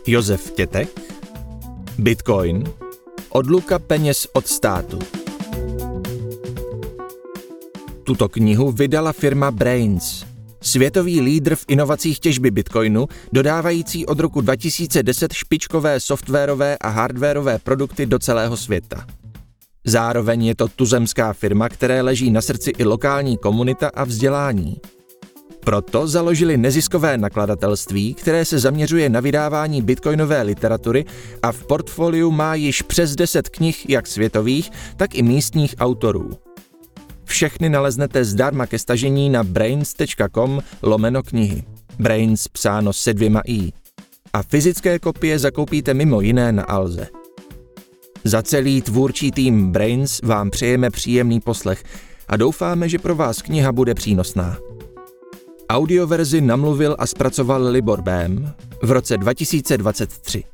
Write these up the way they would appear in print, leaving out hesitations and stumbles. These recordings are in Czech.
Josef Tětek, Bitcoin, odluka peněz od státu. Tuto knihu vydala firma Braiins, světový lídr v inovacích těžby bitcoinu, dodávající od roku 2010 špičkové softwarové a hardwarové produkty do celého světa. Zároveň je to tuzemská firma, které leží na srdci i lokální komunita a vzdělání. Proto založili neziskové nakladatelství, které se zaměřuje na vydávání bitcoinové literatury a v portfoliu má již přes 10 knih jak světových, tak i místních autorů. Všechny naleznete zdarma ke stažení na brains.com/knihy. Brains psáno se 2 i. A fyzické kopie zakoupíte mimo jiné na Alze. Za celý tvůrčí tým Brains vám přejeme příjemný poslech a doufáme, že pro vás kniha bude přínosná. Audioverzi namluvil a zpracoval Libor Bém v roce 2023.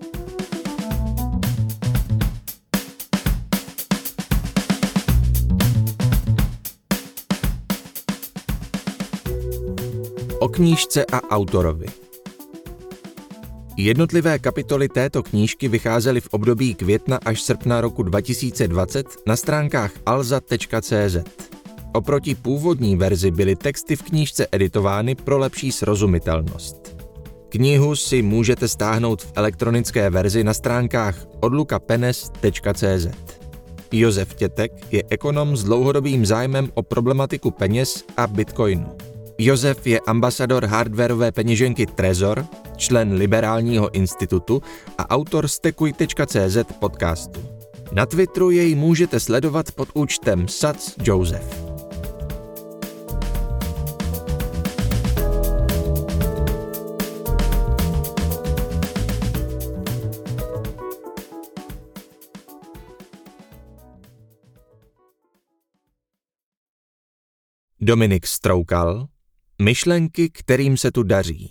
O knížce a autorovi. Jednotlivé kapitoly této knížky vycházely v období května až srpna roku 2020 na stránkách alza.cz. Oproti původní verzi byly texty v knížce editovány pro lepší srozumitelnost. Knihu si můžete stáhnout v elektronické verzi na stránkách odlukapenes.cz. Josef Tětek je ekonom s dlouhodobým zájmem o problematiku peněz a bitcoinu. Josef je ambasador hardwarové peněženky Trezor, člen Liberálního institutu a autor stekuj.cz podcastu. Na Twitteru jej můžete sledovat pod účtem SatsJoseph. Dominik Stroukal, myšlenky, kterým se tu daří.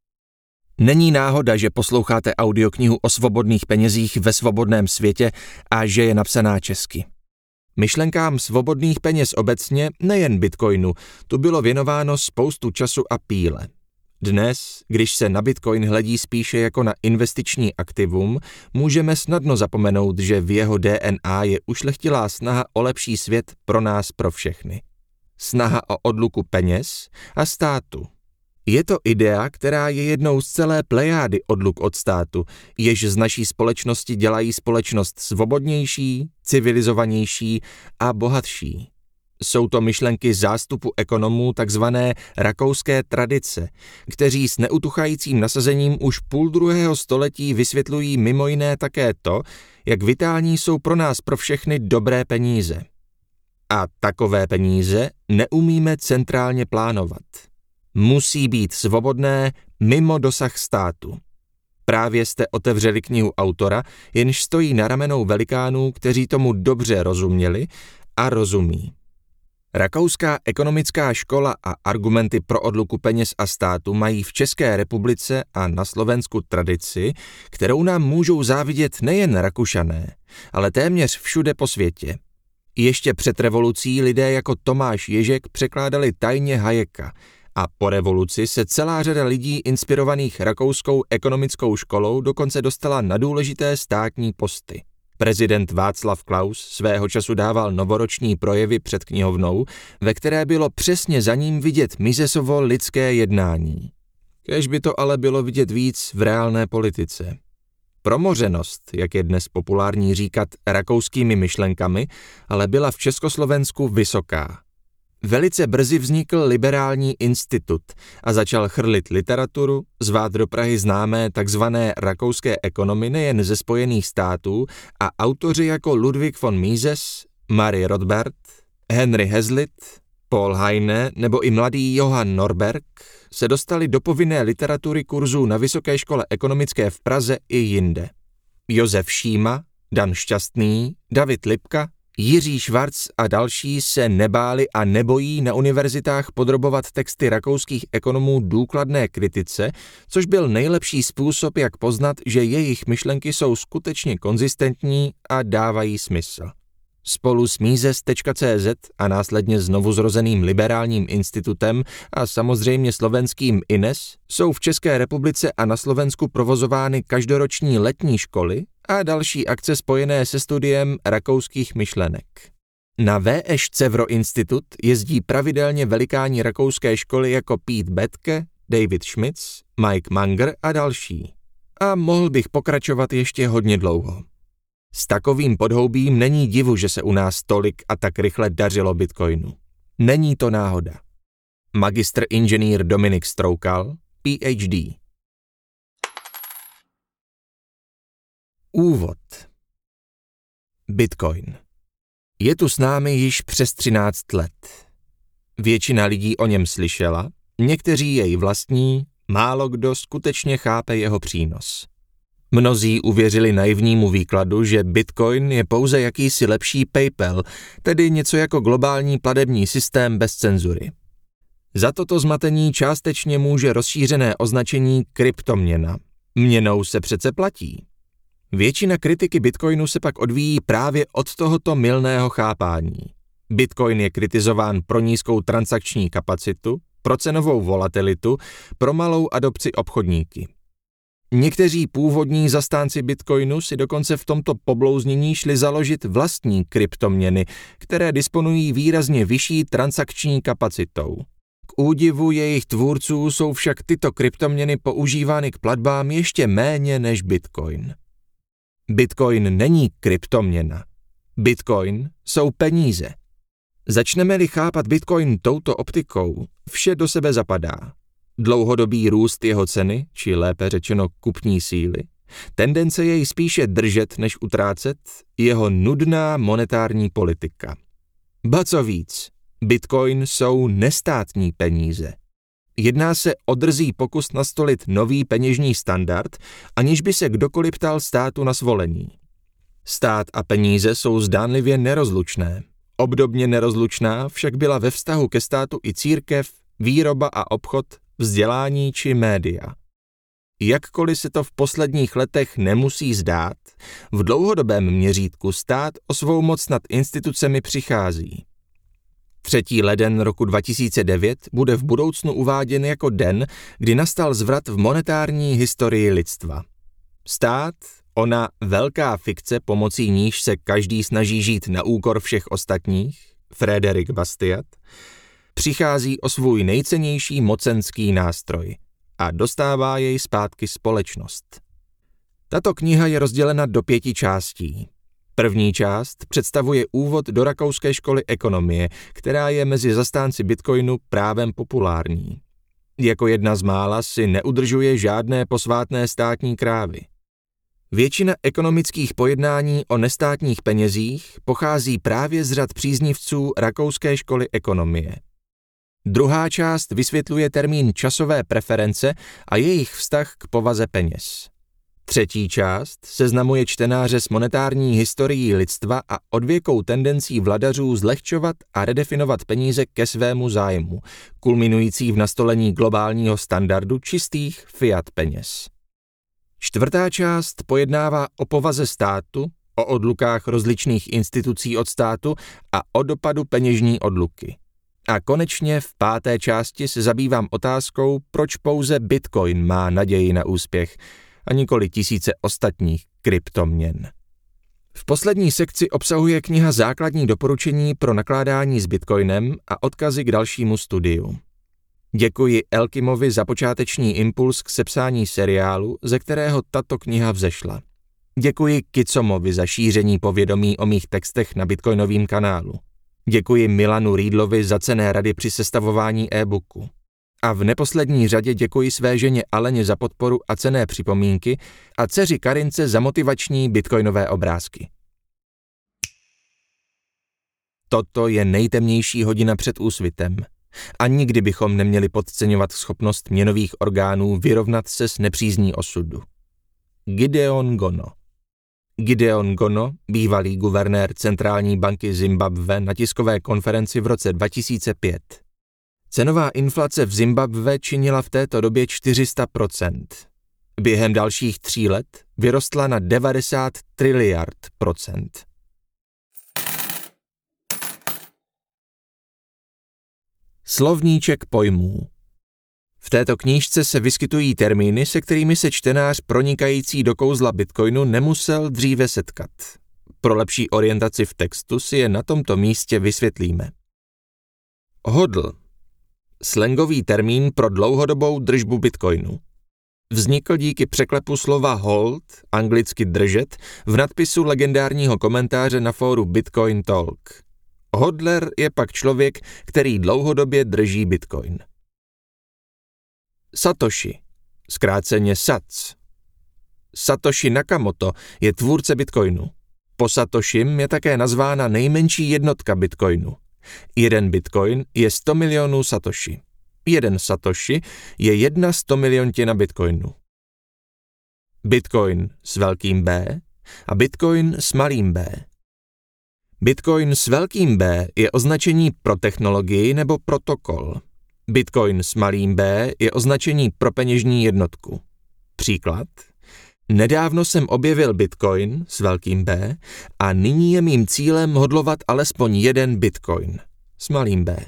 Není náhoda, že posloucháte audioknihu o svobodných penězích ve svobodném světě a že je napsaná česky. Myšlenkám svobodných peněz obecně, nejen bitcoinu, tu bylo věnováno spoustu času a píle. Dnes, když se na bitcoin hledí spíše jako na investiční aktivum, můžeme snadno zapomenout, že v jeho DNA je ušlechtilá snaha o lepší svět pro nás, pro všechny. Snaha o odluku peněz a státu. Je to idea, která je jednou z celé plejády odluk od státu, jež z naší společnosti dělají společnost svobodnější, civilizovanější a bohatší. Jsou to myšlenky zástupu ekonomů takzvané rakouské tradice, kteří s neutuchajícím nasazením už 2. století vysvětlují mimo jiné také to, jak vitální jsou pro nás pro všechny dobré peníze. A takové peníze neumíme centrálně plánovat. Musí být svobodné mimo dosah státu. Právě jste otevřeli knihu autora, jenž stojí na ramenou velikánů, kteří tomu dobře rozuměli a rozumí. Rakouská ekonomická škola a argumenty pro odluku peněz a státu mají v České republice a na Slovensku tradici, kterou nám můžou závidět nejen Rakušané, ale téměř všude po světě. Ještě před revolucí lidé jako Tomáš Ježek překládali tajně Hayeka a po revoluci se celá řada lidí inspirovaných rakouskou ekonomickou školou dokonce dostala na důležité státní posty. Prezident Václav Klaus svého času dával novoroční projevy před knihovnou, ve které bylo přesně za ním vidět Misesovo lidské jednání. Kéž by to ale bylo vidět víc v reálné politice. Promořenost, jak je dnes populární říkat rakouskými myšlenkami, ale byla v Československu vysoká. Velice brzy vznikl Liberální institut a začal chrlit literaturu, zvát do Prahy známé takzvané rakouské ekonomy nejen ze Spojených států a autoři jako Ludwig von Mises, Marie Rothbard, Henry Hazlitt, Paul Heine nebo i mladý Johann Norberg se dostali do povinné literatury kurzů na Vysoké škole ekonomické v Praze i jinde. Josef Šíma, Dan Šťastný, David Lipka, Jiří Švarc a další se nebáli a nebojí na univerzitách podrobovat texty rakouských ekonomů důkladné kritice, což byl nejlepší způsob, jak poznat, že jejich myšlenky jsou skutečně konzistentní a dávají smysl. Spolu s Mises.cz a následně znovu zrozeným Liberálním institutem a samozřejmě slovenským INES jsou v České republice a na Slovensku provozovány každoroční letní školy a další akce spojené se studiem rakouských myšlenek. Na VŠ Cevro Institut jezdí pravidelně velikáni rakouské školy jako Pete Betke, David Schmitz, Mike Munger a další. A mohl bych pokračovat ještě hodně dlouho. S takovým podhoubím není divu, že se u nás tolik a tak rychle dařilo Bitcoinu. Není to náhoda. Magistr inženýr Dominik Stroukal, PhD. Úvod. Bitcoin. Je tu s námi již přes 13 let. Většina lidí o něm slyšela, někteří jej vlastní, málo kdo skutečně chápe jeho přínos. Mnozí uvěřili naivnímu výkladu, že Bitcoin je pouze jakýsi lepší PayPal, tedy něco jako globální platební systém bez cenzury. Za toto zmatení částečně může rozšířené označení kryptoměna. Měnou se přece platí. Většina kritiky Bitcoinu se pak odvíjí právě od tohoto mylného chápání. Bitcoin je kritizován pro nízkou transakční kapacitu, pro cenovou volatilitu, pro malou adopci obchodníky. Někteří původní zastánci Bitcoinu si dokonce v tomto poblouznění šli založit vlastní kryptoměny, které disponují výrazně vyšší transakční kapacitou. K údivu jejich tvůrců jsou však tyto kryptoměny používány k platbám ještě méně než Bitcoin. Bitcoin není kryptoměna. Bitcoin jsou peníze. Začneme-li chápat Bitcoin touto optikou, vše do sebe zapadá. Dlouhodobý růst jeho ceny, či lépe řečeno kupní síly, tendence jej spíše držet než utrácet, jeho nudná monetární politika. Ba co víc, Bitcoin jsou nestátní peníze. Jedná se o drzý pokus nastolit nový peněžní standard, aniž by se kdokoliv ptal státu na svolení. Stát a peníze jsou zdánlivě nerozlučné. Obdobně nerozlučná však byla ve vztahu ke státu i církev, výroba a obchod, vzdělání či média. Jakkoliv se to v posledních letech nemusí zdát, v dlouhodobém měřítku stát o svou moc nad institucemi přichází. 3. leden roku 2009 bude v budoucnu uváděn jako den, kdy nastal zvrat v monetární historii lidstva. Stát, ona velká fikce, pomocí níž se každý snaží žít na úkor všech ostatních, Frédéric Bastiat, přichází o svůj nejcennější mocenský nástroj a dostává jej zpátky společnost. Tato kniha je rozdělena do 5 částí. První část představuje úvod do rakouské školy ekonomie, která je mezi zastánci Bitcoinu právem populární. Jako jedna z mála si neudržuje žádné posvátné státní krávy. Většina ekonomických pojednání o nestátních penězích pochází právě z řad příznivců rakouské školy ekonomie. Druhá část vysvětluje termín časové preference a jejich vztah k povaze peněz. Třetí část seznamuje čtenáře s monetární historií lidstva a odvěkou tendencí vladařů zlehčovat a redefinovat peníze ke svému zájmu, kulminující v nastolení globálního standardu čistých fiat peněz. Čtvrtá část pojednává o povaze státu, o odlukách rozličných institucí od státu a o dopadu peněžní odluky. A konečně v 5. části se zabývám otázkou, proč pouze Bitcoin má naději na úspěch a nikoli tisíce ostatních kryptoměn. V poslední sekci obsahuje kniha základní doporučení pro nakládání s Bitcoinem a odkazy k dalšímu studiu. Děkuji Elkimovi za počáteční impuls k sepsání seriálu, ze kterého tato kniha vzešla. Děkuji Kicomovi za šíření povědomí o mých textech na Bitcoinovém kanálu. Děkuji Milanu Riedlovi za cenné rady při sestavování e-booku. A v neposlední řadě děkuji své ženě Aleně za podporu a cenné připomínky a dceři Karince za motivační bitcoinové obrázky. Toto je nejtemnější hodina před úsvitem. A nikdy bychom neměli podceňovat schopnost měnových orgánů vyrovnat se s nepřízní osudu. Gideon Gono. Gideon Gono, bývalý guvernér centrální banky Zimbabwe, na tiskové konferenci v roce 2005. Cenová inflace v Zimbabwe činila v této době 400%. Během dalších 3 let vyrostla na 90 triliard %. Slovníček pojmů. V této knížce se vyskytují termíny, se kterými se čtenář pronikající do kouzla Bitcoinu nemusel dříve setkat. Pro lepší orientaci v textu si je na tomto místě vysvětlíme. Hodl. Slangový termín pro dlouhodobou držbu Bitcoinu. Vznikl díky překlepu slova hold, anglicky držet, v nadpisu legendárního komentáře na fóru Bitcoin Talk. Hodler je pak člověk, který dlouhodobě drží Bitcoin. Satoshi, zkráceně SATS. Satoshi Nakamoto je tvůrce Bitcoinu. Po Satoshim je také nazvána nejmenší jednotka Bitcoinu. 1 Bitcoin je 100 milionů Satoshi. 1 Satoshi je 1 100miliontina Bitcoinu. Bitcoin s velkým B a Bitcoin s malým b. Bitcoin s velkým B je označení pro technologii nebo protokol. Bitcoin s malým b je označení pro peněžní jednotku. Příklad. Nedávno jsem objevil Bitcoin s velkým B a nyní je mým cílem hodlovat alespoň 1 Bitcoin s malým b.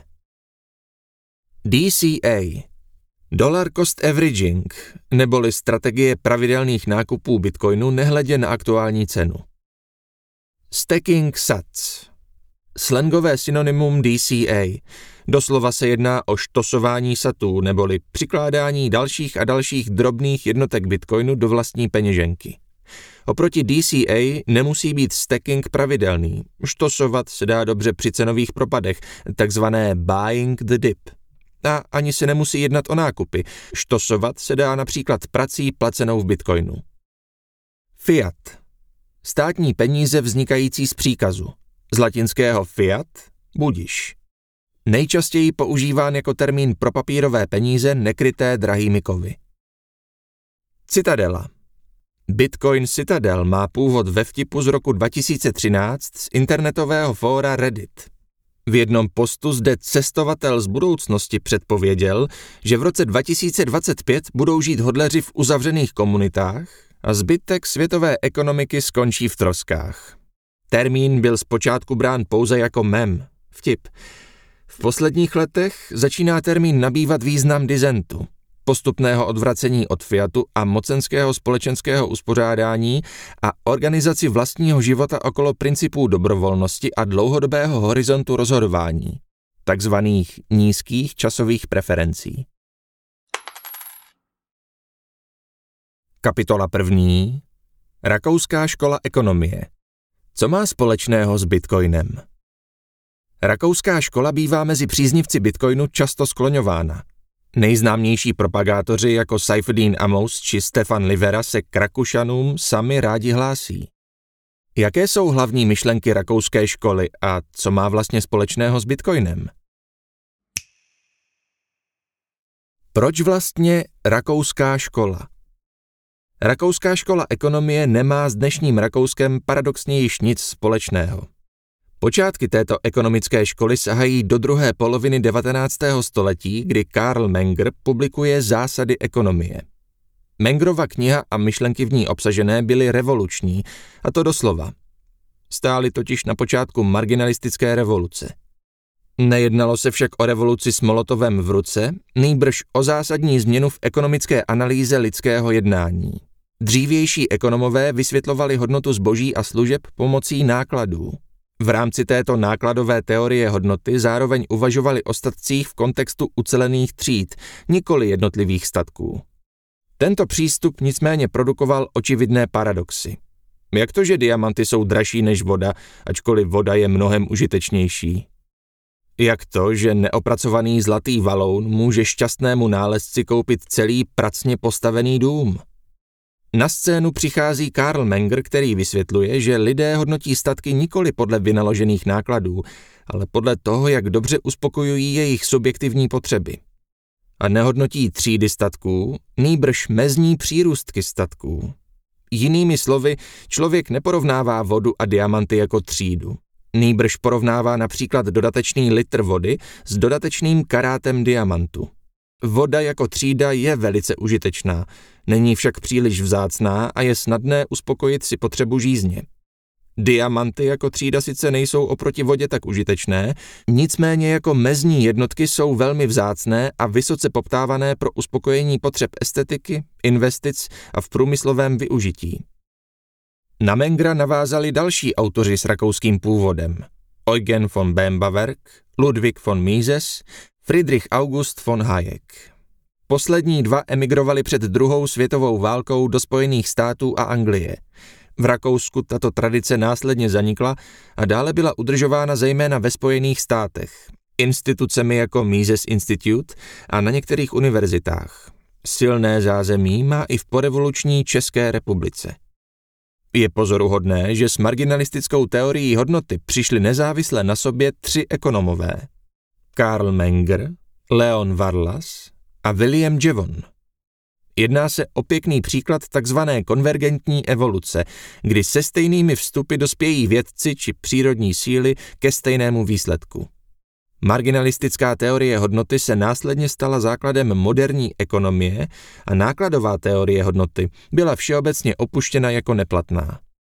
DCA. Dollar Cost Averaging, neboli strategie pravidelných nákupů Bitcoinu nehledě na aktuální cenu. Stacking sats. Slangové synonymum DCA. Doslova se jedná o štosování satů, neboli přikládání dalších a dalších drobných jednotek Bitcoinu do vlastní peněženky. Oproti DCA nemusí být stacking pravidelný. Štosovat se dá dobře při cenových propadech, takzvané buying the dip. A ani se nemusí jednat o nákupy. Štosovat se dá například prací placenou v Bitcoinu. Fiat. Státní peníze vznikající z příkazu. Z latinského fiat, budiš. Nejčastěji používán jako termín pro papírové peníze nekryté drahými kovy. Citadela. Bitcoin Citadel má původ ve vtipu z roku 2013 z internetového fóra Reddit. V jednom postu zde cestovatel z budoucnosti předpověděl, že v roce 2025 budou žít hodleři v uzavřených komunitách a zbytek světové ekonomiky skončí v troskách. Termín byl zpočátku brán pouze jako mem, vtip. V posledních letech začíná termín nabývat význam disentu, postupného odvracení od fiatu a mocenského společenského uspořádání a organizaci vlastního života okolo principů dobrovolnosti a dlouhodobého horizontu rozhodování, takzvaných nízkých časových preferencí. Kapitola 1. Rakouská škola ekonomie. Co má společného s Bitcoinem? Rakouská škola bývá mezi příznivci Bitcoinu často skloňována. Nejznámější propagátoři jako Saifedean Ammous či Stefan Livera se k Rakušanům sami rádi hlásí. Jaké jsou hlavní myšlenky rakouské školy a co má vlastně společného s Bitcoinem? Proč vlastně rakouská škola? Rakouská škola ekonomie nemá s dnešním Rakouskem paradoxně již nic společného. Počátky této ekonomické školy sahají do druhé poloviny 19. století, kdy Karl Menger publikuje Zásady ekonomie. Mengerova kniha a myšlenky v ní obsažené byly revoluční, a to doslova. Stály totiž na počátku marginalistické revoluce. Nejednalo se však o revoluci s Molotovem v ruce, nýbrž o zásadní změnu v ekonomické analýze lidského jednání. Dřívější ekonomové vysvětlovali hodnotu zboží a služeb pomocí nákladů. V rámci této nákladové teorie hodnoty zároveň uvažovali o statcích v kontextu ucelených tříd, nikoli jednotlivých statků. Tento přístup nicméně produkoval očividné paradoxy. Jak to, že diamanty jsou dražší než voda, ačkoliv voda je mnohem užitečnější? Jak to, že neopracovaný zlatý valoun může šťastnému nálezci koupit celý pracně postavený dům? Na scénu přichází Karl Menger, který vysvětluje, že lidé hodnotí statky nikoli podle vynaložených nákladů, ale podle toho, jak dobře uspokojují jejich subjektivní potřeby. A nehodnotí třídy statků, nýbrž mezní přírůstky statků. Jinými slovy, člověk neporovnává vodu a diamanty jako třídu. Nýbrž porovnává například dodatečný litr vody s dodatečným karátem diamantu. Voda jako třída je velice užitečná, není však příliš vzácná a je snadné uspokojit si potřebu žízně. Diamanty jako třída sice nejsou oproti vodě tak užitečné, nicméně jako mezní jednotky jsou velmi vzácné a vysoce poptávané pro uspokojení potřeb estetiky, investic a v průmyslovém využití. Na Mengera navázali další autoři s rakouským původem. Eugen von Bembawerk, Ludwig von Mises, Friedrich August von Hayek. Poslední dva emigrovali před druhou světovou válkou do Spojených států a Anglie. V Rakousku tato tradice následně zanikla a dále byla udržována zejména ve Spojených státech, institucemi jako Mises Institute a na některých univerzitách. Silné zázemí má i v porevoluční České republice. Je pozoruhodné, že s marginalistickou teorií hodnoty přišli nezávisle na sobě 3 ekonomové. Karl Menger, Leon Varlas a William Jevon. Jedná se o pěkný příklad takzvané konvergentní evoluce, kdy se stejnými vstupy dospějí vědci či přírodní síly ke stejnému výsledku. Marginalistická teorie hodnoty se následně stala základem moderní ekonomie a nákladová teorie hodnoty byla všeobecně opuštěna jako neplatná.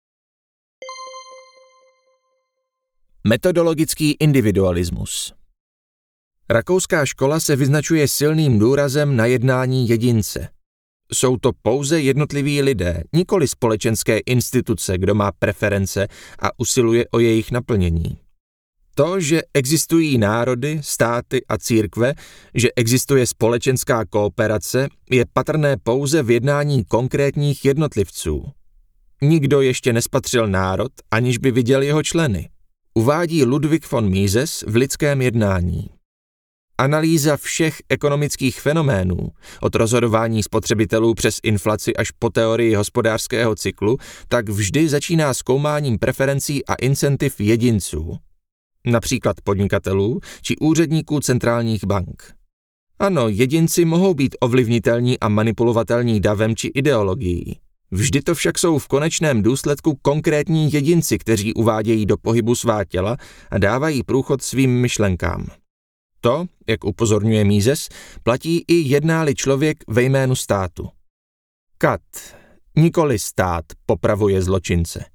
Metodologický individualismus. Rakouská škola se vyznačuje silným důrazem na jednání jedince. Jsou to pouze jednotliví lidé, nikoli společenské instituce, kdo má preference a usiluje o jejich naplnění. To, že existují národy, státy a církve, že existuje společenská kooperace, je patrné pouze v jednání konkrétních jednotlivců. Nikdo ještě nespatřil národ, aniž by viděl jeho členy. Uvádí Ludwig von Mises v Lidském jednání. Analýza všech ekonomických fenoménů, od rozhodování spotřebitelů přes inflaci až po teorii hospodářského cyklu, tak vždy začíná zkoumáním preferencí a incentiv jedinců, například podnikatelů či úředníků centrálních bank. Ano, jedinci mohou být ovlivnitelní a manipulovatelní davem či ideologií. Vždy to však jsou v konečném důsledku konkrétní jedinci, kteří uvádějí do pohybu svá těla a dávají průchod svým myšlenkám. To, jak upozorňuje Mises, platí i jedná-li člověk ve jménu státu. Kat, nikoli stát, popravuje zločince.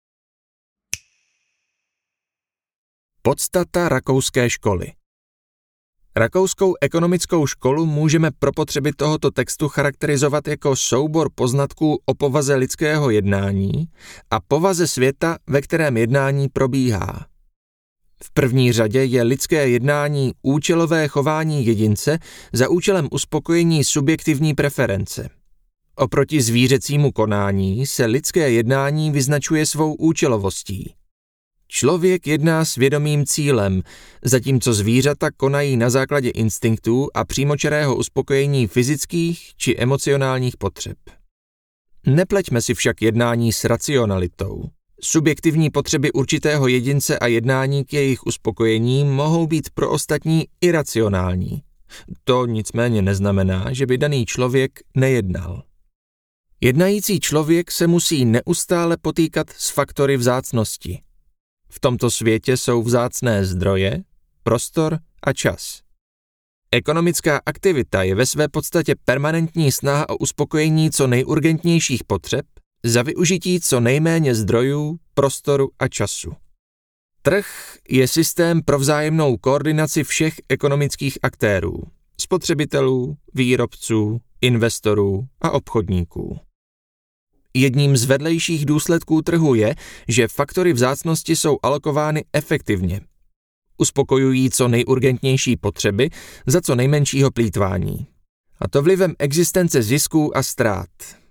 Podstata rakouské školy. Rakouskou ekonomickou školu můžeme pro potřeby tohoto textu charakterizovat jako soubor poznatků o povaze lidského jednání a povaze světa, ve kterém jednání probíhá. V první řadě je lidské jednání účelové chování jedince za účelem uspokojení subjektivní preference. Oproti zvířecímu konání se lidské jednání vyznačuje svou účelovostí. Člověk jedná s vědomým cílem, zatímco zvířata konají na základě instinktů a přímočarého uspokojení fyzických či emocionálních potřeb. Nepleťme si však jednání s racionalitou. Subjektivní potřeby určitého jedince a jednání k jejich uspokojení mohou být pro ostatní iracionální. To nicméně neznamená, že by daný člověk nejednal. Jednající člověk se musí neustále potýkat s faktory vzácnosti. V tomto světě jsou vzácné zdroje, prostor a čas. Ekonomická aktivita je ve své podstatě permanentní snaha o uspokojení co nejurgentnějších potřeb za využití co nejméně zdrojů, prostoru a času. Trh je systém pro vzájemnou koordinaci všech ekonomických aktérů, spotřebitelů, výrobců, investorů a obchodníků. Jedním z vedlejších důsledků trhu je, že faktory vzácnosti jsou alokovány efektivně. Uspokojují co nejurgentnější potřeby za co nejmenšího plýtvání. A to vlivem existence zisků a ztrát.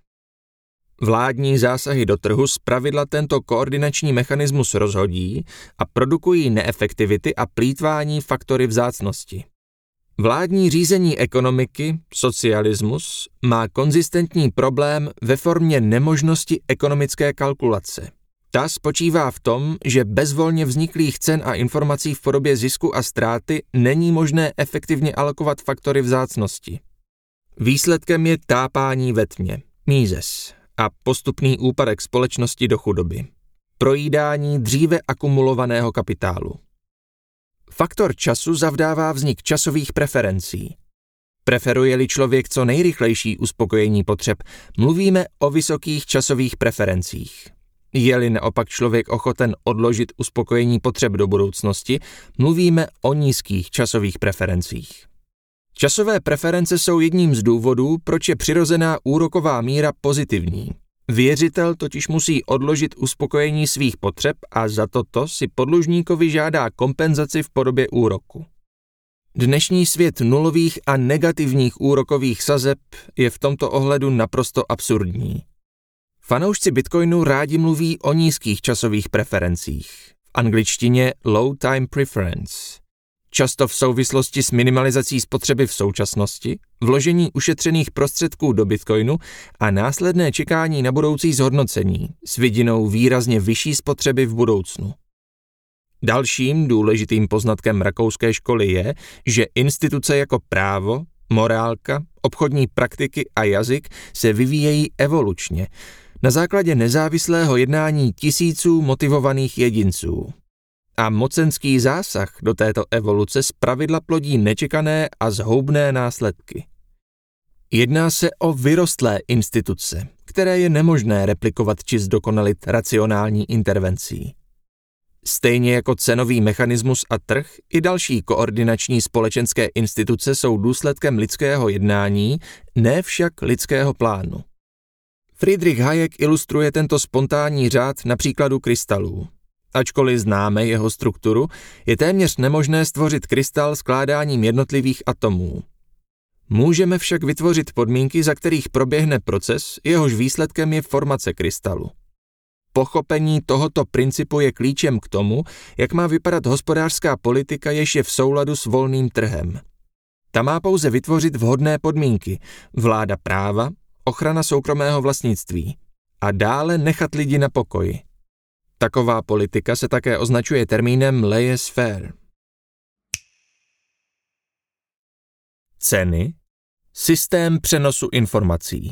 Vládní zásahy do trhu zpravidla tento koordinační mechanismus rozhodí a produkují neefektivity a plýtvání faktory vzácnosti. Vládní řízení ekonomiky, socialismus, má konzistentní problém ve formě nemožnosti ekonomické kalkulace. Ta spočívá v tom, že bez volně vzniklých cen a informací v podobě zisku a ztráty není možné efektivně alokovat faktory vzácnosti. Výsledkem je tápání ve tmě, Mises, a postupný úpadek společnosti do chudoby. Projídání dříve akumulovaného kapitálu. Faktor času zavdává vznik časových preferencí. Preferuje-li člověk co nejrychlejší uspokojení potřeb, mluvíme o vysokých časových preferencích. Je-li naopak člověk ochoten odložit uspokojení potřeb do budoucnosti, mluvíme o nízkých časových preferencích. Časové preference jsou jedním z důvodů, proč je přirozená úroková míra pozitivní. Věřitel totiž musí odložit uspokojení svých potřeb a za toto si po dlužníkovi žádá kompenzaci v podobě úroku. Dnešní svět nulových a negativních úrokových sazeb je v tomto ohledu naprosto absurdní. Fanoušci Bitcoinu rádi mluví o nízkých časových preferencích, v angličtině low time preference. Často v souvislosti s minimalizací spotřeby v současnosti, vložení ušetřených prostředků do Bitcoinu a následné čekání na budoucí zhodnocení s vidinou výrazně vyšší spotřeby v budoucnu. Dalším důležitým poznatkem rakouské školy je, že instituce jako právo, morálka, obchodní praktiky a jazyk se vyvíjejí evolučně, na základě nezávislého jednání tisíců motivovaných jedinců. A mocenský zásah do této evoluce zpravidla plodí nečekané a zhoubné následky. Jedná se o vyrostlé instituce, které je nemožné replikovat či zdokonalit racionální intervencí. Stejně jako cenový mechanismus a trh, i další koordinační společenské instituce jsou důsledkem lidského jednání, ne však lidského plánu. Friedrich Hayek ilustruje tento spontánní řád na příkladu krystalů. Ačkoliv známe jeho strukturu, je téměř nemožné stvořit krystal skládáním jednotlivých atomů. Můžeme však vytvořit podmínky, za kterých proběhne proces, jehož výsledkem je formace krystalu. Pochopení tohoto principu je klíčem k tomu, jak má vypadat hospodářská politika, jež je v souladu s volným trhem. Ta má pouze vytvořit vhodné podmínky, vláda práva, ochrana soukromého vlastnictví a dále nechat lidi na pokoji. Taková politika se také označuje termínem laissez-faire. Ceny, systém přenosu informací.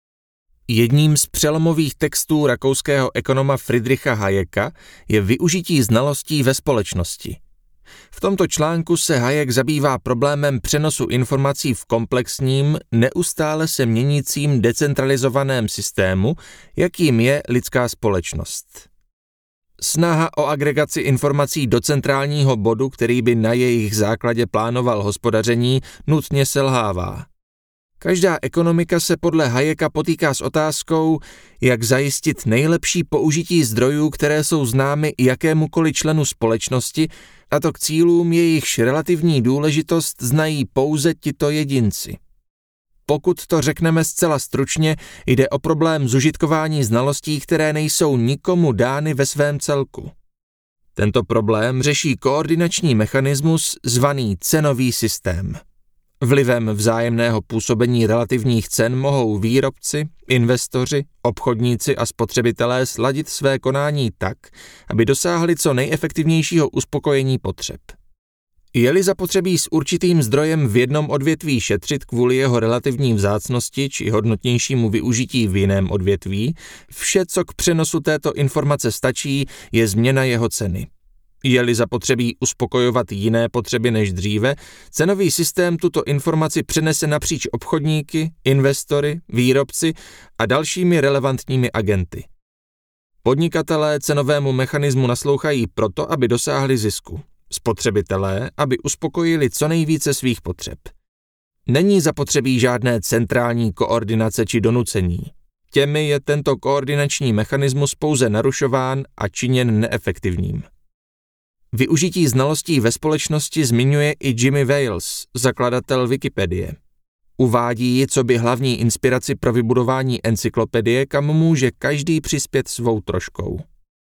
Jedním z přelomových textů rakouského ekonoma Friedricha Hayeka je využití znalostí ve společnosti. V tomto článku se Hayek zabývá problémem přenosu informací v komplexním, neustále se měnícím decentralizovaném systému, jakým je lidská společnost. Snaha o agregaci informací do centrálního bodu, který by na jejich základě plánoval hospodaření, nutně selhává. Každá ekonomika se podle Hayeka potýká s otázkou, jak zajistit nejlepší použití zdrojů, které jsou známy jakémukoliv členu společnosti, a to k cílům, jejichž relativní důležitost znají pouze tito jedinci. Pokud to řekneme zcela stručně, jde o problém zužitkování znalostí, které nejsou nikomu dány ve svém celku. Tento problém řeší koordinační mechanismus zvaný cenový systém. Vlivem vzájemného působení relativních cen mohou výrobci, investoři, obchodníci a spotřebitelé sladit své konání tak, aby dosáhli co nejefektivnějšího uspokojení potřeb. Je-li zapotřebí s určitým zdrojem v jednom odvětví šetřit kvůli jeho relativní vzácnosti či hodnotnějšímu využití v jiném odvětví, vše, co k přenosu této informace stačí, je změna jeho ceny. Je-li zapotřebí uspokojovat jiné potřeby než dříve, cenový systém tuto informaci přenese napříč obchodníky, investory, výrobci a dalšími relevantními agenty. Podnikatelé cenovému mechanismu naslouchají proto, aby dosáhli zisku. Spotřebitelé, aby uspokojili co nejvíce svých potřeb. Není zapotřebí žádné centrální koordinace či donucení. Těmi je tento koordinační mechanismus pouze narušován a činěn neefektivním. Využití znalostí ve společnosti zmiňuje i Jimmy Wales, zakladatel Wikipedie. Uvádí ji coby hlavní inspiraci pro vybudování encyklopedie, kam může každý přispět svou troškou.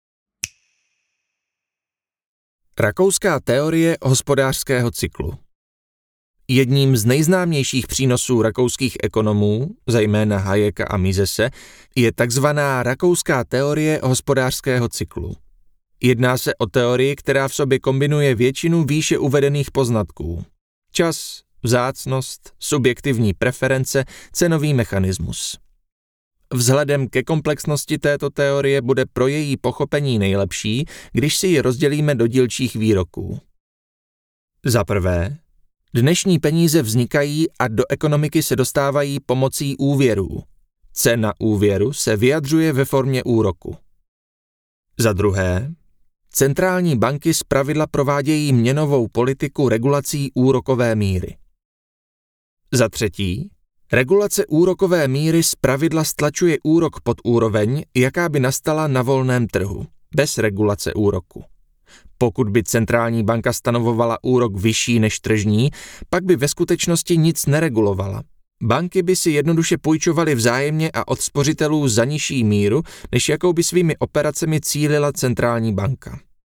Rakouská teorie hospodářského cyklu. Jedním z nejznámějších přínosů rakouských ekonomů, zejména Hayeka a Misese, je takzvaná rakouská teorie hospodářského cyklu. Jedná se o teorii, která v sobě kombinuje většinu výše uvedených poznatků. Čas, vzácnost, subjektivní preference, cenový mechanismus. Vzhledem ke komplexnosti této teorie bude pro její pochopení nejlepší, když si ji rozdělíme do dílčích výroků. Za prvé, dnešní peníze vznikají a do ekonomiky se dostávají pomocí úvěrů. Cena úvěru se vyjadřuje ve formě úroku. Za druhé, centrální banky zpravidla provádějí měnovou politiku regulací úrokové míry. Za třetí, regulace úrokové míry zpravidla stlačuje úrok pod úroveň, jaká by nastala na volném trhu, bez regulace úroku. Pokud by centrální banka stanovovala úrok vyšší než tržní, pak by ve skutečnosti nic neregulovala. Banky by si jednoduše půjčovaly vzájemně a od spořitelů za nižší míru, než jakou by svými operacemi cílila centrální banka.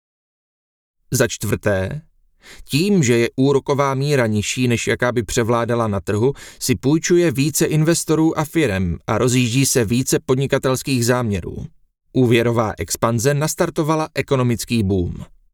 Za čtvrté, tím, že je úroková míra nižší, než jaká by převládala na trhu, si půjčuje více investorů a firem a rozjíždí se více podnikatelských záměrů. Úvěrová expanze nastartovala ekonomický boom.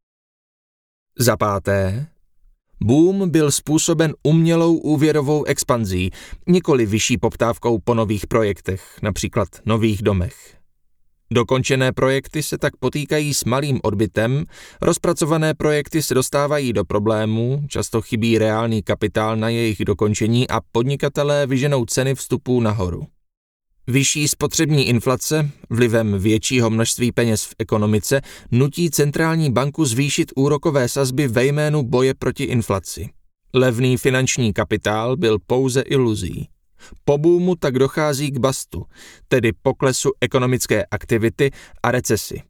Za páté, boom byl způsoben umělou úvěrovou expanzí, nikoli vyšší poptávkou po nových projektech, například nových domech. Dokončené projekty se tak potýkají s malým odbytem, rozpracované projekty se dostávají do problémů, často chybí reálný kapitál na jejich dokončení a podnikatelé vyženou ceny vstupů nahoru. Vyšší spotřební inflace, vlivem většího množství peněz v ekonomice, nutí centrální banku zvýšit úrokové sazby ve jménu boje proti inflaci. Levný finanční kapitál byl pouze iluzí. Po boomu tak dochází k bastu, tedy poklesu ekonomické aktivity a recesi.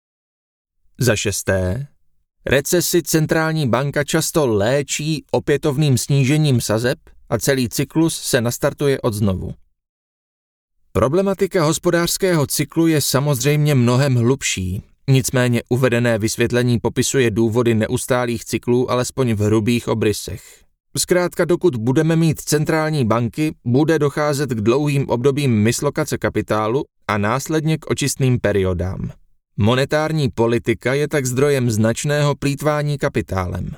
Za šesté, recesi centrální banka často léčí opětovným snížením sazeb a celý cyklus se nastartuje odznovu. Problematika hospodářského cyklu je samozřejmě mnohem hlubší, nicméně uvedené vysvětlení popisuje důvody neustálých cyklů alespoň v hrubých obrysech. Zkrátka, dokud budeme mít centrální banky, bude docházet k dlouhým obdobím mislokace kapitálu a následně k očistným periodám. Monetární politika je tak zdrojem značného plýtvání kapitálem.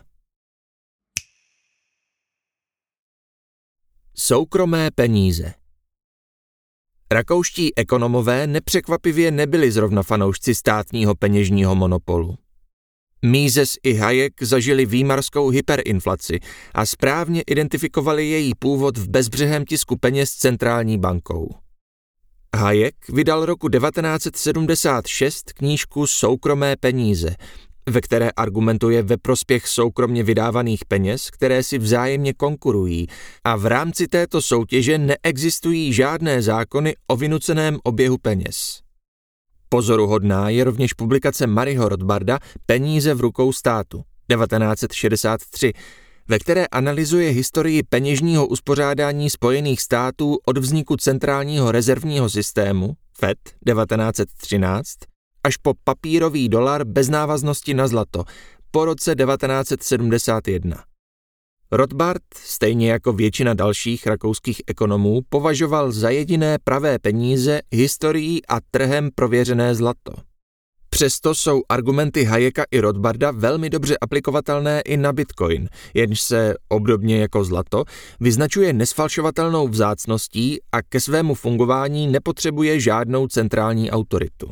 Soukromé peníze. Rakouští ekonomové nepřekvapivě nebyli zrovna fanoušci státního peněžního monopolu. Mises i Hayek zažili výmarskou hyperinflaci a správně identifikovali její původ v bezbřehém tisku peněz centrální bankou. Hayek vydal roku 1976 knížku Soukromé peníze, ve které argumentuje ve prospěch soukromně vydávaných peněz, které si vzájemně konkurují, a v rámci této soutěže neexistují žádné zákony o vynuceném oběhu peněz. Pozoruhodná je rovněž publikace Murrayho Rothbarda Peníze v rukou státu 1963, ve které analyzuje historii peněžního uspořádání Spojených států od vzniku centrálního rezervního systému FED 1913 až po papírový dolar bez návaznosti na zlato po roce 1971. Rothbard, stejně jako většina dalších rakouských ekonomů, považoval za jediné pravé peníze historií a trhem prověřené zlato. Přesto jsou argumenty Hayeka i Rothbarda velmi dobře aplikovatelné i na Bitcoin, jenž se, obdobně jako zlato, vyznačuje nesfalšovatelnou vzácností a ke svému fungování nepotřebuje žádnou centrální autoritu.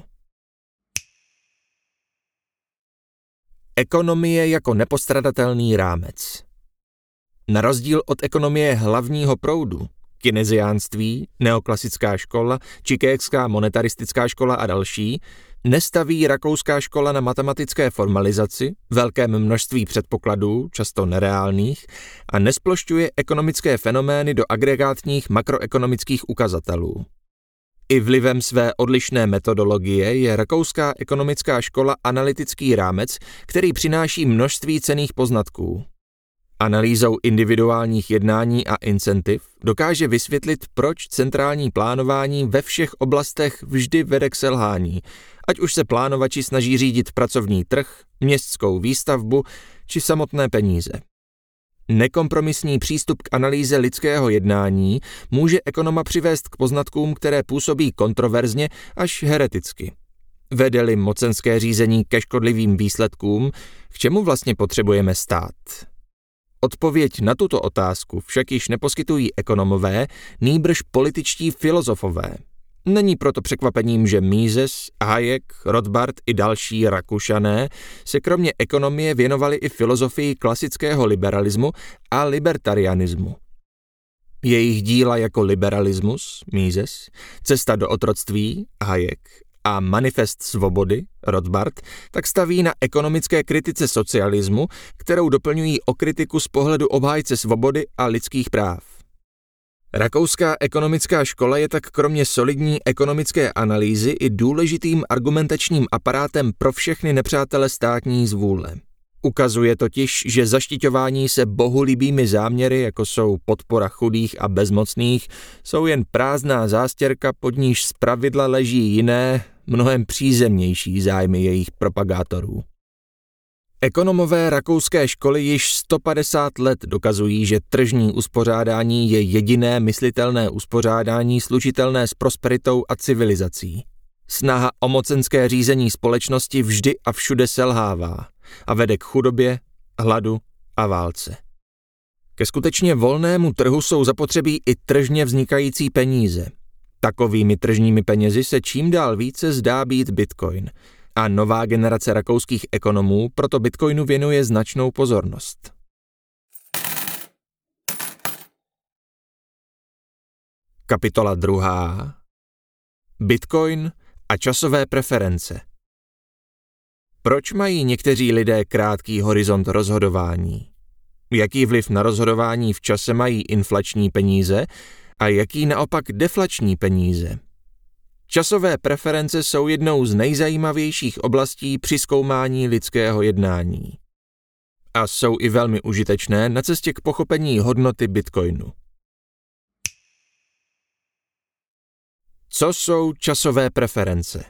Ekonomie jako nepostradatelný rámec. Na rozdíl od ekonomie hlavního proudu, kineziánství, neoklasická škola, chicagsská monetaristická škola a další, nestaví rakouská škola na matematické formalizaci, velkém množství předpokladů, často nereálných, a nesplošťuje ekonomické fenomény do agregátních makroekonomických ukazatelů. I vlivem své odlišné metodologie je rakouská ekonomická škola analytický rámec, který přináší množství cenných poznatků. Analýzou individuálních jednání a incentiv dokáže vysvětlit, proč centrální plánování ve všech oblastech vždy vede k selhání, ať už se plánovači snaží řídit pracovní trh, městskou výstavbu či samotné peníze. Nekompromisní přístup k analýze lidského jednání může ekonoma přivést k poznatkům, které působí kontroverzně až hereticky. Vede-li mocenské řízení ke škodlivým výsledkům, k čemu vlastně potřebujeme stát? Odpověď na tuto otázku však již neposkytují ekonomové, nýbrž političtí filozofové. Není proto překvapením, že Mises, Hayek, Rothbard i další Rakušané se kromě ekonomie věnovali i filozofii klasického liberalismu a libertarianismu. Jejich díla jako Liberalismus, Mises, Cesta do otroctví, Hayek a Manifest svobody, Rothbard, tak staví na ekonomické kritice socialismu, kterou doplňují o kritiku z pohledu obhájce svobody a lidských práv. Rakouská ekonomická škola je tak kromě solidní ekonomické analýzy i důležitým argumentačním aparátem pro všechny nepřátele státní zvůle. Ukazuje totiž, že zaštiťování se bohulibými záměry, jako jsou podpora chudých a bezmocných, jsou jen prázdná zástěrka, pod níž zpravidla leží jiné, mnohem přízemnější zájmy jejich propagátorů. Ekonomové rakouské školy již 150 let dokazují, že tržní uspořádání je jediné myslitelné uspořádání slučitelné s prosperitou a civilizací. Snaha o mocenské řízení společnosti vždy a všude selhává a vede k chudobě, hladu a válce. Ke skutečně volnému trhu jsou zapotřebí i tržně vznikající peníze. Takovými tržními penězi se čím dál více zdá být Bitcoin a nová generace rakouských ekonomů proto Bitcoinu věnuje značnou pozornost. Kapitola 2. Bitcoin a časové preference. Proč mají někteří lidé krátký horizont rozhodování? Jaký vliv na rozhodování v čase mají inflační peníze a jaký naopak deflační peníze? Časové preference jsou jednou z nejzajímavějších oblastí při zkoumání lidského jednání. A jsou i velmi užitečné na cestě k pochopení hodnoty Bitcoinu. Co jsou časové preference?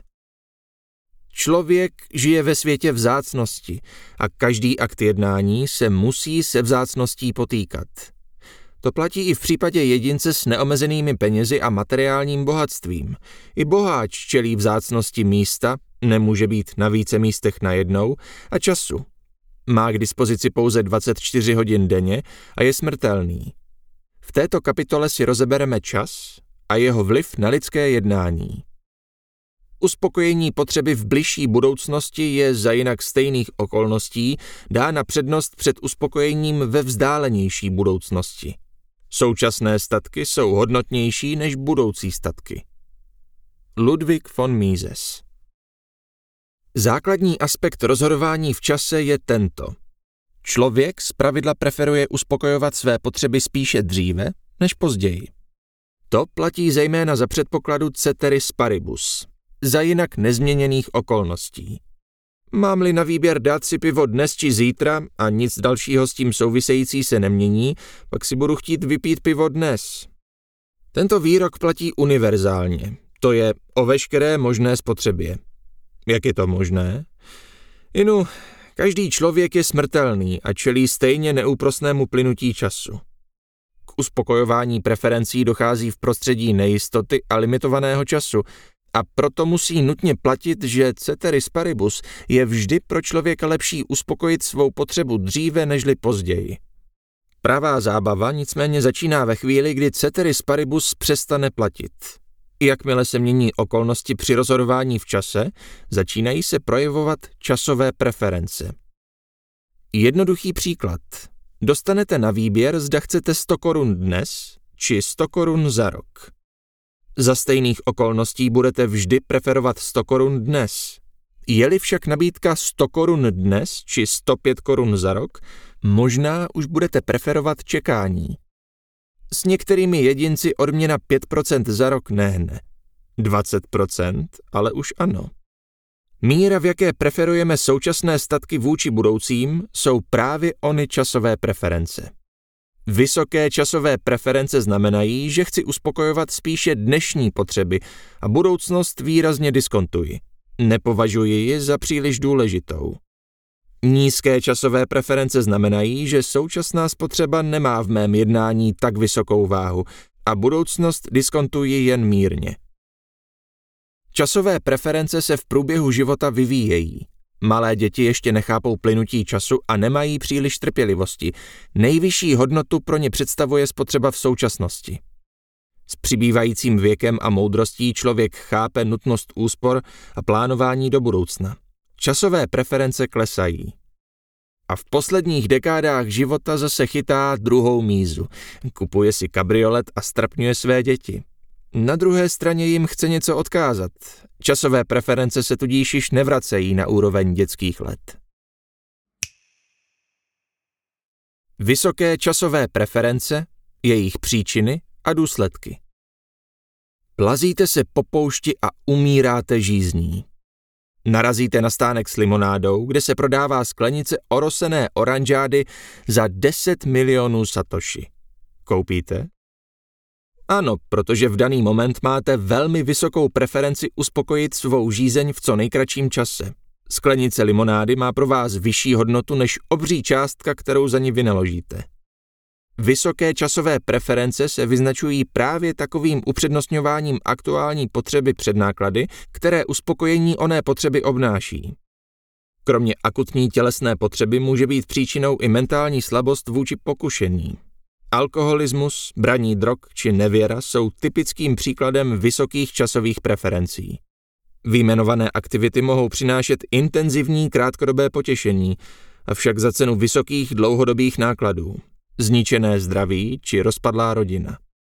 Člověk žije ve světě vzácnosti a každý akt jednání se musí se vzácností potýkat. To platí i v případě jedince s neomezenými penězi a materiálním bohatstvím. I boháč čelí vzácnosti místa, nemůže být na více místech najednou, a času. Má k dispozici pouze 24 hodin denně a je smrtelný. V této kapitole si rozebereme čas a jeho vliv na lidské jednání. Uspokojení potřeby v bližší budoucnosti je za jinak stejných okolností dána přednost před uspokojením ve vzdálenější budoucnosti. Současné statky jsou hodnotnější než budoucí statky. Ludwig von Mises. Základní aspekt rozhodování v čase je tento. Člověk zpravidla preferuje uspokojovat své potřeby spíše dříve než později. To platí zejména za předpokladu ceteris paribus, za jinak nezměněných okolností. Mám-li na výběr dát si pivo dnes či zítra a nic dalšího s tím související se nemění, pak si budu chtít vypít pivo dnes. Tento výrok platí univerzálně, to je o veškeré možné spotřebě. Jak je to možné? Inu, každý člověk je smrtelný a čelí stejně neúprosnému plynutí času. K uspokojování preferencí dochází v prostředí nejistoty a limitovaného času, a proto musí nutně platit, že ceteris paribus je vždy pro člověka lepší uspokojit svou potřebu dříve nežli později. Pravá zábava nicméně začíná ve chvíli, kdy ceteris paribus přestane platit. Jakmile se mění okolnosti při rozhodování v čase, začínají se projevovat časové preference. Jednoduchý příklad. Dostanete na výběr, zda chcete 100 korun dnes či 100 korun za rok. Za stejných okolností budete vždy preferovat 100 korun dnes. Je-li však nabídka 100 korun dnes či 105 korun za rok, možná už budete preferovat čekání. S některými jedinci odměna 5% za rok nehne. 20%, ale už ano. Míra, v jaké preferujeme současné statky vůči budoucím, jsou právě ony časové preference. Vysoké časové preference znamenají, že chci uspokojovat spíše dnešní potřeby a budoucnost výrazně diskontuji. Nepovažuji ji za příliš důležitou. Nízké časové preference znamenají, že současná spotřeba nemá v mém jednání tak vysokou váhu a budoucnost diskontuji jen mírně. Časové preference se v průběhu života vyvíjejí. Malé děti ještě nechápou plynutí času a nemají příliš trpělivosti. Nejvyšší hodnotu pro ně představuje spotřeba v současnosti. S přibývajícím věkem a moudrostí člověk chápe nutnost úspor a plánování do budoucna. Časové preference klesají. A v posledních dekádách života zase chytá druhou mízu. Kupuje si kabriolet a strapňuje své děti. Na druhé straně jim chce něco odkázat. Časové preference se tudíž již nevracejí na úroveň dětských let. Vysoké časové preference, jejich příčiny a důsledky. Plazíte se po poušti a umíráte žízní. Narazíte na stánek s limonádou, kde se prodává sklenice orosené oranžády za 10 milionů satoshi. Koupíte? Ano, protože v daný moment máte velmi vysokou preferenci uspokojit svou žízeň v co nejkratším čase. Sklenice limonády má pro vás vyšší hodnotu než obří částka, kterou za ní vynaložíte. Vysoké časové preference se vyznačují právě takovým upřednostňováním aktuální potřeby před náklady, které uspokojení oné potřeby obnáší. Kromě akutní tělesné potřeby může být příčinou i mentální slabost vůči pokušení. Alkoholismus, braní drog či nevěra jsou typickým příkladem vysokých časových preferencí. Vyjmenované aktivity mohou přinášet intenzivní krátkodobé potěšení, avšak za cenu vysokých dlouhodobých nákladů. Zničené zdraví či rozpadlá rodina.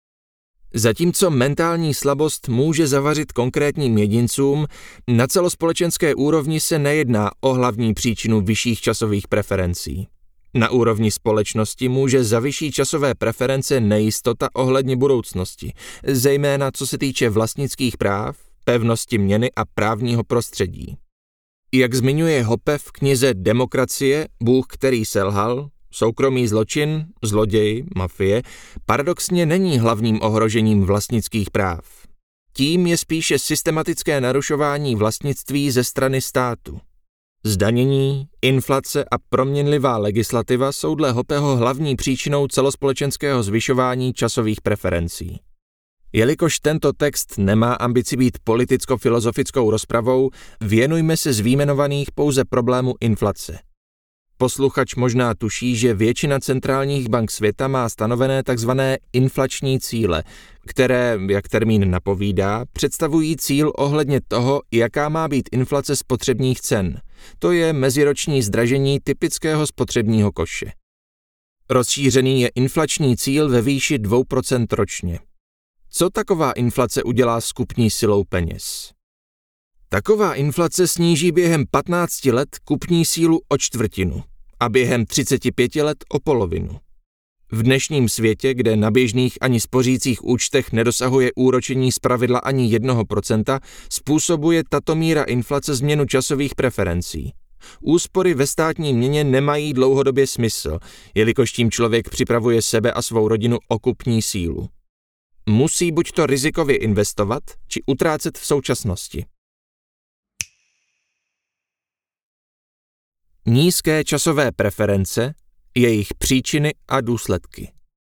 Zatímco mentální slabost může zavařit konkrétním jedincům, na celospolečenské úrovni se nejedná o hlavní příčinu vyšších časových preferencí. Na úrovni společnosti může za vyšší časové preference nejistota ohledně budoucnosti, zejména co se týče vlastnických práv, pevnosti měny a právního prostředí. Jak zmiňuje Hoppe v knize Demokracie, Bůh, který selhal, soukromý zločin, zloděj, mafie, paradoxně není hlavním ohrožením vlastnických práv. Tím je spíše systematické narušování vlastnictví ze strany státu. Zdanění, inflace a proměnlivá legislativa jsou dle Hoppeho hlavní příčinou celospolečenského zvyšování časových preferencí. Jelikož tento text nemá ambici být politicko-filozofickou rozpravou, věnujme se z vyjmenovaných pouze problému inflace. Posluchač možná tuší, že většina centrálních bank světa má stanovené tzv. Inflační cíle, které, jak termín napovídá, představují cíl ohledně toho, jaká má být inflace spotřebních cen. To je meziroční zdražení typického spotřebního koše. Rozšířený je inflační cíl ve výši 2% ročně. Co taková inflace udělá s kupní silou peněz? Taková inflace sníží během 15 let kupní sílu o čtvrtinu a během 35 let o polovinu. V dnešním světě, kde na běžných ani spořících účtech nedosahuje úročení zpravidla ani 1%, způsobuje tato míra inflace změnu časových preferencí. Úspory ve státní měně nemají dlouhodobě smysl, jelikož tím člověk připravuje sebe a svou rodinu o kupní sílu. Musí buď to rizikově investovat, či utrácet v současnosti. Nízké časové preference, jejich příčiny a důsledky.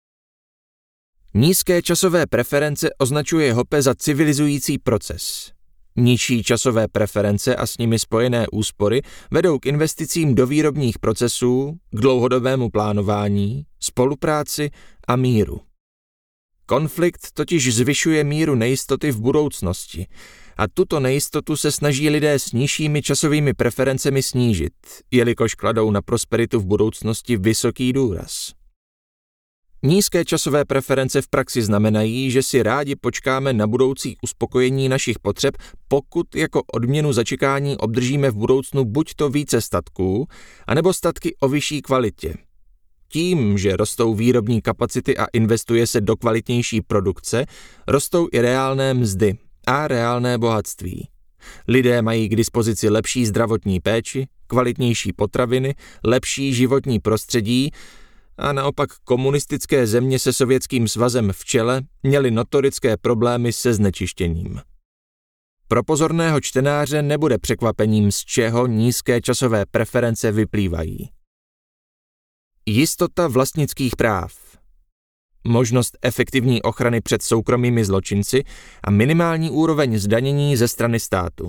Nízké časové preference označuje Hoppe za civilizující proces. Nižší časové preference a s nimi spojené úspory vedou k investicím do výrobních procesů, k dlouhodobému plánování, spolupráci a míru. Konflikt totiž zvyšuje míru nejistoty v budoucnosti a tuto nejistotu se snaží lidé s nižšími časovými preferencemi snížit, jelikož kladou na prosperitu v budoucnosti vysoký důraz. Nízké časové preference v praxi znamenají, že si rádi počkáme na budoucí uspokojení našich potřeb, pokud jako odměnu za čekání obdržíme v budoucnu buď to více statků, anebo statky o vyšší kvalitě. Tím, že rostou výrobní kapacity a investuje se do kvalitnější produkce, rostou i reálné mzdy a reálné bohatství. Lidé mají k dispozici lepší zdravotní péči, kvalitnější potraviny, lepší životní prostředí a naopak komunistické země se Sovětským svazem v čele měly notorické problémy se znečištěním. Pro pozorného čtenáře nebude překvapením, z čeho nízké časové preference vyplývají. Jistota vlastnických práv, možnost efektivní ochrany před soukromými zločinci a minimální úroveň zdanění ze strany státu.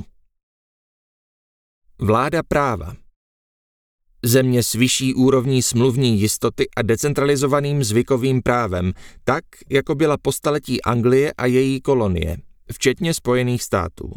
Vláda práva. Země s vyšší úrovní smluvní jistoty a decentralizovaným zvykovým právem, tak, jako byla po staletí Anglie a její kolonie, včetně Spojených států.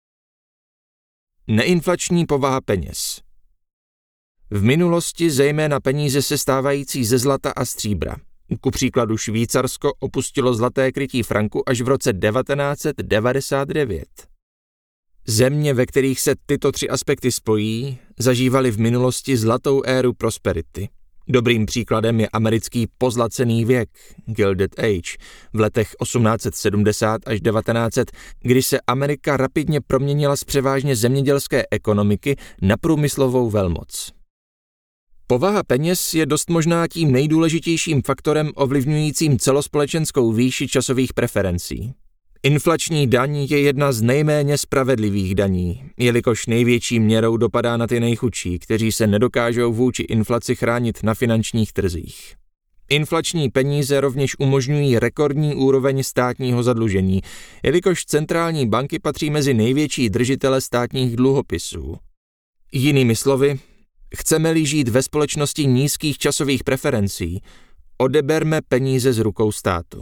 Neinflační povaha peněz. V minulosti zejména peníze sestávající ze zlata a stříbra. Ku příkladu Švýcarsko opustilo zlaté krytí franku až v roce 1999. Země, ve kterých se tyto tři aspekty spojí, zažívaly v minulosti zlatou éru prosperity. Dobrým příkladem je americký pozlacený věk, Gilded Age, v letech 1870 až 1900, kdy se Amerika rapidně proměnila z převážně zemědělské ekonomiky na průmyslovou velmoc. Povaha peněz je dost možná tím nejdůležitějším faktorem ovlivňujícím celospolečenskou výši časových preferencí. Inflační daň je jedna z nejméně spravedlivých daní, jelikož největší měrou dopadá na ty nejchudší, kteří se nedokážou vůči inflaci chránit na finančních trzích. Inflační peníze rovněž umožňují rekordní úroveň státního zadlužení, jelikož centrální banky patří mezi největší držitele státních dluhopisů. Jinými slovy, chceme-li žít ve společnosti nízkých časových preferencí, odeberme peníze z rukou státu.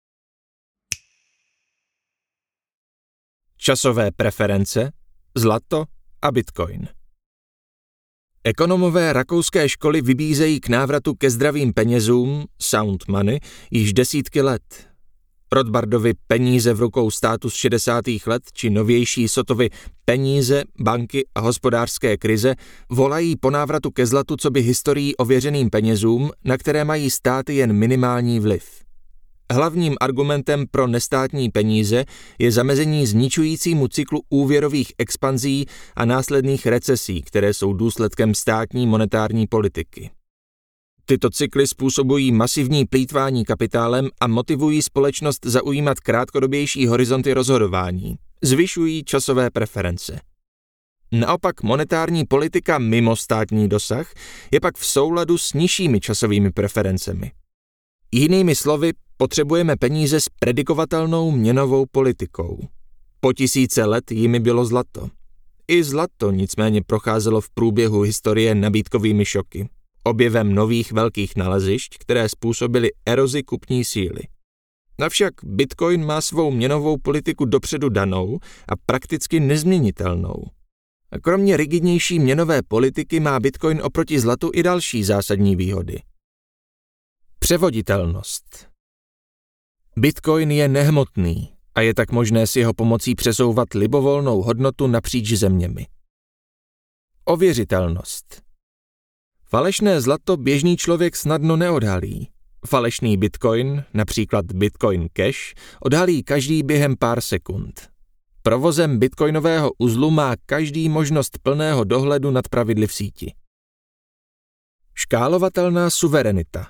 Časové preference, zlato a bitcoin. Ekonomové rakouské školy vybízejí k návratu ke zdravým penězům, sound money, již desítky let. Rothbardovy peníze v rukou státu z 60. let či novější Sotovy peníze, banky a hospodářské krize volají po návratu ke zlatu coby historií ověřeným penězům, na které mají státy jen minimální vliv. Hlavním argumentem pro nestátní peníze je zamezení zničujícímu cyklu úvěrových expanzí a následných recesí, které jsou důsledkem státní monetární politiky. Tyto cykly způsobují masivní plýtvání kapitálem a motivují společnost zaujímat krátkodobější horizonty rozhodování, zvyšují časové preference. Naopak monetární politika mimo státní dosah je pak v souladu s nižšími časovými preferencemi. Jinými slovy, potřebujeme peníze s predikovatelnou měnovou politikou. Po tisíce let jimi bylo zlato. I zlato nicméně procházelo v průběhu historie nabídkovými šoky, objevem nových velkých nalezišť, které způsobily erozi kupní síly. Avšak Bitcoin má svou měnovou politiku dopředu danou a prakticky nezměnitelnou. A kromě rigidnější měnové politiky má Bitcoin oproti zlatu i další zásadní výhody. Převoditelnost. Bitcoin je nehmotný a je tak možné s jeho pomocí přesouvat libovolnou hodnotu napříč zeměmi. Ověřitelnost. Falešné zlato běžný člověk snadno neodhalí. Falešný Bitcoin, například Bitcoin Cash, odhalí každý během pár sekund. Provozem bitcoinového uzlu má každý možnost plného dohledu nad pravidly v síti. Škálovatelná suverenita.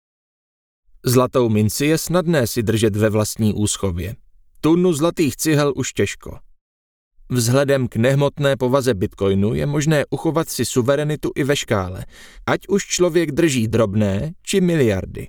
Zlatou minci je snadné si držet ve vlastní úschově. Tunu zlatých cihel už těžko. Vzhledem k nehmotné povaze Bitcoinu je možné uchovat si suverenitu i ve škále, ať už člověk drží drobné či miliardy.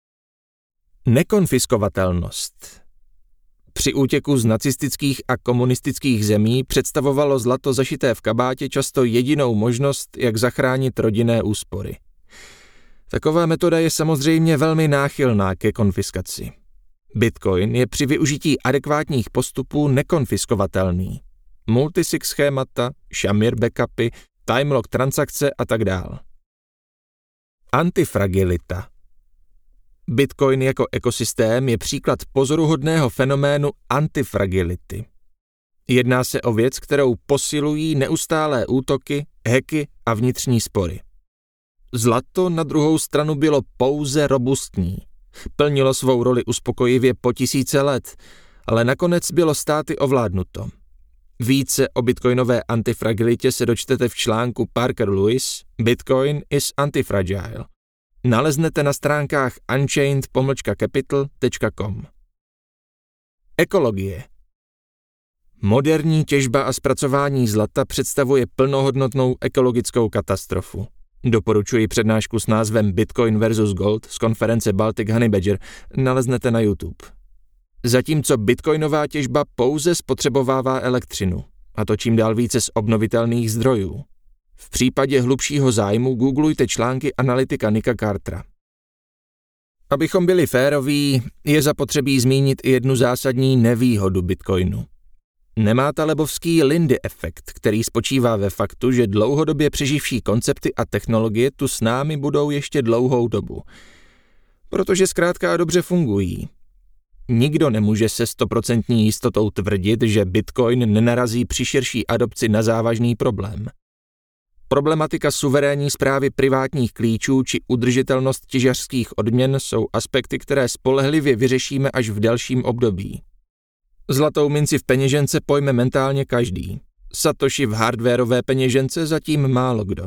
Nekonfiskovatelnost. Při útěku z nacistických a komunistických zemí představovalo zlato zašité v kabátě často jedinou možnost, jak zachránit rodinné úspory. Taková metoda je samozřejmě velmi náchylná ke konfiskaci. Bitcoin je při využití adekvátních postupů nekonfiskovatelný. Multisig schémata, Shamir backupy, time lock transakce a tak dál. Antifragilita. Bitcoin jako ekosystém je příklad pozoruhodného fenoménu antifragility. Jedná se o věc, kterou posilují neustálé útoky, hacky a vnitřní spory. Zlato na druhou stranu bylo pouze robustní. Plnilo svou roli uspokojivě po tisíce let, ale nakonec bylo státy ovládnuto. Více o bitcoinové antifragilitě se dočtete v článku Parker Lewis Bitcoin is antifragile. Naleznete na stránkách unchained-capital.com. Ekologie. Moderní těžba a zpracování zlata představuje plnohodnotnou ekologickou katastrofu. Doporučuji přednášku s názvem Bitcoin versus Gold z konference Baltic Honey Badger, naleznete na YouTube. Zatímco bitcoinová těžba pouze spotřebovává elektřinu, a to čím dál více z obnovitelných zdrojů. V případě hlubšího zájmu googlujte články analytika Nicka Cartera. Abychom byli féroví, je zapotřebí zmínit i jednu zásadní nevýhodu Bitcoinu. Nemá talebovský Lindy efekt, který spočívá ve faktu, že dlouhodobě přeživší koncepty a technologie tu s námi budou ještě dlouhou dobu. Protože zkrátka dobře fungují. Nikdo nemůže se 100% jistotou tvrdit, že Bitcoin nenarazí při širší adopci na závažný problém. Problematika suverénní správy privátních klíčů či udržitelnost těžařských odměn jsou aspekty, které spolehlivě vyřešíme až v delším období. Zlatou minci v peněžence pojme mentálně každý. Satoshi v hardwareové peněžence zatím málo kdo.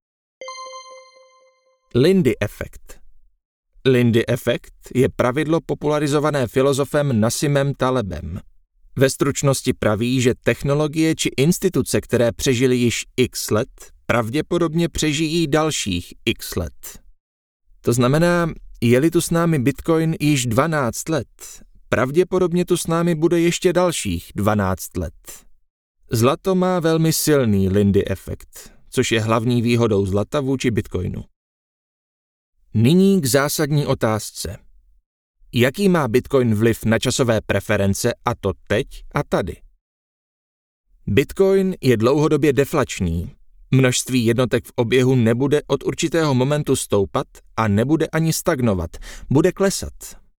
Lindy efekt. Lindy efekt je pravidlo popularizované filozofem Nassimem Talebem. Ve stručnosti praví, že technologie či instituce, které přežily již x let, pravděpodobně přežijí dalších x let. To znamená, je-li tu s námi Bitcoin již 12 let, pravděpodobně tu s námi bude ještě dalších 12 let. Zlato má velmi silný Lindy efekt, což je hlavní výhodou zlata vůči Bitcoinu. Nyní k zásadní otázce. Jaký má Bitcoin vliv na časové preference, a to teď a tady? Bitcoin je dlouhodobě deflační. Množství jednotek v oběhu nebude od určitého momentu stoupat a nebude ani stagnovat, bude klesat.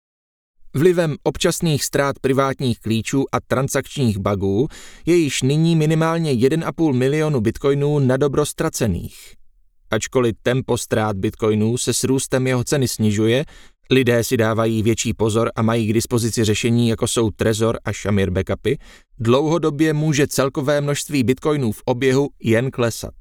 Vlivem občasných ztrát privátních klíčů a transakčních bugů je již nyní minimálně 1,5 milionu bitcoinů na dobro ztracených. Ačkoliv tempo ztrát bitcoinů se s růstem jeho ceny snižuje, lidé si dávají větší pozor a mají k dispozici řešení, jako jsou Trezor a Shamir backupy, dlouhodobě může celkové množství bitcoinů v oběhu jen klesat.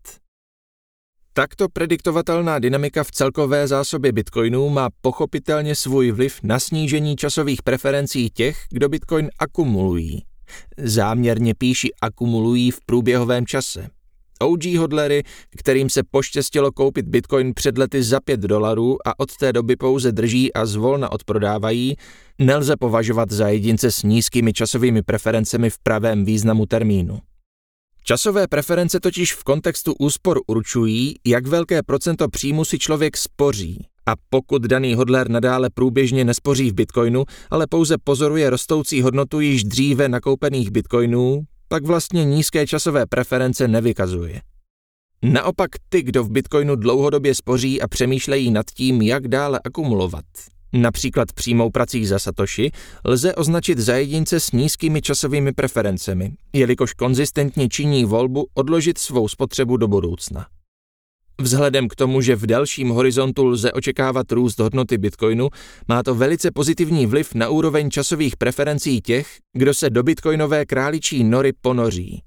Takto prediktovatelná dynamika v celkové zásobě bitcoinů má pochopitelně svůj vliv na snížení časových preferencí těch, kdo bitcoin akumulují. Záměrně píši akumulují v průběhovém čase. OG hodlery, kterým se poštěstilo koupit bitcoin před lety za $5 a od té doby pouze drží a zvolna odprodávají, nelze považovat za jedince s nízkými časovými preferencemi v pravém významu termínu. Časové preference totiž v kontextu úspor určují, jak velké procento příjmu si člověk spoří. A pokud daný hodler nadále průběžně nespoří v bitcoinu, ale pouze pozoruje rostoucí hodnotu již dříve nakoupených bitcoinů, pak vlastně nízké časové preference nevykazuje. Naopak ty, kdo v bitcoinu dlouhodobě spoří a přemýšlejí nad tím, jak dále akumulovat, například přímou prací za Satoshi, lze označit za jedince s nízkými časovými preferencemi, jelikož konzistentně činí volbu odložit svou spotřebu do budoucna. Vzhledem k tomu, že v delším horizontu lze očekávat růst hodnoty bitcoinu, má to velice pozitivní vliv na úroveň časových preferencí těch, kdo se do bitcoinové králičí nory ponoří.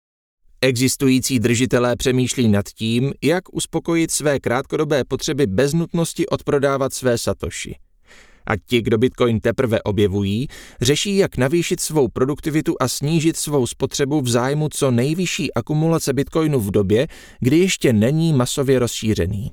Existující držitelé přemýšlí nad tím, jak uspokojit své krátkodobé potřeby bez nutnosti odprodávat své Satoshi. A ti, kdo bitcoin teprve objevují, řeší, jak navýšit svou produktivitu a snížit svou spotřebu v zájmu co nejvyšší akumulace bitcoinu v době, kdy ještě není masově rozšířený.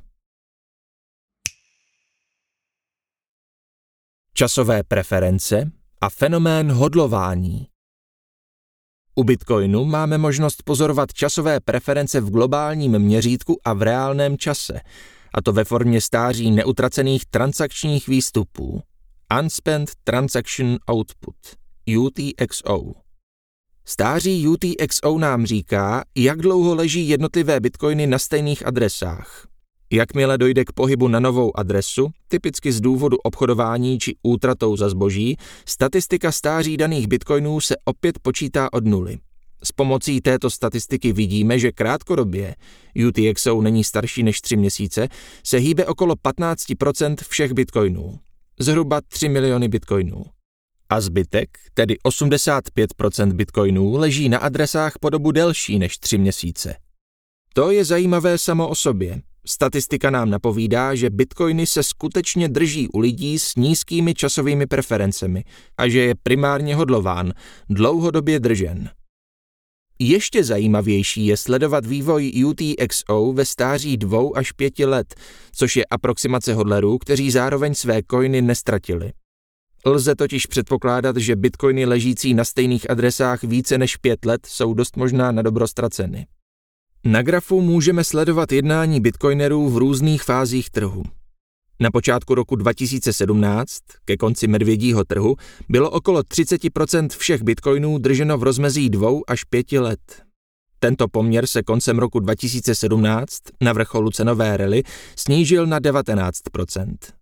Časové preference a fenomén hodlování. U bitcoinu máme možnost pozorovat časové preference v globálním měřítku a v reálném čase, a to ve formě stáří neutracených transakčních výstupů, Unspent Transaction Output, UTXO. Stáří UTXO nám říká, jak dlouho leží jednotlivé bitcoiny na stejných adresách. Jakmile dojde k pohybu na novou adresu, typicky z důvodu obchodování či útratou za zboží, statistika stáří daných bitcoinů se opět počítá od nuly. S pomocí této statistiky vidíme, že krátkodobě, UTXO není starší než 3 měsíce, se hýbe okolo 15% všech bitcoinů. Zhruba 3 miliony bitcoinů. A zbytek, tedy 85% bitcoinů, leží na adresách po dobu delší než 3 měsíce. To je zajímavé samo o sobě. Statistika nám napovídá, že bitcoiny se skutečně drží u lidí s nízkými časovými preferencemi a že je primárně hodlován, dlouhodobě držen. Ještě zajímavější je sledovat vývoj UTXO ve stáří 2 až 5 let, což je aproximace hodlerů, kteří zároveň své coiny nestratili. Lze totiž předpokládat, že bitcoiny ležící na stejných adresách více než 5 let jsou dost možná na dobro ztraceny. Na grafu můžeme sledovat jednání bitcoinerů v různých fázích trhu. Na počátku roku 2017, ke konci medvědího trhu, bylo okolo 30% všech bitcoinů drženo v rozmezí 2 až 5 let. Tento poměr se koncem roku 2017, na vrcholu cenové rally, snížil na 19%.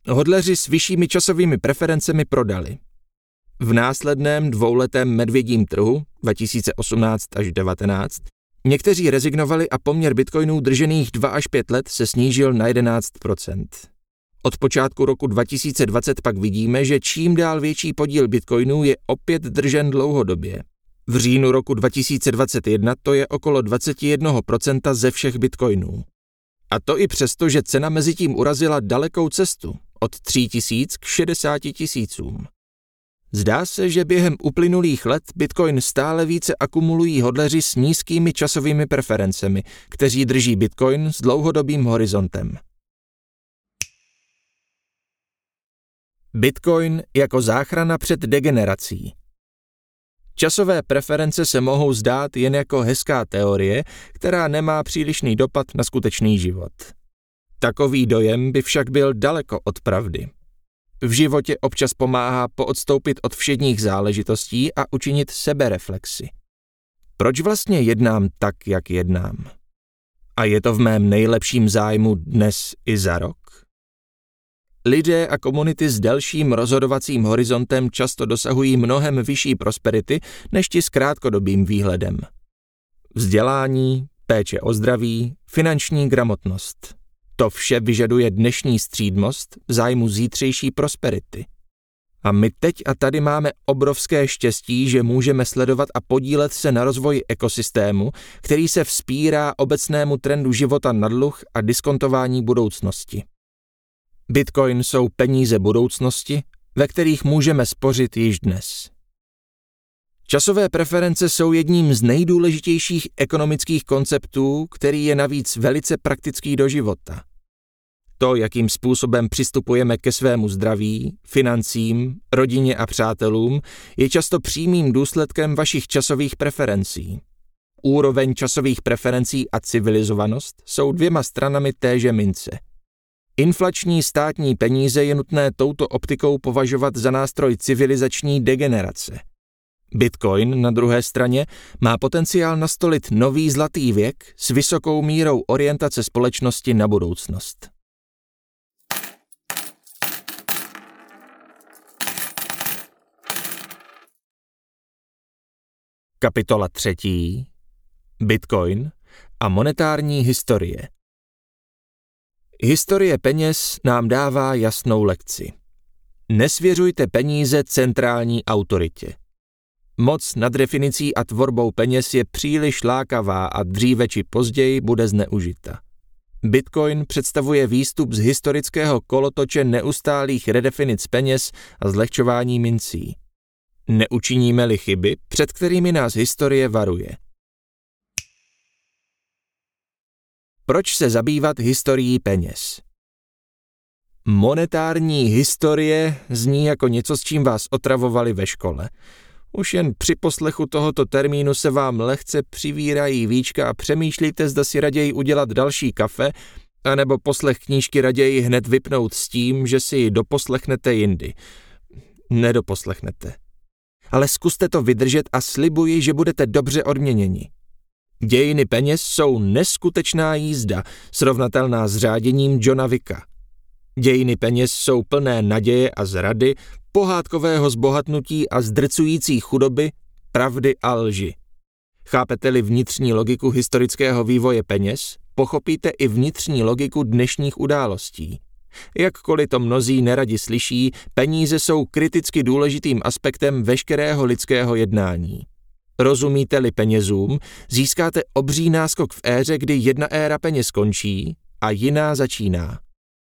Hodleři s vyššími časovými preferencemi prodali. V následném dvouletém medvědím trhu 2018 až 2019 někteří rezignovali a poměr bitcoinů držených 2 až 5 let se snížil na 11%. Od počátku roku 2020 pak vidíme, že čím dál větší podíl bitcoinů je opět držen dlouhodobě. V říjnu roku 2021 to je okolo 21% ze všech bitcoinů. A to i přesto, že cena mezitím urazila dalekou cestu od 3 000 k 60 000. Zdá se, že během uplynulých let bitcoin stále více akumulují hodleři s nízkými časovými preferencemi, kteří drží bitcoin s dlouhodobým horizontem. Bitcoin jako záchrana před degenerací. Časové preference se mohou zdát jen jako hezká teorie, která nemá přílišný dopad na skutečný život. Takový dojem by však byl daleko od pravdy. V životě občas pomáhá poodstoupit od všedních záležitostí a učinit sebereflexi. Proč vlastně jednám tak, jak jednám? A je to v mém nejlepším zájmu dnes i za rok? Lidé a komunity s delším rozhodovacím horizontem často dosahují mnohem vyšší prosperity než ti s krátkodobým výhledem. Vzdělání, péče o zdraví, finanční gramotnost. To vše vyžaduje dnešní střídmost v zájmu zítřejší prosperity. A my teď a tady máme obrovské štěstí, že můžeme sledovat a podílet se na rozvoji ekosystému, který se vzpírá obecnému trendu života na dluh a diskontování budoucnosti. Bitcoin jsou peníze budoucnosti, ve kterých můžeme spořit již dnes. Časové preference jsou jedním z nejdůležitějších ekonomických konceptů, který je navíc velice praktický do života. To, jakým způsobem přistupujeme ke svému zdraví, financím, rodině a přátelům, je často přímým důsledkem vašich časových preferencí. Úroveň časových preferencí a civilizovanost jsou dvěma stranami téže mince. Inflační státní peníze je nutné touto optikou považovat za nástroj civilizační degenerace. Bitcoin na druhé straně má potenciál nastolit nový zlatý věk s vysokou mírou orientace společnosti na budoucnost. Kapitola 3. Bitcoin a monetární historie. Historie peněz nám dává jasnou lekci. Nesvěřujte peníze centrální autoritě. Moc nad definicí a tvorbou peněz je příliš lákavá a dříve či později bude zneužita. Bitcoin představuje výstup z historického kolotoče neustálých redefinic peněz a zlehčování mincí. Neučiníme-li chyby, před kterými nás historie varuje. Proč se zabývat historií peněz? Monetární historie zní jako něco, s čím vás otravovali ve škole. Už jen při poslechu tohoto termínu se vám lehce přivírají víčka a přemýšlíte, zda si raději udělat další kafe, anebo poslech knížky raději hned vypnout s tím, že si ji doposlechnete jindy. Nedoposlechnete. Ale zkuste to vydržet a slibuji, že budete dobře odměněni. Dějiny peněz jsou neskutečná jízda, srovnatelná s řáděním Johna Wicka. Dějiny peněz jsou plné naděje a zrady, pohádkového zbohatnutí a zdrcující chudoby, pravdy a lži. Chápete-li vnitřní logiku historického vývoje peněz, pochopíte i vnitřní logiku dnešních událostí. Jakkoliv to mnozí neradi slyší, peníze jsou kriticky důležitým aspektem veškerého lidského jednání. Rozumíte-li penězům, získáte obří náskok v éře, kdy jedna éra peněz končí a jiná začíná.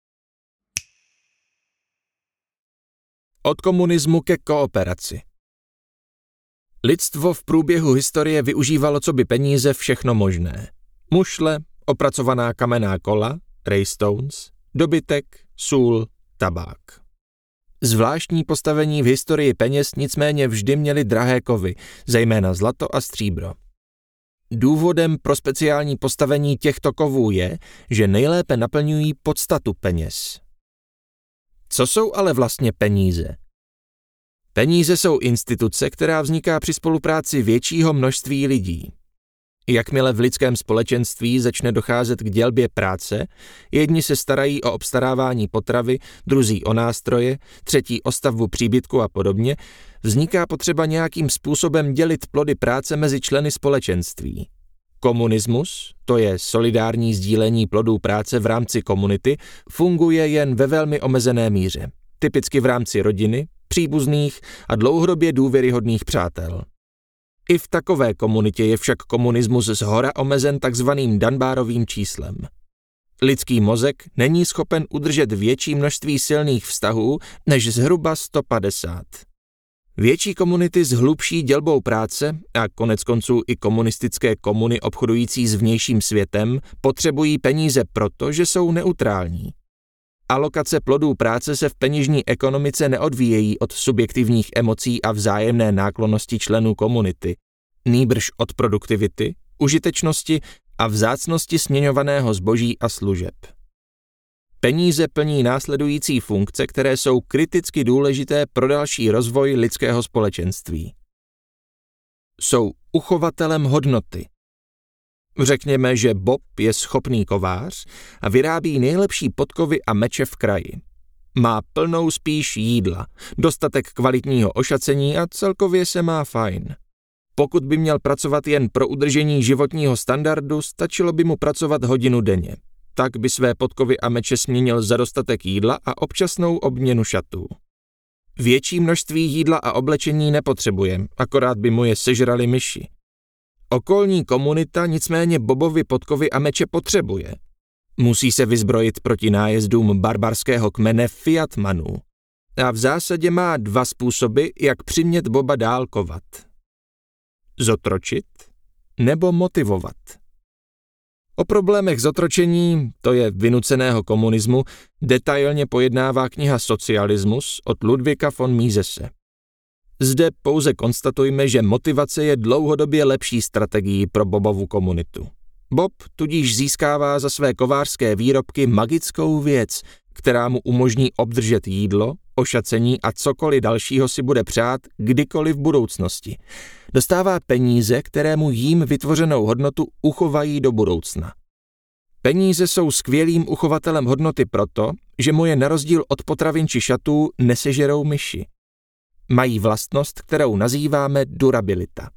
Od komunismu ke kooperaci. Lidstvo v průběhu historie využívalo coby peníze všechno možné. Mušle, opracovaná kamenná kola, raystones, dobytek, sůl, tabák. Zvláštní postavení v historii peněz nicméně vždy měly drahé kovy, zejména zlato a stříbro. Důvodem pro speciální postavení těchto kovů je, že nejlépe naplňují podstatu peněz. Co jsou ale vlastně peníze? Peníze jsou instituce, která vzniká při spolupráci většího množství lidí. Jakmile v lidském společenství začne docházet k dělbě práce, jedni se starají o obstarávání potravy, druzí o nástroje, třetí o stavbu příbytku a podobně, vzniká potřeba nějakým způsobem dělit plody práce mezi členy společenství. Komunismus, to je solidární sdílení plodů práce v rámci komunity, funguje jen ve velmi omezené míře, typicky v rámci rodiny, příbuzných a dlouhodobě důvěryhodných přátel. I v takové komunitě je však komunismus zhora omezen takzvaným Dunbarovým číslem. Lidský mozek není schopen udržet větší množství silných vztahů než zhruba 150. Větší komunity s hlubší dělbou práce a koneckonců i komunistické komuny obchodující s vnějším světem potřebují peníze proto, že jsou neutrální. Alokace plodů práce se v peněžní ekonomice neodvíjejí od subjektivních emocí a vzájemné náklonnosti členů komunity, nýbrž od produktivity, užitečnosti a vzácnosti směňovaného zboží a služeb. Peníze plní následující funkce, které jsou kriticky důležité pro další rozvoj lidského společenství. Jsou uchovatelem hodnoty. Řekněme, že Bob je schopný kovář a vyrábí nejlepší podkovy a meče v kraji. Má plnou spíš jídla, dostatek kvalitního ošacení a celkově se má fajn. Pokud by měl pracovat jen pro udržení životního standardu, stačilo by mu pracovat hodinu denně. Tak by své podkovy a meče směnil za dostatek jídla a občasnou obměnu šatů. Větší množství jídla a oblečení nepotřebuje, akorát by mu je sežrali myši. Okolní komunita nicméně Bobovy podkovy a meče potřebuje. Musí se vyzbrojit proti nájezdům barbarského kmene Fiatmanů. A v zásadě má dva způsoby, jak přimět Boba dál kovat. Zotročit nebo motivovat. O problémech zotročení, to je vynuceného komunismu, detailně pojednává kniha Socialismus od Ludwika von Misese. Zde pouze konstatujme, že motivace je dlouhodobě lepší strategií pro Bobovu komunitu. Bob tudíž získává za své kovářské výrobky magickou věc, která mu umožní obdržet jídlo, ošacení a cokoliv dalšího si bude přát kdykoliv v budoucnosti. Dostává peníze, které mu jím vytvořenou hodnotu uchovají do budoucna. Peníze jsou skvělým uchovatelem hodnoty proto, že mu je na rozdíl od potravin či šatů nesežerou myši. Mají vlastnost, kterou nazýváme durabilita.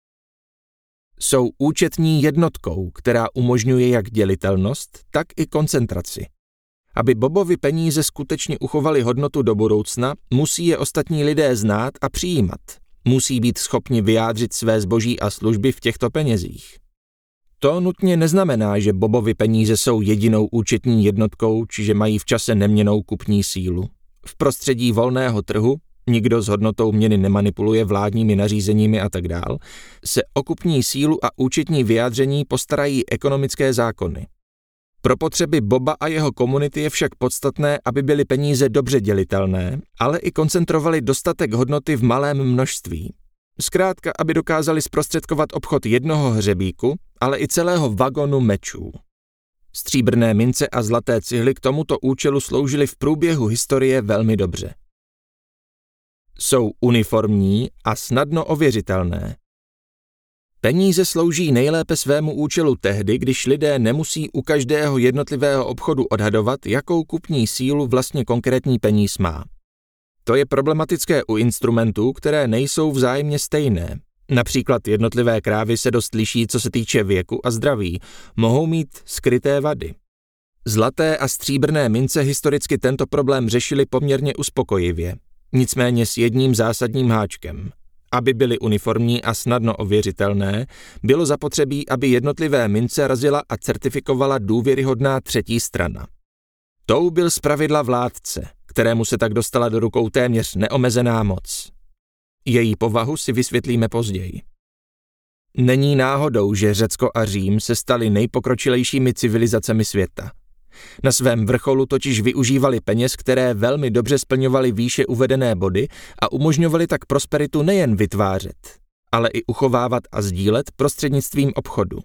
Jsou účetní jednotkou, která umožňuje jak dělitelnost, tak i koncentraci. Aby Bobovi peníze skutečně uchovaly hodnotu do budoucna, musí je ostatní lidé znát a přijímat. Musí být schopni vyjádřit své zboží a služby v těchto penězích. To nutně neznamená, že Bobovi peníze jsou jedinou účetní jednotkou, či že mají v čase neměnnou kupní sílu. V prostředí volného trhu, nikdo s hodnotou měny nemanipuluje vládními nařízeními a tak dál, se o kupní sílu a účetní vyjádření postarají ekonomické zákony. Pro potřeby Boba a jeho komunity je však podstatné, aby byly peníze dobře dělitelné, ale i koncentrovali dostatek hodnoty v malém množství. Zkrátka, aby dokázali zprostředkovat obchod jednoho hřebíku, ale i celého vagonu mečů. Stříbrné mince a zlaté cihly k tomuto účelu sloužily v průběhu historie velmi dobře. Jsou uniformní a snadno ověřitelné. Peníze slouží nejlépe svému účelu tehdy, když lidé nemusí u každého jednotlivého obchodu odhadovat, jakou kupní sílu vlastně konkrétní peníz má. To je problematické u instrumentů, které nejsou vzájemně stejné. Například jednotlivé krávy se dost liší, co se týče věku a zdraví, mohou mít skryté vady. Zlaté a stříbrné mince historicky tento problém řešily poměrně uspokojivě, nicméně s jedním zásadním háčkem. Aby byly uniformní a snadno ověřitelné, bylo zapotřebí, aby jednotlivé mince razila a certifikovala důvěryhodná třetí strana. Tou byl zpravidla vládce, kterému se tak dostala do rukou téměř neomezená moc. Její povahu si vysvětlíme později. Není náhodou, že Řecko a Řím se staly nejpokročilejšími civilizacemi světa. Na svém vrcholu totiž využívali peněz, které velmi dobře splňovaly výše uvedené body a umožňovaly tak prosperitu nejen vytvářet, ale i uchovávat a sdílet prostřednictvím obchodu.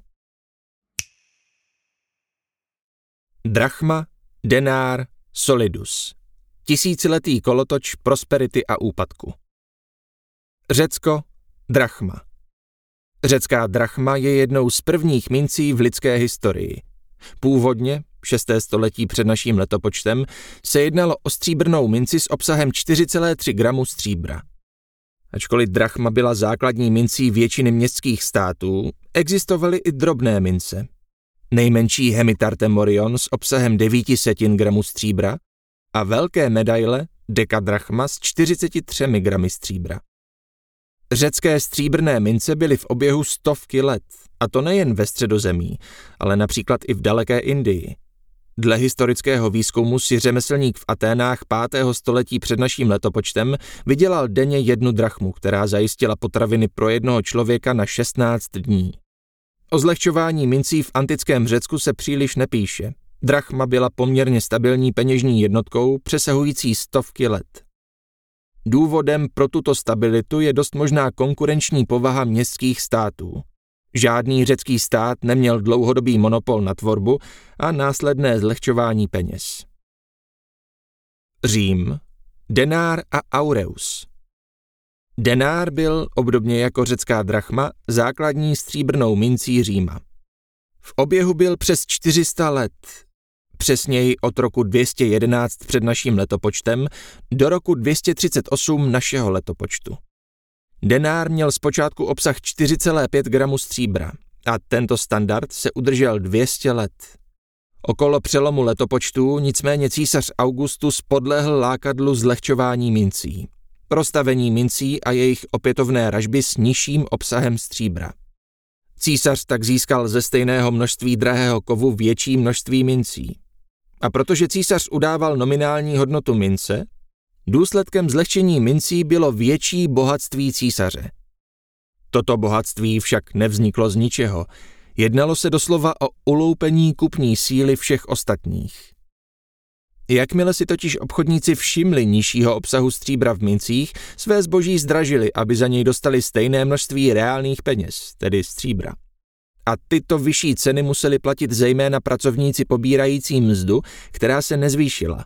Drachma, denár, solidus. Tisíciletý kolotoč prosperity a úpadku. Řecko, drachma. Řecká drachma je jednou z prvních mincí v lidské historii. Původně, 6. století před naším letopočtem, se jednalo o stříbrnou minci s obsahem 4,3 gramu stříbra. Ačkoliv drachma byla základní mincí většiny městských států, existovaly i drobné mince. Nejmenší hemitartem morion s obsahem 900 gramů stříbra a velké medaile dekadrachma s 43 gramy stříbra. Řecké stříbrné mince byly v oběhu stovky let, a to nejen ve Středozemí, ale například i v daleké Indii. Dle historického výzkumu si řemeslník v Aténách 5. století před naším letopočtem vydělal denně 1 drachmu, která zajistila potraviny pro jednoho člověka na 16 dní. O zlehčování mincí v antickém Řecku se příliš nepíše. Drachma byla poměrně stabilní peněžní jednotkou přesahující stovky let. Důvodem pro tuto stabilitu je dost možná konkurenční povaha městských států. Žádný řecký stát neměl dlouhodobý monopol na tvorbu a následné zlehčování peněz. Řím, denár a aureus. Denár byl, obdobně jako řecká drachma, základní stříbrnou mincí Říma. V oběhu byl přes 400 let, přesněji od roku 211 před naším letopočtem do roku 238 našeho letopočtu. Denár měl zpočátku obsah 4,5 gramu stříbra a tento standard se udržel 200 let. Okolo přelomu letopočtů nicméně císař Augustus podlehl lákadlu zlehčování mincí. Rozstavení mincí a jejich opětovné ražby s nižším obsahem stříbra. Císař tak získal ze stejného množství drahého kovu větší množství mincí. A protože císař udával nominální hodnotu mince, důsledkem zlehčení mincí bylo větší bohatství císaře. Toto bohatství však nevzniklo z ničeho. Jednalo se doslova o uloupení kupní síly všech ostatních. Jakmile si totiž obchodníci všimli nižšího obsahu stříbra v mincích, své zboží zdražili, aby za něj dostali stejné množství reálných peněz, tedy stříbra. A tyto vyšší ceny museli platit zejména pracovníci pobírající mzdu, která se nezvýšila.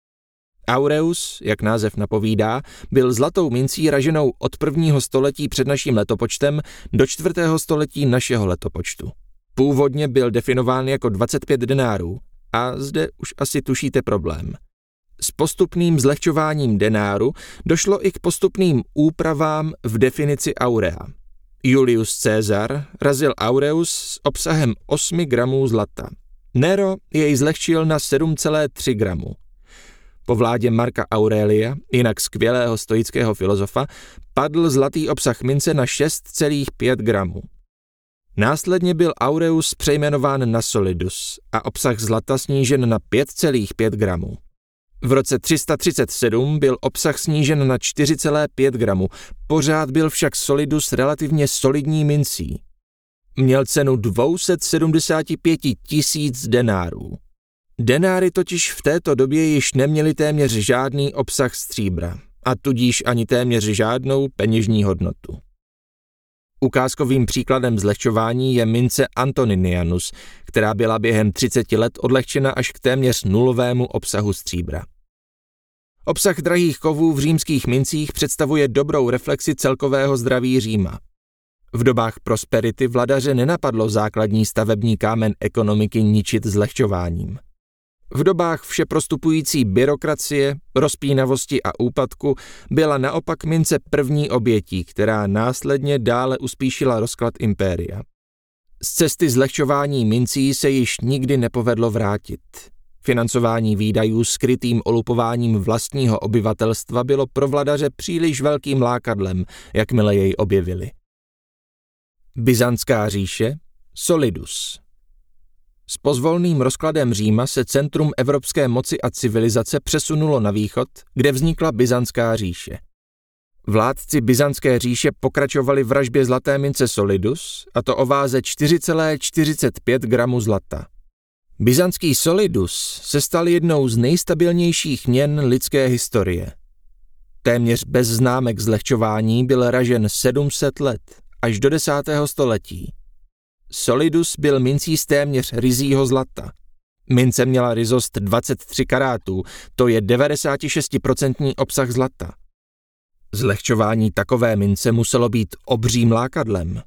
Aureus, jak název napovídá, byl zlatou mincí raženou od 1. století před naším letopočtem do 4. století našeho letopočtu. Původně byl definován jako 25 denárů a zde už asi tušíte problém. S postupným zlehčováním denáru došlo i k postupným úpravám v definici aurea. Julius Caesar razil aureus s obsahem 8 gramů zlata. Nero jej zlehčil na 7,3 gramů. Po vládě Marka Aurelia, jinak skvělého stoického filozofa, padl zlatý obsah mince na 6,5 gramů. Následně byl aureus přejmenován na solidus a obsah zlata snížen na 5,5 gramů. V roce 337 byl obsah snížen na 4,5 gramů, pořád byl však solidus relativně solidní mincí. Měl cenu 275 000 denárů. Denáry totiž v této době již neměly téměř žádný obsah stříbra a tudíž ani téměř žádnou peněžní hodnotu. Ukázkovým příkladem zlehčování je mince Antoninianus, která byla během 30 let odlehčena až k téměř nulovému obsahu stříbra. Obsah drahých kovů v římských mincích představuje dobrou reflexi celkového zdraví Říma. V dobách prosperity vladaře nenapadlo základní stavební kámen ekonomiky ničit zlehčováním. V dobách všeprostupující byrokracie, rozpínavosti a úpadku byla naopak mince první obětí, která následně dále uspíšila rozklad impéria. Z cesty zlehčování mincí se již nikdy nepovedlo vrátit. Financování výdajů skrytým olupováním vlastního obyvatelstva bylo pro vladaře příliš velkým lákadlem, jakmile jej objevili. Byzantská říše, solidus. S pozvolným rozkladem Říma se centrum evropské moci a civilizace přesunulo na východ, kde vznikla Byzantská říše. Vládci Byzantské říše pokračovali v ražbě zlaté mince solidus, a to o váze 4,45 gramu zlata. Byzantský solidus se stal jednou z nejstabilnějších měn lidské historie. Téměř bez známek zlehčování byl ražen 700 let, až do 10. století. Solidus byl mincí z téměř ryzího zlata. Mince měla ryzost 23 karátů, to je 96% obsah zlata. Zlehčování takové mince muselo být obřím lákadlem.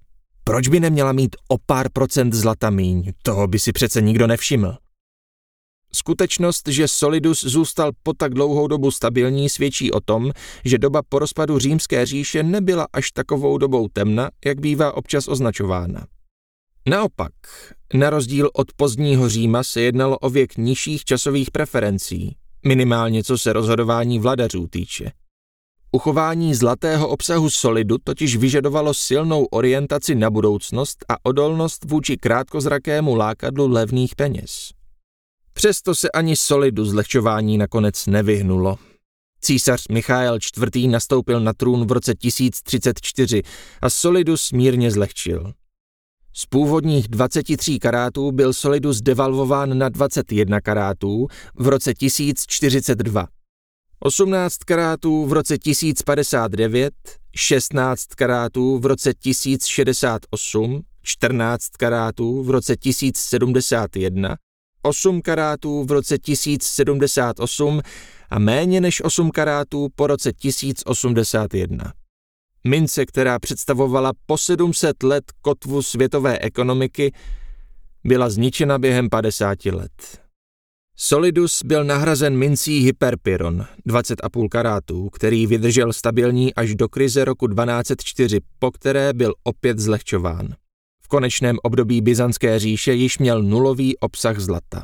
Proč by neměla mít o pár procent zlata míň? Toho by si přece nikdo nevšiml. Skutečnost, že Solidus zůstal po tak dlouhou dobu stabilní, svědčí o tom, že doba po rozpadu Římské říše nebyla až takovou dobou temna, jak bývá občas označována. Naopak, na rozdíl od pozdního Říma se jednalo o věk nižších časových preferencí, minimálně co se rozhodování vladařů týče. Uchování zlatého obsahu solidu totiž vyžadovalo silnou orientaci na budoucnost a odolnost vůči krátkozrakému lákadlu levných peněz. Přesto se ani solidu zlehčování nakonec nevyhnulo. Císař Michael IV. Nastoupil na trůn v roce 1034 a solidus mírně zlehčil. Z původních 23 karátů byl solidus devalvován na 21 karátů v roce 1042. 18 karátů v roce 1059, 16 karátů v roce 1068, 14 karátů v roce 1071, 8 karátů v roce 1078 a méně než 8 karátů po roce 1081. Mince, která představovala po 700 let kotvu světové ekonomiky, byla zničena během 50 let. Solidus byl nahrazen mincí Hyperpyron, 20,5 karátů, který vydržel stabilní až do krize roku 1204, po které byl opět zlehčován. V konečném období Byzantské říše již měl nulový obsah zlata.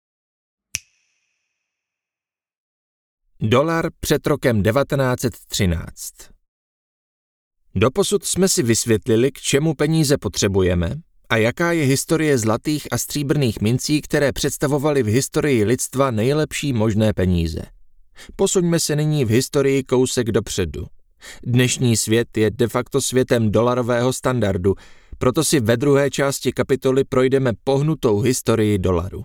Dolar před rokem 1913. Doposud jsme si vysvětlili, k čemu peníze potřebujeme a jaká je historie zlatých a stříbrných mincí, které představovaly v historii lidstva nejlepší možné peníze. Posuňme se nyní v historii kousek dopředu. Dnešní svět je de facto světem dolarového standardu, proto si ve druhé části kapitoly projdeme pohnutou historii dolaru.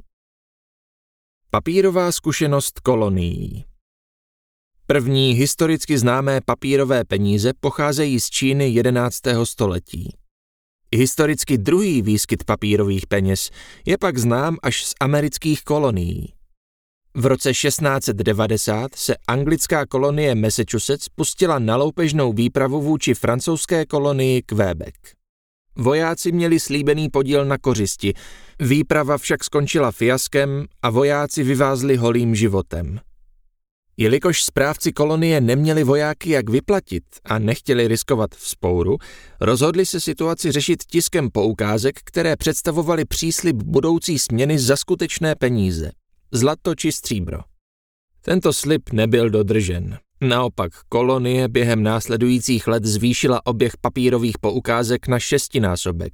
Papírová zkušenost kolonií. První historicky známé papírové peníze pocházejí z Číny 11. století. Historicky druhý výskyt papírových peněz je pak znám až z amerických kolonií. V roce 1690 se anglická kolonie Massachusetts pustila na loupežnou výpravu vůči francouzské kolonii Quebec. Vojáci měli slíbený podíl na kořisti, výprava však skončila fiaskem a vojáci vyvázli holým životem. Jelikož správci kolonie neměli vojáky jak vyplatit a nechtěli riskovat vzpouru, rozhodli se situaci řešit tiskem poukázek, které představovaly příslib budoucí směny za skutečné peníze, zlato či stříbro. Tento slib nebyl dodržen. Naopak kolonie během následujících let zvýšila oběh papírových poukázek na 6násobek.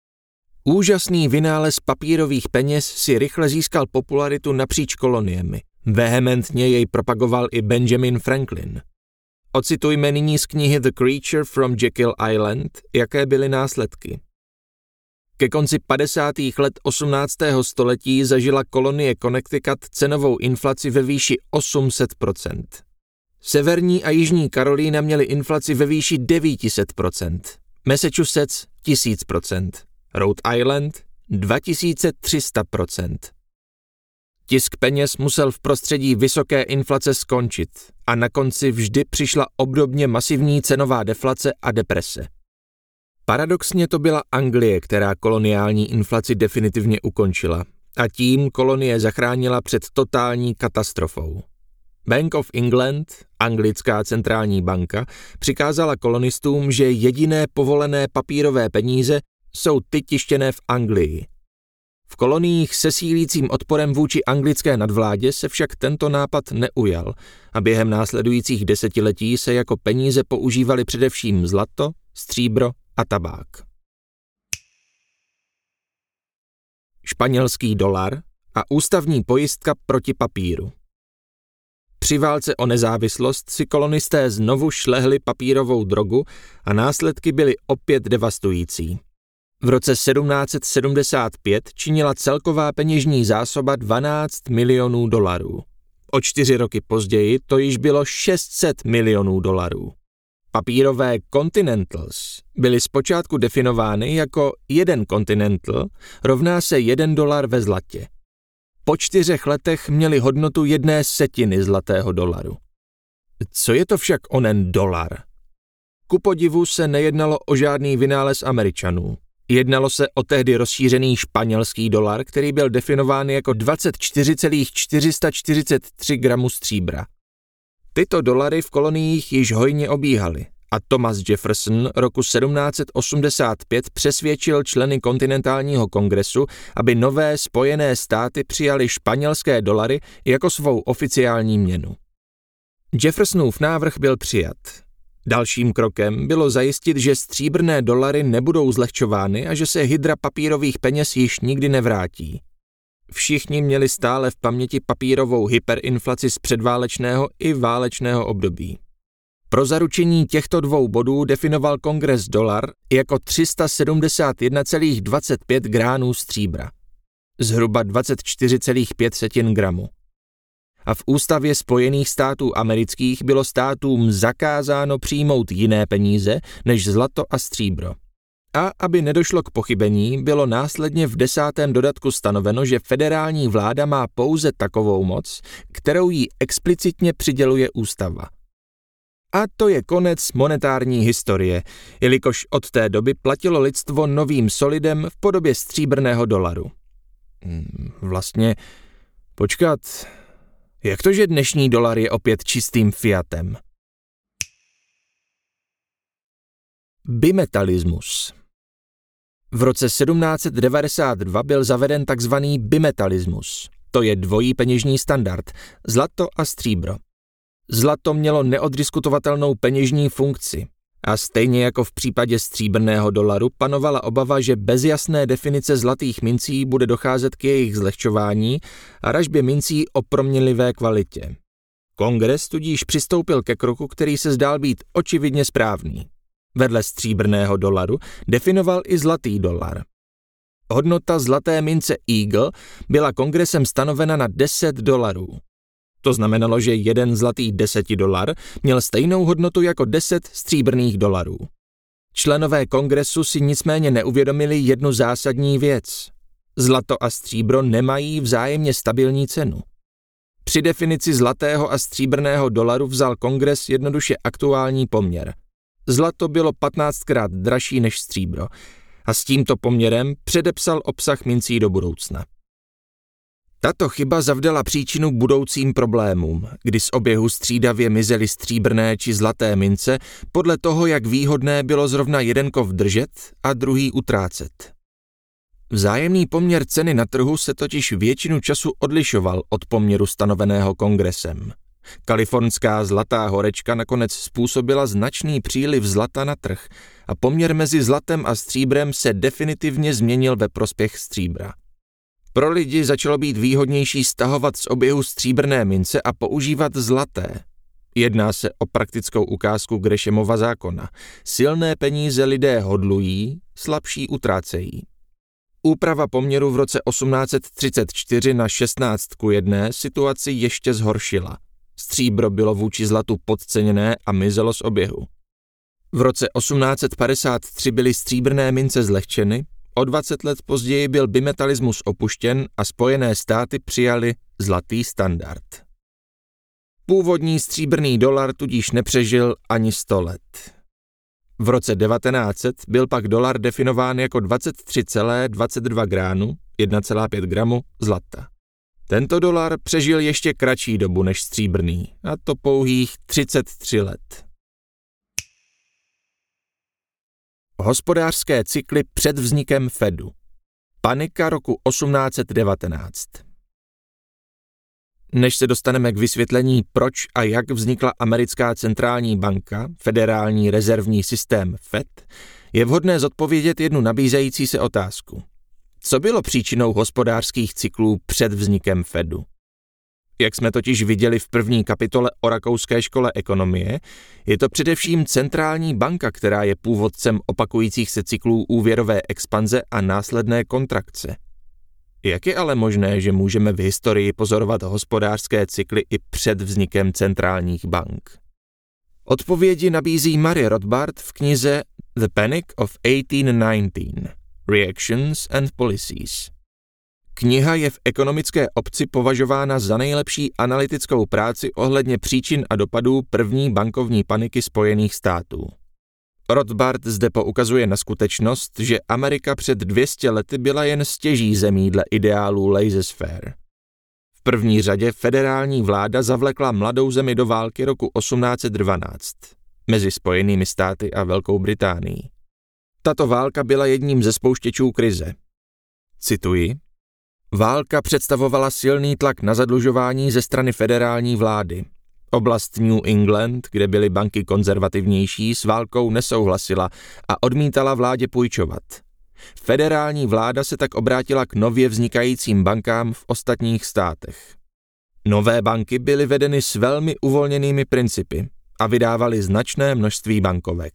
Úžasný vynález papírových peněz si rychle získal popularitu napříč koloniemi. Vehementně jej propagoval i Benjamin Franklin. Ocitujme nyní z knihy The Creature from Jekyll Island, jaké byly následky. Ke konci 50. let 18. století zažila kolonie Connecticut cenovou inflaci ve výši 800%. Severní a jižní Karolína měly inflaci ve výši 900%, Massachusetts 1000%, Rhode Island 2300%. Tisk peněz musel v prostředí vysoké inflace skončit a na konci vždy přišla obdobně masivní cenová deflace a deprese. Paradoxně to byla Anglie, která koloniální inflaci definitivně ukončila a tím kolonie zachránila před totální katastrofou. Bank of England, anglická centrální banka, přikázala kolonistům, že jediné povolené papírové peníze jsou ty tištěné v Anglii. V koloniích se sílícím odporem vůči anglické nadvládě se však tento nápad neujal a během následujících desetiletí se jako peníze používaly především zlato, stříbro a tabák. Španělský dolar a ústavní pojistka proti papíru. Při válce o nezávislost si kolonisté znovu šlehli papírovou drogu a následky byly opět devastující. V roce 1775 činila celková peněžní zásoba 12 milionů dolarů. O 4 roky později to již bylo 600 milionů dolarů. Papírové Continentals byly zpočátku definovány jako 1 Continental rovná se $1 ve zlatě. Po 4 letech měly hodnotu 1/10 zlatého dolaru. Co je to však onen dolar? Ku podivu se nejednalo o žádný vynález Američanů. Jednalo se o tehdy rozšířený španělský dolar, který byl definován jako 24,443 gramů stříbra. Tyto dolary v koloniích již hojně obíhaly a Thomas Jefferson roku 1785 přesvědčil členy kontinentálního kongresu, aby nové Spojené státy přijaly španělské dolary jako svou oficiální měnu. Jeffersonův návrh byl přijat. Dalším krokem bylo zajistit, že stříbrné dolary nebudou zlehčovány a že se hydra papírových peněz již nikdy nevrátí. Všichni měli stále v paměti papírovou hyperinflaci z předválečného i válečného období. Pro zaručení těchto dvou bodů definoval kongres dolar jako 371,25 gránů stříbra, zhruba 24,5 gramu. A v ústavě Spojených států amerických bylo státům zakázáno přijmout jiné peníze než zlato a stříbro. A aby nedošlo k pochybení, bylo následně v 10. dodatku stanoveno, že federální vláda má pouze takovou moc, kterou jí explicitně přiděluje ústava. A to je konec monetární historie, jelikož od té doby platilo lidstvo novým solidem v podobě stříbrného dolaru. Počkat, jak to, že dnešní dolar je opět čistým fiatem? Bimetalismus. V roce 1792 byl zaveden takzvaný bimetalismus. To je dvojí peněžní standard, zlato a stříbro. Zlato mělo neoddiskutovatelnou peněžní funkci a stejně jako v případě stříbrného dolaru panovala obava, že bez jasné definice zlatých mincí bude docházet k jejich zlehčování a ražbě mincí o proměnlivé kvalitě. Kongres tudíž přistoupil ke kroku, který se zdál být očividně správný. Vedle stříbrného dolaru definoval i zlatý dolar. Hodnota zlaté mince Eagle byla kongresem stanovena na $10. To znamenalo, že jeden zlatý $10 měl stejnou hodnotu jako 10 stříbrných dolarů. Členové kongresu si nicméně neuvědomili jednu zásadní věc. Zlato a stříbro nemají vzájemně stabilní cenu. Při definici zlatého a stříbrného dolaru vzal kongres jednoduše aktuální poměr. Zlato bylo 15krát dražší než stříbro a s tímto poměrem předepsal obsah mincí do budoucna. Tato chyba zavdala příčinu budoucím problémům, kdy z oběhu střídavě mizely stříbrné či zlaté mince podle toho, jak výhodné bylo zrovna jeden kov držet a druhý utrácet. Vzájemný poměr ceny na trhu se totiž většinu času odlišoval od poměru stanoveného kongresem. Kalifornská zlatá horečka nakonec způsobila značný příliv zlata na trh a poměr mezi zlatem a stříbrem se definitivně změnil ve prospěch stříbra. Pro lidi začalo být výhodnější stahovat z oběhu stříbrné mince a používat zlaté. Jedná se o praktickou ukázku Greshemova zákona. Silné peníze lidé hodlují, slabší utrácejí. Úprava poměru v roce 1834 na 16:1 situaci ještě zhoršila. Stříbro bylo vůči zlatu podceněné a mizelo z oběhu. V roce 1853 byly stříbrné mince zlehčeny, o 20 let později byl bimetalismus opuštěn a Spojené státy přijaly zlatý standard. Původní stříbrný dolar tudíž nepřežil ani 100 let. V roce 1900 byl pak dolar definován jako 23,22 gránů, 1,5 gramu zlata. Tento dolar přežil ještě kratší dobu než stříbrný, a to pouhých 33 let. Hospodářské cykly před vznikem Fedu. Panika roku 1819. Než se dostaneme k vysvětlení, proč a jak vznikla americká centrální banka, federální rezervní systém Fed, je vhodné zodpovědět jednu nabízející se otázku. Co bylo příčinou hospodářských cyklů před vznikem Fedu? Jak jsme totiž viděli v první kapitole o rakouské škole ekonomie, je to především centrální banka, která je původcem opakujících se cyklů úvěrové expanze a následné kontrakce. Jak je ale možné, že můžeme v historii pozorovat hospodářské cykly i před vznikem centrálních bank? Odpovědi nabízí Murray Rothbard v knize The Panic of 1819 – Reactions and Policies. Kniha je v ekonomické obci považována za nejlepší analytickou práci ohledně příčin a dopadů první bankovní paniky Spojených států. Rothbard zde poukazuje na skutečnost, že Amerika před 200 lety byla jen stěží zemí dle ideálů laissez-faire. V první řadě federální vláda zavlekla mladou zemi do války roku 1812 mezi Spojenými státy a Velkou Británií. Tato válka byla jedním ze spouštěčů krize. Cituji: Válka představovala silný tlak na zadlužování ze strany federální vlády. Oblast New England, kde byly banky konzervativnější, s válkou nesouhlasila a odmítala vládě půjčovat. Federální vláda se tak obrátila k nově vznikajícím bankám v ostatních státech. Nové banky byly vedeny s velmi uvolněnými principy a vydávaly značné množství bankovek.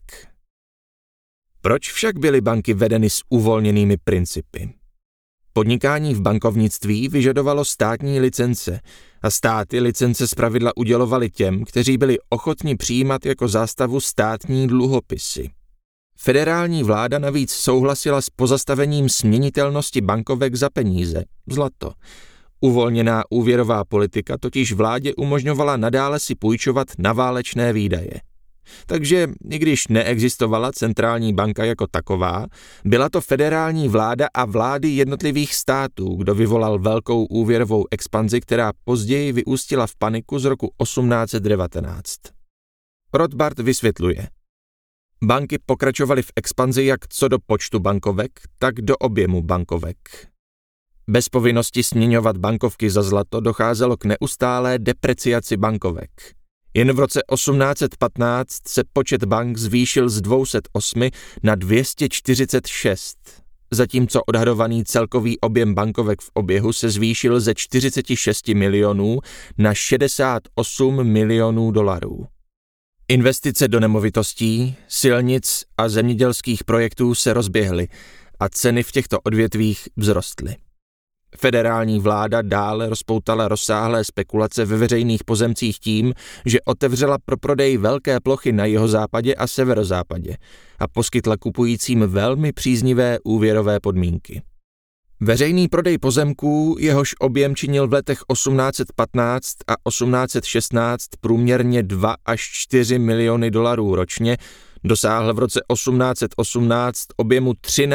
Proč však byly banky vedeny s uvolněnými principy? Podnikání v bankovnictví vyžadovalo státní licence a státy licence zpravidla udělovaly těm, kteří byli ochotni přijímat jako zástavu státní dluhopisy. Federální vláda navíc souhlasila s pozastavením směnitelnosti bankovek za peníze, zlato. Uvolněná úvěrová politika totiž vládě umožňovala nadále si půjčovat na válečné výdaje. Takže, i když neexistovala centrální banka jako taková, byla to federální vláda a vlády jednotlivých států, kdo vyvolal velkou úvěrovou expanzi, která později vyústila v paniku z roku 1819. Rothbard vysvětluje: Banky pokračovaly v expanzi jak co do počtu bankovek, tak do objemu bankovek. Bez povinnosti směňovat bankovky za zlato docházelo k neustálé depreciaci bankovek. Jen v roce 1815 se počet bank zvýšil z 208 na 246, zatímco odhadovaný celkový objem bankovek v oběhu se zvýšil ze 46 milionů na 68 milionů dolarů. Investice do nemovitostí, silnic a zemědělských projektů se rozběhly a ceny v těchto odvětvích vzrostly. Federální vláda dále rozpoutala rozsáhlé spekulace ve veřejných pozemcích tím, že otevřela pro prodej velké plochy na jihozápadě a severozápadě a poskytla kupujícím velmi příznivé úvěrové podmínky. Veřejný prodej pozemků, jehož objem činil v letech 1815 a 1816 průměrně 2 až 4 miliony dolarů ročně, dosáhl v roce 1818 objemu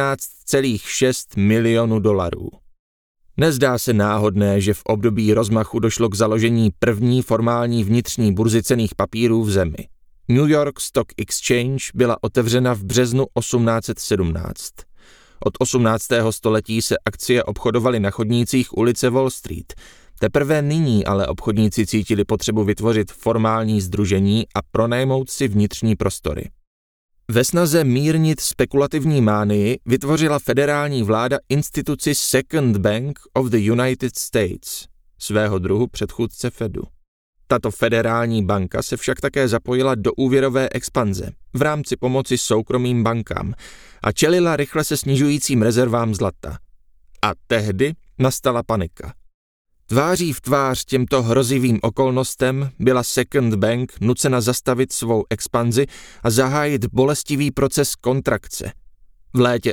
13,6 milionů dolarů. Nezdá se náhodné, že v období rozmachu došlo k založení první formální vnitřní burzy cenných papírů v zemi. New York Stock Exchange byla otevřena v březnu 1817. Od 18. století se akcie obchodovaly na chodnících ulice Wall Street. Teprve nyní ale obchodníci cítili potřebu vytvořit formální sdružení a pronajmout si vnitřní prostory. Ve snaze mírnit spekulativní mánii vytvořila federální vláda instituci Second Bank of the United States, svého druhu předchůdce Fedu. Tato federální banka se však také zapojila do úvěrové expanze v rámci pomoci soukromým bankám a čelila rychle se snižujícím rezervám zlata. A tehdy nastala panika. Tváří v tvář těmto hrozivým okolnostem byla Second Bank nucena zastavit svou expanzi a zahájit bolestivý proces kontrakce. V létě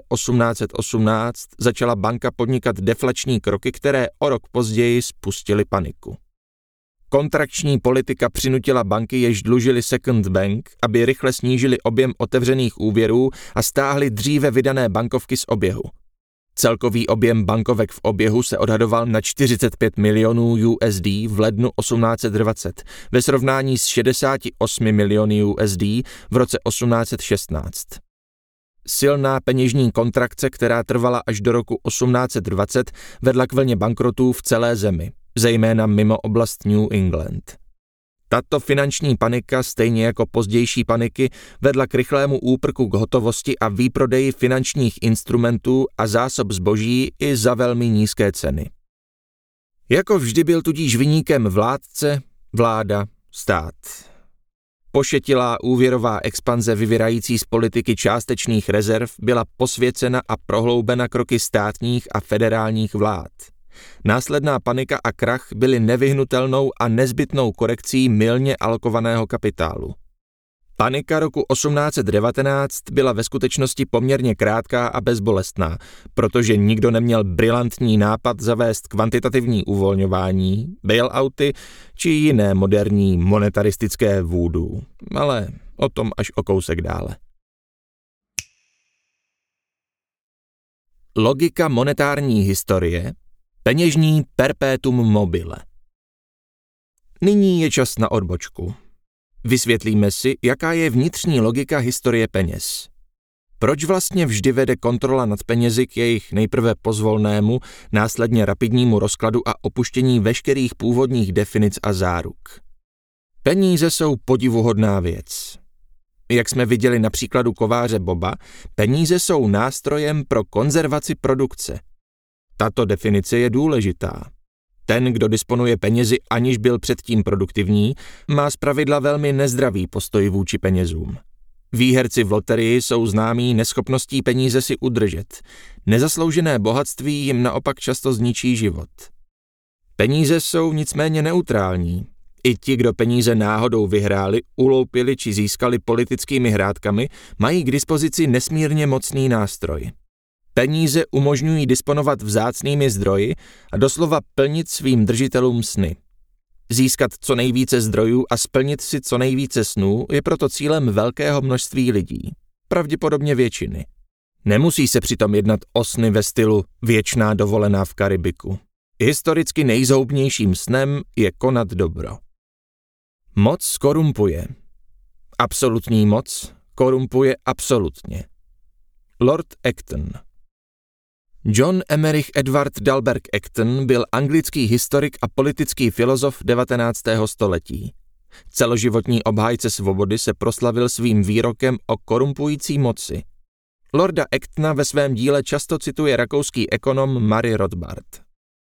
1818 začala banka podnikat deflační kroky, které o rok později spustily paniku. Kontrakční politika přinutila banky, jež dlužily Second Bank, aby rychle snížili objem otevřených úvěrů a stáhli dříve vydané bankovky z oběhu. Celkový objem bankovek v oběhu se odhadoval na 45 milionů USD v lednu 1820 ve srovnání s 68 miliony USD v roce 1816. Silná peněžní kontrakce, která trvala až do roku 1820, vedla k vlně bankrotů v celé zemi, zejména mimo oblast New England. Tato finanční panika, stejně jako pozdější paniky, vedla k rychlému úprku k hotovosti a výprodeji finančních instrumentů a zásob zboží i za velmi nízké ceny. Jako vždy byl tudíž viníkem vládce, vláda, stát. Pošetilá úvěrová expanze vyvírající z politiky částečných rezerv byla posvěcena a prohloubena kroky státních a federálních vlád. Následná panika a krach byly nevyhnutelnou a nezbytnou korekcí mylně alokovaného kapitálu. Panika roku 1819 byla ve skutečnosti poměrně krátká a bezbolestná, protože nikdo neměl brilantní nápad zavést kvantitativní uvolňování, bailouty či jiné moderní monetaristické voodoo, ale o tom až o kousek dále. Logika monetární historie, peněžní perpetuum mobile. Nyní je čas na odbočku. Vysvětlíme si, jaká je vnitřní logika historie peněz. Proč vlastně vždy vede kontrola nad penězi k jejich nejprve pozvolnému, následně rapidnímu rozkladu a opuštění veškerých původních definic a záruk? Peníze jsou podivuhodná věc. Jak jsme viděli na příkladu kováře Boba, peníze jsou nástrojem pro konzervaci produkce. Tato definice je důležitá. Ten, kdo disponuje penězi, aniž byl předtím produktivní, má zpravidla velmi nezdravý postoj vůči penězům. Výherci v loterii jsou známí neschopností peníze si udržet. Nezasloužené bohatství jim naopak často zničí život. Peníze jsou nicméně neutrální. I ti, kdo peníze náhodou vyhráli, uloupili či získali politickými hrádkami, mají k dispozici nesmírně mocný nástroj. Peníze umožňují disponovat vzácnými zdroji a doslova plnit svým držitelům sny. Získat co nejvíce zdrojů a splnit si co nejvíce snů je proto cílem velkého množství lidí, pravděpodobně většiny. Nemusí se přitom jednat o sny ve stylu věčná dovolená v Karibiku. Historicky nejzhoubnějším snem je konat dobro. Moc korumpuje. Absolutní moc korumpuje absolutně. Lord Acton. John Emerich Edward Dalberg Acton byl anglický historik a politický filozof 19. století. Celoživotní obhájce svobody se proslavil svým výrokem o korumpující moci. Lorda Actona ve svém díle často cituje rakouský ekonom Murray Rothbard.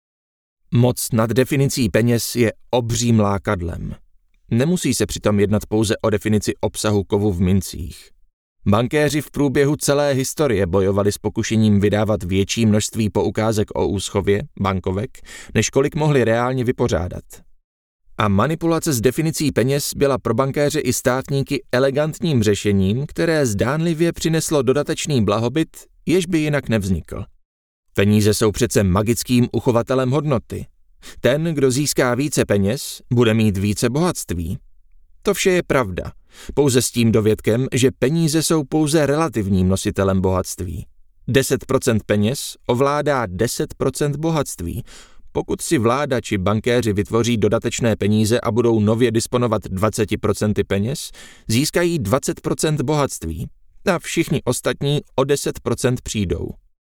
Moc nad definicí peněz je obřím lákadlem. Nemusí se přitom jednat pouze o definici obsahu kovu v mincích. Bankéři v průběhu celé historie bojovali s pokušením vydávat větší množství poukázek o úschově, bankovek, než kolik mohli reálně vypořádat. A manipulace s definicí peněz byla pro bankéře i státníky elegantním řešením, které zdánlivě přineslo dodatečný blahobyt, jež by jinak nevznikl. Peníze jsou přece magickým uchovatelem hodnoty. Ten, kdo získá více peněz, bude mít více bohatství. To vše je pravda, pouze s tím dovědkem, že peníze jsou pouze relativním nositelem bohatství. 10% peněz ovládá 10% bohatství. Pokud si vláda či bankéři vytvoří dodatečné peníze a budou nově disponovat 20% peněz, získají 20% bohatství a všichni ostatní o 10% přijdou.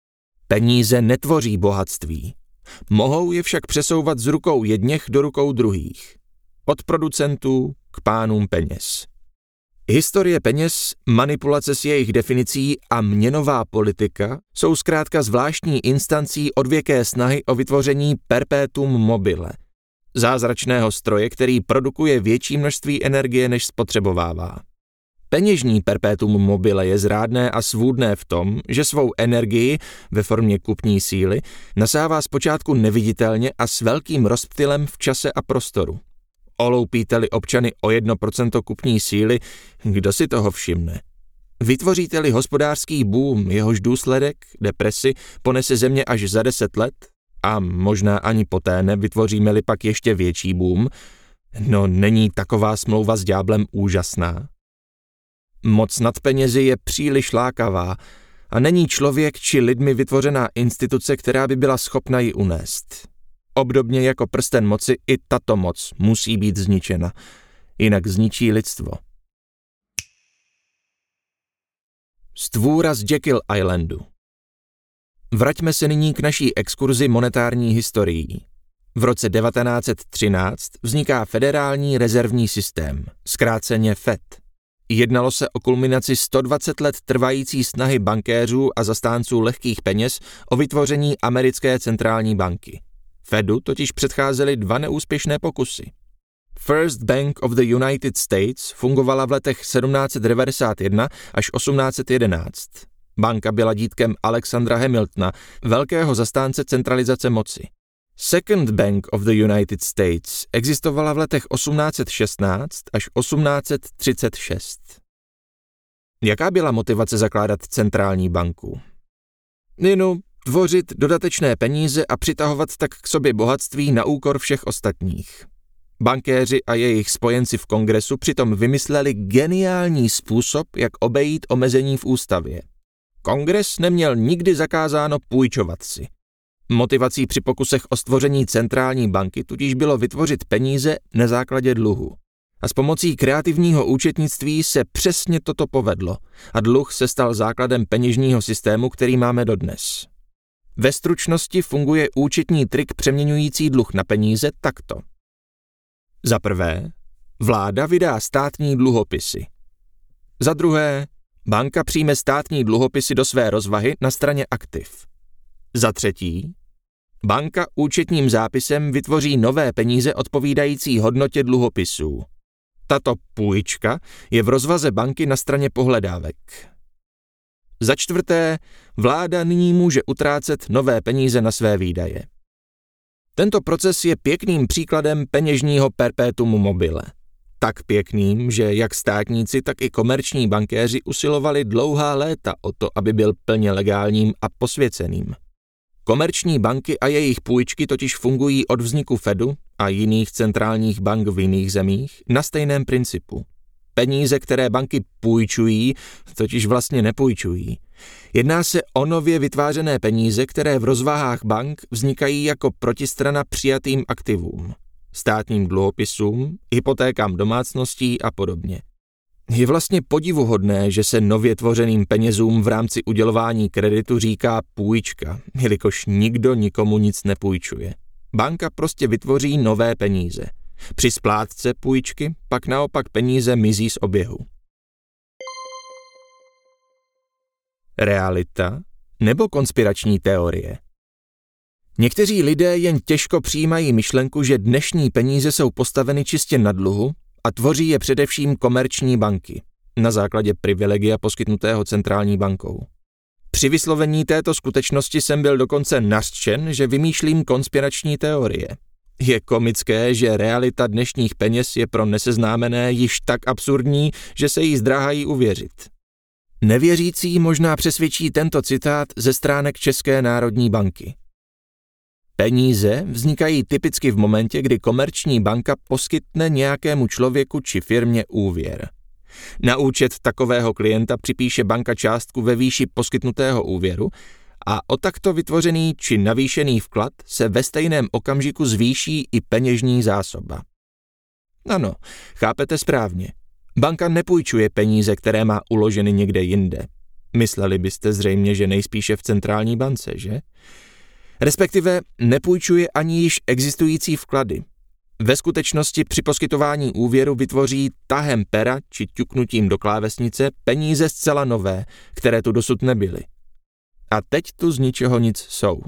Peníze netvoří bohatství. Mohou je však přesouvat z rukou jedněch do rukou druhých. Od producentů k pánům peněz. Historie peněz, manipulace s jejich definicí a měnová politika jsou zkrátka zvláštní instancí odvěké snahy o vytvoření perpetuum mobile, zázračného stroje, který produkuje větší množství energie, než spotřebovává. Peněžní perpetuum mobile je zrádné a svůdné v tom, že svou energii ve formě kupní síly nasává zpočátku neviditelně a s velkým rozptylem v čase a prostoru. Oloupíte-li občany o 1% kupní síly, kdo si toho všimne? Vytvoříte-li hospodářský boom, jehož důsledek, depresi, ponese země až za 10 let, a možná ani poté nevytvoříme-li pak ještě větší boom, no není taková smlouva s ďáblem úžasná? Moc nad penězi je příliš lákavá a není člověk či lidmi vytvořená instituce, která by byla schopna ji unést. Obdobně jako prsten moci, i tato moc musí být zničena, jinak zničí lidstvo. Stvůra z Jekyll Islandu. Vraťme se nyní k naší exkurzi monetární historií. V roce 1913 vzniká Federální rezervní systém, zkráceně FED. Jednalo se o kulminaci 120 let trvající snahy bankéřů a zastánců lehkých peněz o vytvoření americké centrální banky. Fedu totiž předcházely 2 neúspěšné pokusy. First Bank of the United States fungovala v letech 1791 až 1811. Banka byla dítkem Alexandra Hamiltona, velkého zastánce centralizace moci. Second Bank of the United States existovala v letech 1816 až 1836. Jaká byla motivace zakládat centrální banku? Tvořit dodatečné peníze a přitahovat tak k sobě bohatství na úkor všech ostatních. Bankéři a jejich spojenci v kongresu přitom vymysleli geniální způsob, jak obejít omezení v ústavě. Kongres neměl nikdy zakázáno půjčovat si. Motivací při pokusech o stvoření centrální banky tudíž bylo vytvořit peníze na základě dluhu. A s pomocí kreativního účetnictví se přesně toto povedlo a dluh se stal základem peněžního systému, který máme dodnes. Ve stručnosti funguje účetní trik přeměňující dluh na peníze takto. Za prvé, vláda vydá státní dluhopisy. Za druhé, banka přijme státní dluhopisy do své rozvahy na straně aktiv. Za třetí, banka účetním zápisem vytvoří nové peníze odpovídající hodnotě dluhopisů. Tato půjčka je v rozvaze banky na straně pohledávek. Za čtvrté, vláda nyní může utrácet nové peníze na své výdaje. Tento proces je pěkným příkladem peněžního perpetuum mobile. Tak pěkným, že jak státníci, tak i komerční bankéři usilovali dlouhá léta o to, aby byl plně legálním a posvěceným. Komerční banky a jejich půjčky totiž fungují od vzniku Fedu a jiných centrálních bank v jiných zemích na stejném principu. Peníze, které banky půjčují, totiž vlastně nepůjčují. Jedná se o nově vytvářené peníze, které v rozvahách bank vznikají jako protistrana přijatým aktivům, státním dluhopisům, hypotékám domácností a podobně. Je vlastně podivuhodné, že se nově tvořeným penězům v rámci udělování kreditu říká půjčka, jelikož nikdo nikomu nic nepůjčuje. Banka prostě vytvoří nové peníze. Při splátce půjčky pak naopak peníze mizí z oběhu. Realita nebo konspirační teorie? Někteří lidé jen těžko přijímají myšlenku, že dnešní peníze jsou postaveny čistě na dluhu a tvoří je především komerční banky, na základě privilegia poskytnutého centrální bankou. Při vyslovení této skutečnosti jsem byl dokonce nařčen, že vymýšlím konspirační teorie. Je komické, že realita dnešních peněz je pro neseznámené již tak absurdní, že se jí zdráhají uvěřit. Nevěřící možná přesvědčí tento citát ze stránek České národní banky. Peníze vznikají typicky v momentě, kdy komerční banka poskytne nějakému člověku či firmě úvěr. Na účet takového klienta připíše banka částku ve výši poskytnutého úvěru a o takto vytvořený či navýšený vklad se ve stejném okamžiku zvýší i peněžní zásoba. Ano, chápete správně. Banka nepůjčuje peníze, které má uloženy někde jinde. Mysleli byste zřejmě, že nejspíše v centrální bance, že? Respektive nepůjčuje ani již existující vklady. Ve skutečnosti při poskytování úvěru vytvoří tahem pera či ťuknutím do klávesnice peníze zcela nové, které tu dosud nebyly. A teď tu z ničeho nic jsou.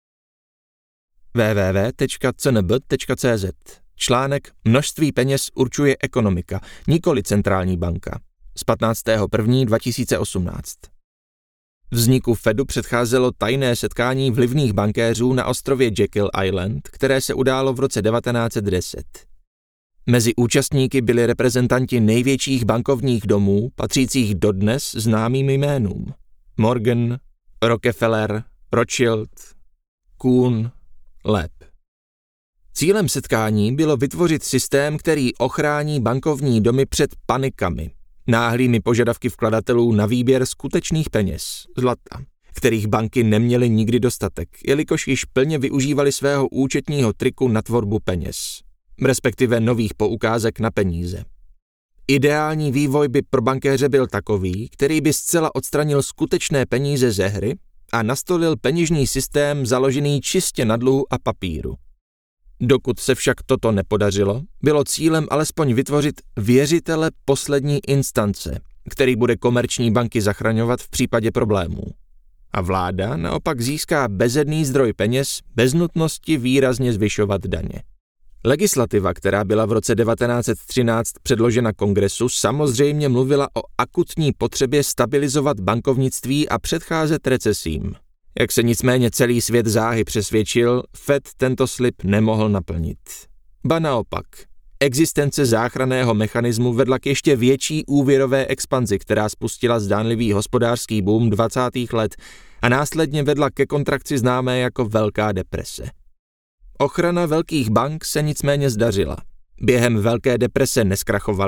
www.cnb.cz. Článek Množství peněz určuje ekonomika, nikoli centrální banka. Z 15.1.2018. Vzniku Fedu předcházelo tajné setkání vlivných bankéřů na ostrově Jekyll Island, které se událo v roce 1910. Mezi účastníky byli reprezentanti největších bankovních domů, patřících dodnes známým jménům. Morgan, Rockefeller, Rothschild, Kuhn, Leb. Cílem setkání bylo vytvořit systém, který ochrání bankovní domy před panikami, náhlými požadavky vkladatelů na výběr skutečných peněz, zlata, kterých banky neměly nikdy dostatek, jelikož již plně využívali svého účetního triku na tvorbu peněz, respektive nových poukázek na peníze. Ideální vývoj by pro bankéře byl takový, který by zcela odstranil skutečné peníze ze hry a nastolil peněžní systém založený čistě na dluhu a papíru. Dokud se však toto nepodařilo, bylo cílem alespoň vytvořit věřitele poslední instance, který bude komerční banky zachraňovat v případě problémů. A vláda naopak získá bezedný zdroj peněz bez nutnosti výrazně zvyšovat daně. Legislativa, která byla v roce 1913 předložena Kongresu, samozřejmě mluvila o akutní potřebě stabilizovat bankovnictví a předcházet recesím. Jak se nicméně celý svět záhy přesvědčil, Fed tento slib nemohl naplnit. Ba naopak, existence záchranného mechanismu vedla k ještě větší úvěrové expanzi, která spustila zdánlivý hospodářský boom 20. let a následně vedla ke kontrakci známé jako Velká deprese. Ochrana velkých bank se nicméně zdařila. Během Velké deprese neskrachovaly,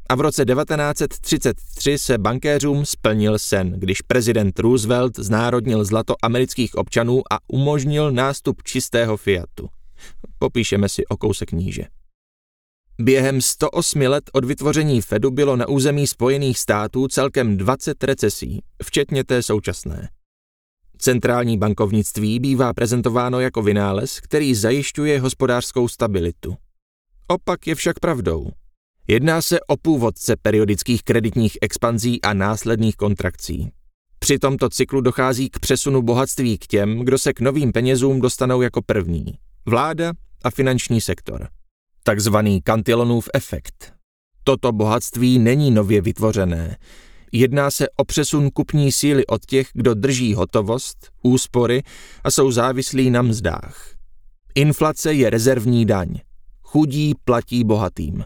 A v roce 1933 se bankéřům splnil sen, když prezident Roosevelt znárodnil zlato amerických občanů a umožnil nástup čistého fiatu. Popíšeme si o kousek níže. Během 108 let od vytvoření Fedu bylo na území Spojených států celkem 20 recesí, včetně té současné. Centrální bankovnictví bývá prezentováno jako vynález, který zajišťuje hospodářskou stabilitu. Opak je však pravdou. Jedná se o původce periodických kreditních expanzí a následných kontrakcí. Při tomto cyklu dochází k přesunu bohatství k těm, kdo se k novým penězům dostanou jako první. Vláda a finanční sektor. Takzvaný Cantillonův efekt. Toto bohatství není nově vytvořené. Jedná se o přesun kupní síly od těch, kdo drží hotovost, úspory a jsou závislí na mzdách. Inflace je rezervní daň. Chudí platí bohatým.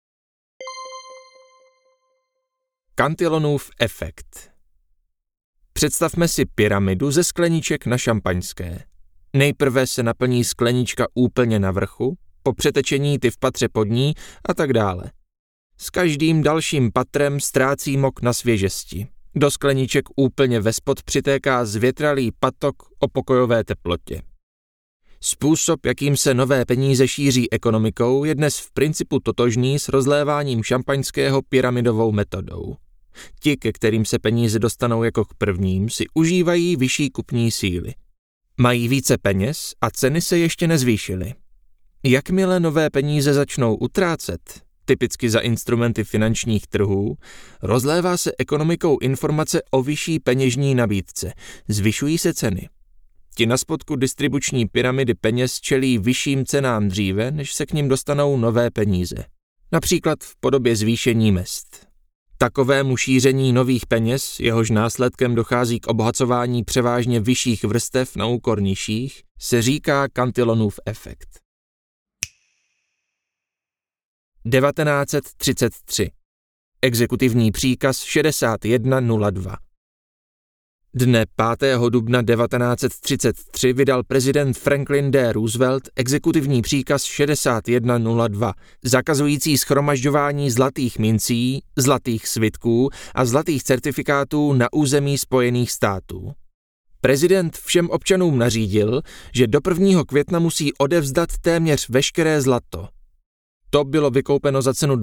Cantillonův efekt. Představme si pyramidu ze skleniček na šampaňské. Nejprve se naplní sklenička úplně na vrchu, po přetečení ty v patře pod ní a tak dále. S každým dalším patrem ztrácí mok na svěžesti. Do skleniček úplně vespod přitéká zvětralý patok o pokojové teplotě. Způsob, jakým se nové peníze šíří ekonomikou, je dnes v principu totožný s rozléváním šampaňského pyramidovou metodou. Ti, ke kterým se peníze dostanou jako k prvním, si užívají vyšší kupní síly. Mají více peněz a ceny se ještě nezvýšily. Jakmile nové peníze začnou utrácet, typicky za instrumenty finančních trhů, rozlévá se ekonomikou informace o vyšší peněžní nabídce, zvyšují se ceny. Ti na spodku distribuční pyramidy peněz čelí vyšším cenám dříve, než se k nim dostanou nové peníze. Například v podobě zvýšení mezd. Takovému šíření nových peněz, jehož následkem dochází k obohacování převážně vyšších vrstev na úkor nižších, se říká Cantillonův efekt. 1933. Exekutivní příkaz 6102. Dne 5. dubna 1933 vydal prezident Franklin D. Roosevelt exekutivní příkaz 6102, zakazující shromažďování zlatých mincí, zlatých svitků a zlatých certifikátů na území Spojených států. Prezident všem občanům nařídil, že do 1. května musí odevzdat téměř veškeré zlato. To bylo vykoupeno za cenu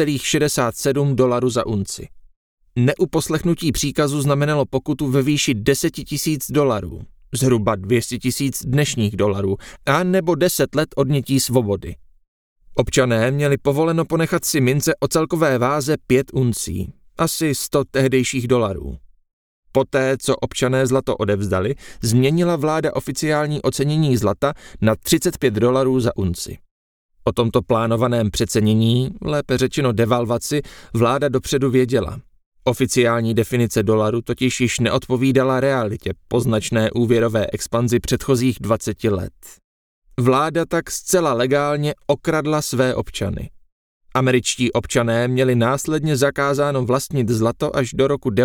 $20,67 za unci. Neuposlechnutí příkazu znamenalo pokutu ve výši $10,000, zhruba $200,000 dnešních dolarů, a nebo 10 let odnětí svobody. Občané měli povoleno ponechat si mince o celkové váze 5 uncí, asi 100 tehdejších dolarů. Poté, co občané zlato odevzdali, změnila vláda oficiální ocenění zlata na $35 za unci. O tomto plánovaném přecenění, lépe řečeno devalvaci, vláda dopředu věděla. Oficiální definice dolaru totiž již neodpovídala realitě po značné úvěrové expanzi předchozích 20 let. Vláda tak zcela legálně okradla své občany. Američtí občané měli následně zakázáno vlastnit zlato až do roku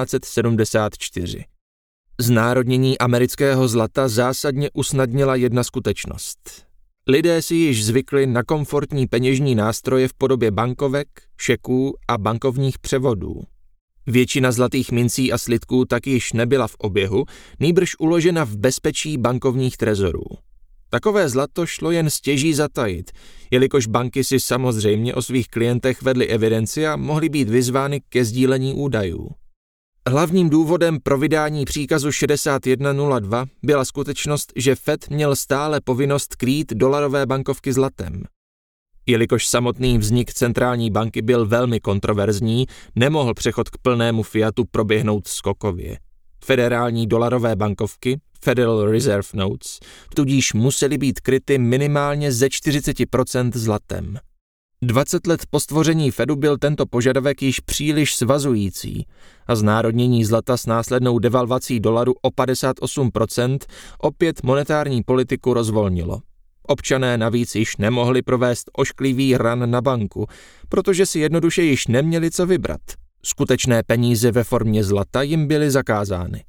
1974. Znárodnění amerického zlata zásadně usnadnila jedna skutečnost. Lidé si již zvykli na komfortní peněžní nástroje v podobě bankovek, šeků a bankovních převodů. Většina zlatých mincí a slitků tak již nebyla v oběhu, nýbrž uložena v bezpečí bankovních trezorů. Takové zlato šlo jen stěží zatajit, jelikož banky si samozřejmě o svých klientech vedly evidenci a mohly být vyzvány ke sdílení údajů. Hlavním důvodem pro vydání příkazu 6102 byla skutečnost, že Fed měl stále povinnost krýt dolarové bankovky zlatem. Jelikož samotný vznik centrální banky byl velmi kontroverzní, nemohl přechod k plnému fiatu proběhnout skokově. Federální dolarové bankovky, Federal Reserve Notes, tudíž musely být kryty minimálně ze 40% zlatem. 20 let po stvoření Fedu byl tento požadavek již příliš svazující a znárodnění zlata s následnou devalvací dolaru o 58% opět monetární politiku rozvolnilo. Občané navíc již nemohli provést ošklivý ran na banku, protože si jednoduše již neměli co vybrat. Skutečné peníze ve formě zlata jim byly zakázány.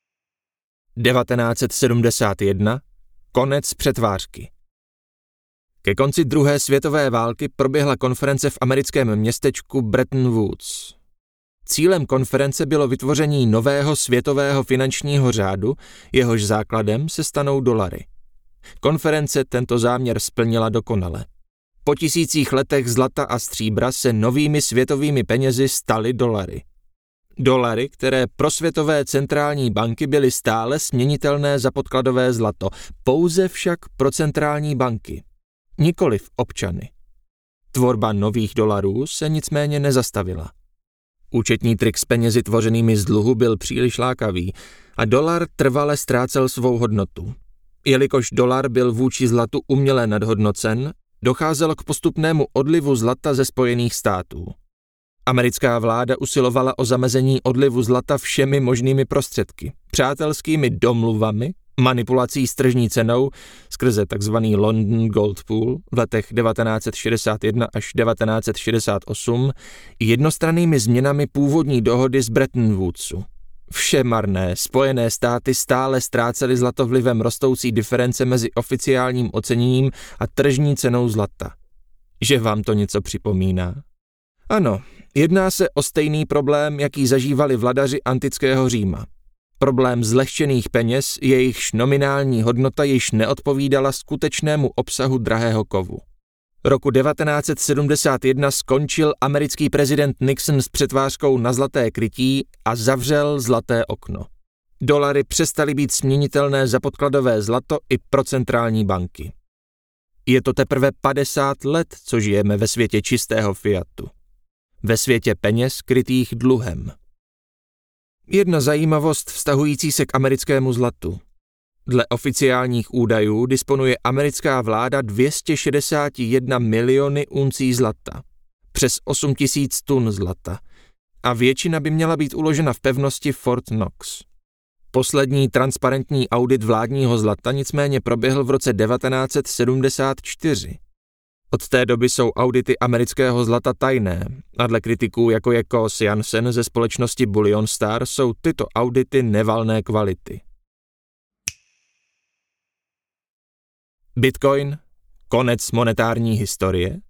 1971. Konec přetvářky. Ke konci druhé světové války proběhla konference v americkém městečku Bretton Woods. Cílem konference bylo vytvoření nového světového finančního řádu, jehož základem se stanou dolary. Konference tento záměr splnila dokonale. Po tisících letech zlata a stříbra se novými světovými penězi staly dolary. Dolary, které pro světové centrální banky byly stále směnitelné za podkladové zlato, pouze však pro centrální banky, nikoliv občany. Tvorba nových dolarů se nicméně nezastavila. Účetní trik s penězi tvořenými z dluhu byl příliš lákavý a dolar trvale ztrácel svou hodnotu. Jelikož dolar byl vůči zlatu uměle nadhodnocen, docházelo k postupnému odlivu zlata ze Spojených států. Americká vláda usilovala o zamezení odlivu zlata všemi možnými prostředky, přátelskými domluvami, manipulací s tržní cenou skrze tzv. London Gold Pool v letech 1961 až 1968 i jednostrannými změnami původní dohody z Bretton Woodsu. Vše marné, Spojené státy stále ztrácely zlato vlivem rostoucí diference mezi oficiálním oceněním a tržní cenou zlata. Že vám to něco připomíná? Ano, jedná se o stejný problém, jaký zažívali vladaři antického Říma. Problém zlehčených peněz, jejichž nominální hodnota již neodpovídala skutečnému obsahu drahého kovu. Roku 1971 skončil americký prezident Nixon s přetvářkou na zlaté krytí a zavřel zlaté okno. Dolary přestaly být směnitelné za podkladové zlato i pro centrální banky. Je to teprve 50 let, co žijeme ve světě čistého fiatu. Ve světě peněz krytých dluhem. Jedna zajímavost vztahující se k americkému zlatu. Dle oficiálních údajů disponuje americká vláda 261 miliony uncí zlata, přes 8 000 tun zlata, a většina by měla být uložena v pevnosti Fort Knox. Poslední transparentní audit vládního zlata nicméně proběhl v roce 1974. Od té doby jsou audity amerického zlata tajné a dle kritiků, jako je Kos Jansen ze společnosti Bullion Star, jsou tyto audity nevalné kvality. Bitcoin, konec monetární historie?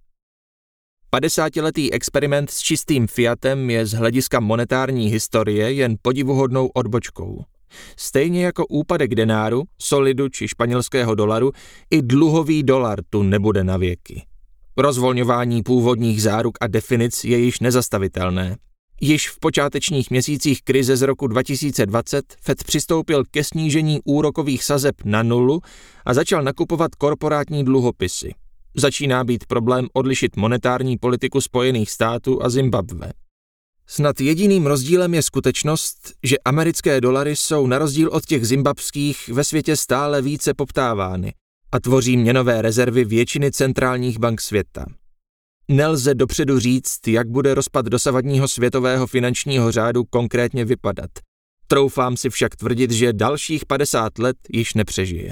50letý experiment s čistým fiatem je z hlediska monetární historie jen podivuhodnou odbočkou. Stejně jako úpadek denáru, solidu či španělského dolaru, i dluhový dolar tu nebude na věky. Rozvolňování původních záruk a definic je již nezastavitelné. Již v počátečních měsících krize z roku 2020 Fed přistoupil ke snížení úrokových sazeb na nulu a začal nakupovat korporátní dluhopisy. Začíná být problém odlišit monetární politiku Spojených států a Zimbabwe. Snad jediným rozdílem je skutečnost, že americké dolary jsou na rozdíl od těch zimbabských ve světě stále více poptávány a tvoří měnové rezervy většiny centrálních bank světa. Nelze dopředu říct, jak bude rozpad dosavadního světového finančního řádu konkrétně vypadat. Troufám si však tvrdit, že dalších 50 let již nepřežije.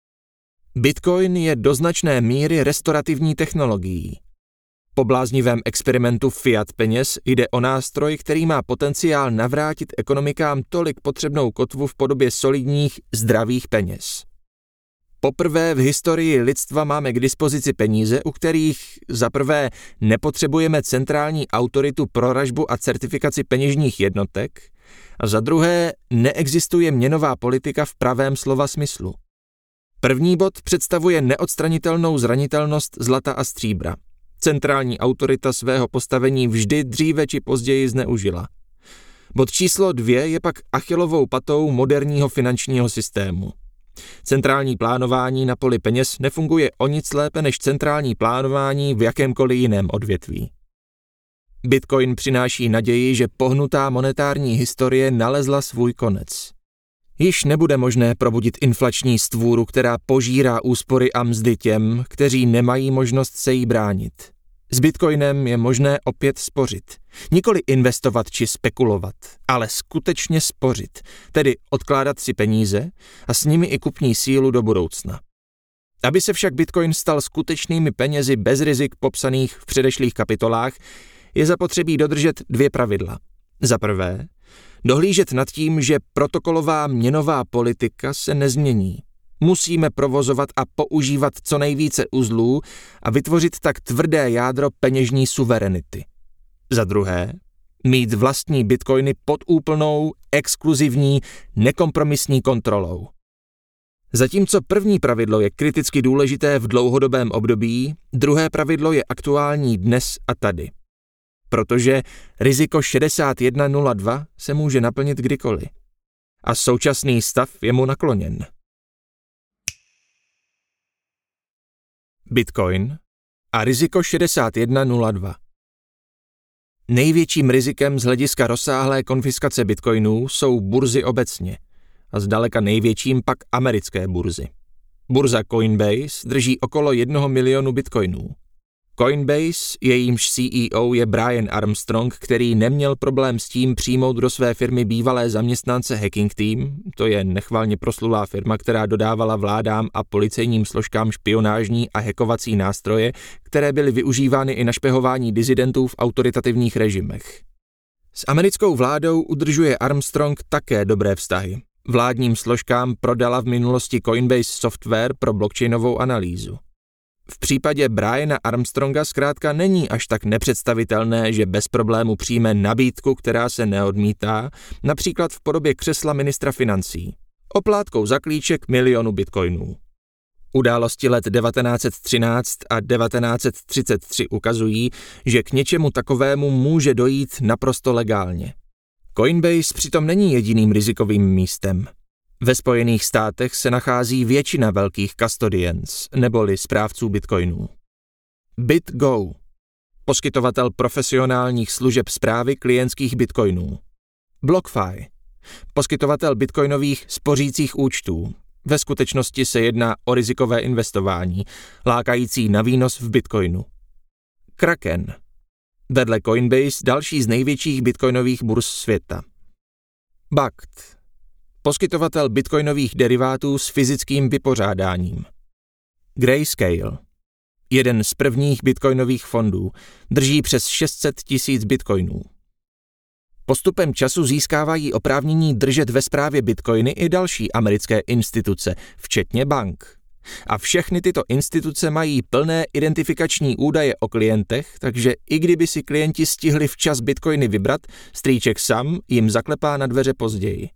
Bitcoin je do značné míry restaurativní technologií. Po bláznivém experimentu fiat peněz jde o nástroj, který má potenciál navrátit ekonomikám tolik potřebnou kotvu v podobě solidních, zdravých peněz. Poprvé v historii lidstva máme k dispozici peníze, u kterých za prvé nepotřebujeme centrální autoritu pro ražbu a certifikaci peněžních jednotek a za druhé neexistuje měnová politika v pravém slova smyslu. První bod představuje neodstranitelnou zranitelnost zlata a stříbra. Centrální autorita svého postavení vždy dříve či později zneužila. Bod číslo 2 je pak Achillovou patou moderního finančního systému. Centrální plánování na poli peněz nefunguje o nic lépe než centrální plánování v jakémkoliv jiném odvětví. Bitcoin přináší naději, že pohnutá monetární historie nalezla svůj konec. Již nebude možné probudit inflační stvůru, která požírá úspory a mzdy těm, kteří nemají možnost se jí bránit. S Bitcoinem je možné opět spořit. Nikoli investovat či spekulovat, ale skutečně spořit, tedy odkládat si peníze a s nimi i kupní sílu do budoucna. Aby se však Bitcoin stal skutečnými penězi bez rizik popsaných v předešlých kapitolách, je zapotřebí dodržet 2 pravidla. Za prvé, dohlížet nad tím, že protokolová měnová politika se nezmění. Musíme provozovat a používat co nejvíce uzlů a vytvořit tak tvrdé jádro peněžní suverenity. Za druhé, mít vlastní bitcoiny pod úplnou, exkluzivní, nekompromisní kontrolou. Zatímco první pravidlo je kriticky důležité v dlouhodobém období, druhé pravidlo je aktuální dnes a tady. Protože riziko 6102 se může naplnit kdykoliv. A současný stav je mu nakloněn. Bitcoin a riziko 6102. Největším rizikem z hlediska rozsáhlé konfiskace bitcoinů jsou burzy obecně a zdaleka největším pak americké burzy. Burza Coinbase drží okolo 1 milionu bitcoinů. Coinbase, jejímž CEO je Brian Armstrong, který neměl problém s tím přijmout do své firmy bývalé zaměstnance Hacking Team, to je nechvalně proslulá firma, která dodávala vládám a policejním složkám špionážní a hackovací nástroje, které byly využívány i na špehování disidentů v autoritativních režimech. S americkou vládou udržuje Armstrong také dobré vztahy. Vládním složkám prodala v minulosti Coinbase software pro blockchainovou analýzu. V případě Briana Armstronga zkrátka není až tak nepředstavitelné, že bez problému přijme nabídku, která se neodmítá, například v podobě křesla ministra financí. Oplátkou za klíček milionu bitcoinů. Události let 1913 a 1933 ukazují, že k něčemu takovému může dojít naprosto legálně. Coinbase přitom není jediným rizikovým místem. Ve Spojených státech se nachází většina velkých custodians, neboli správců bitcoinů. BitGo, poskytovatel profesionálních služeb správy klientských bitcoinů. BlockFi, poskytovatel bitcoinových spořících účtů. Ve skutečnosti se jedná o rizikové investování, lákající na výnos v bitcoinu. Kraken, vedle Coinbase další z největších bitcoinových burz světa. Bakkt, poskytovatel bitcoinových derivátů s fyzickým vypořádáním. Grayscale, jeden z prvních bitcoinových fondů, drží přes 600 000 bitcoinů. Postupem času získávají oprávnění držet ve správě bitcoiny i další americké instituce, včetně bank. A všechny tyto instituce mají plné identifikační údaje o klientech, takže i kdyby si klienti stihli včas bitcoiny vybrat, strýček Sam jim zaklepá na dveře později.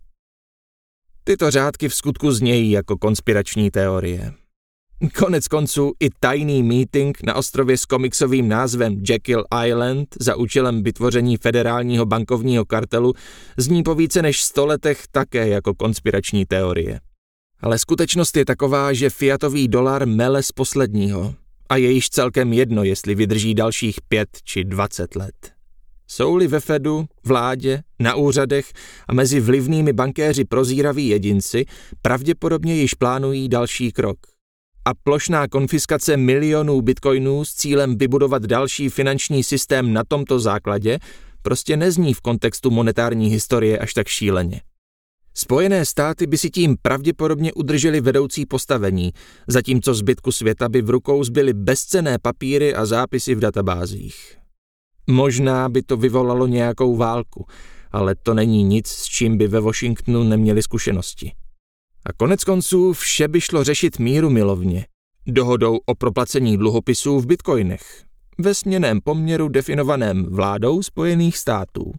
Tyto řádky v skutku znějí jako konspirační teorie. Konec konců i tajný meeting na ostrově s komiksovým názvem Jekyll Island za účelem vytvoření federálního bankovního kartelu zní po více než 100 letech také jako konspirační teorie. Ale skutečnost je taková, že fiatový dolar mele z posledního a je již celkem jedno, jestli vydrží dalších 5 či 20 let. Jsou-li ve Fedu, vládě, na úřadech a mezi vlivnými bankéři prozíraví jedinci, pravděpodobně již plánují další krok. A plošná konfiskace milionů bitcoinů s cílem vybudovat další finanční systém na tomto základě prostě nezní v kontextu monetární historie až tak šíleně. Spojené státy by si tím pravděpodobně udržely vedoucí postavení, zatímco zbytku světa by v rukou zbyly bezcenné papíry a zápisy v databázích. Možná by to vyvolalo nějakou válku, ale to není nic, s čím by ve Washingtonu neměli zkušenosti. A konec konců vše by šlo řešit mírumilovně, dohodou o proplacení dluhopisů v bitcoinech, ve směnném poměru definovaném vládou Spojených států.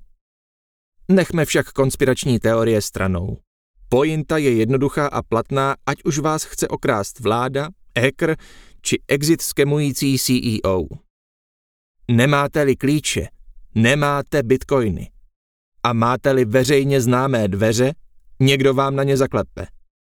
Nechme však konspirační teorie stranou. Pointa je jednoduchá a platná, ať už vás chce okrást vláda, hacker či exit skemující CEO. Nemáte-li klíče, nemáte bitcoiny. A máte-li veřejně známé dveře, někdo vám na ně zaklepe.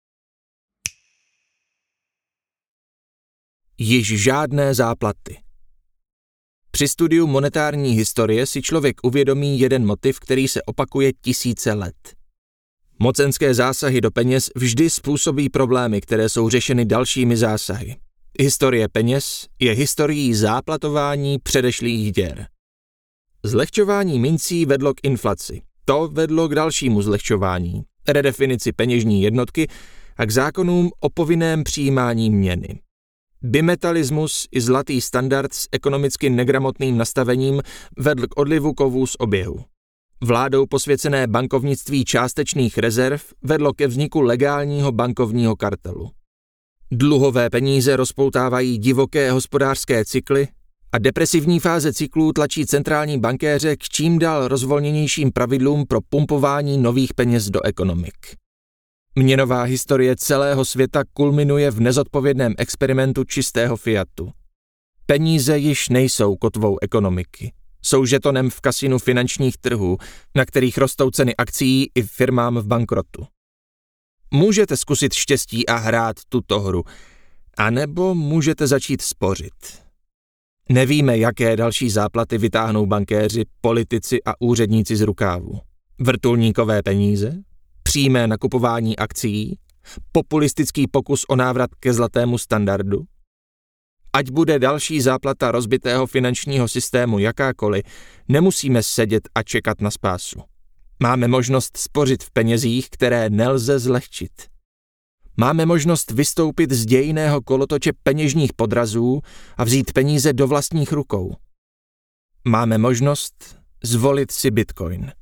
Již žádné záplaty. Při studiu monetární historie si člověk uvědomí jeden motiv, který se opakuje tisíce let. Mocenské zásahy do peněz vždy způsobí problémy, které jsou řešeny dalšími zásahy. Historie peněz je historií záplatování předešlých děr. Zlehčování mincí vedlo k inflaci. To vedlo k dalšímu zlehčování, redefinici peněžní jednotky a k zákonům o povinném přijímání měny. Bimetalismus i zlatý standard s ekonomicky negramotným nastavením vedl k odlivu kovů z oběhu. Vládou posvěcené bankovnictví částečných rezerv vedlo ke vzniku legálního bankovního kartelu. Dluhové peníze rozpoutávají divoké hospodářské cykly a depresivní fáze cyklů tlačí centrální bankéře k čím dál rozvolněnějším pravidlům pro pumpování nových peněz do ekonomik. Měnová historie celého světa kulminuje v nezodpovědném experimentu čistého fiatu. Peníze již nejsou kotvou ekonomiky. Jsou žetonem v kasinu finančních trhů, na kterých rostou ceny akcií i firmám v bankrotu. Můžete zkusit štěstí a hrát tuto hru, anebo můžete začít spořit. Nevíme, jaké další záplaty vytáhnou bankéři, politici a úředníci z rukávu. Vrtulníkové peníze, přímé nakupování akcií, populistický pokus o návrat ke zlatému standardu. Ať bude další záplata rozbitého finančního systému jakákoliv, nemusíme sedět a čekat na spásu. Máme možnost spořit v penězích, které nelze zlehčit. Máme možnost vystoupit z dějinného kolotoče peněžních podrazů a vzít peníze do vlastních rukou. Máme možnost zvolit si Bitcoin.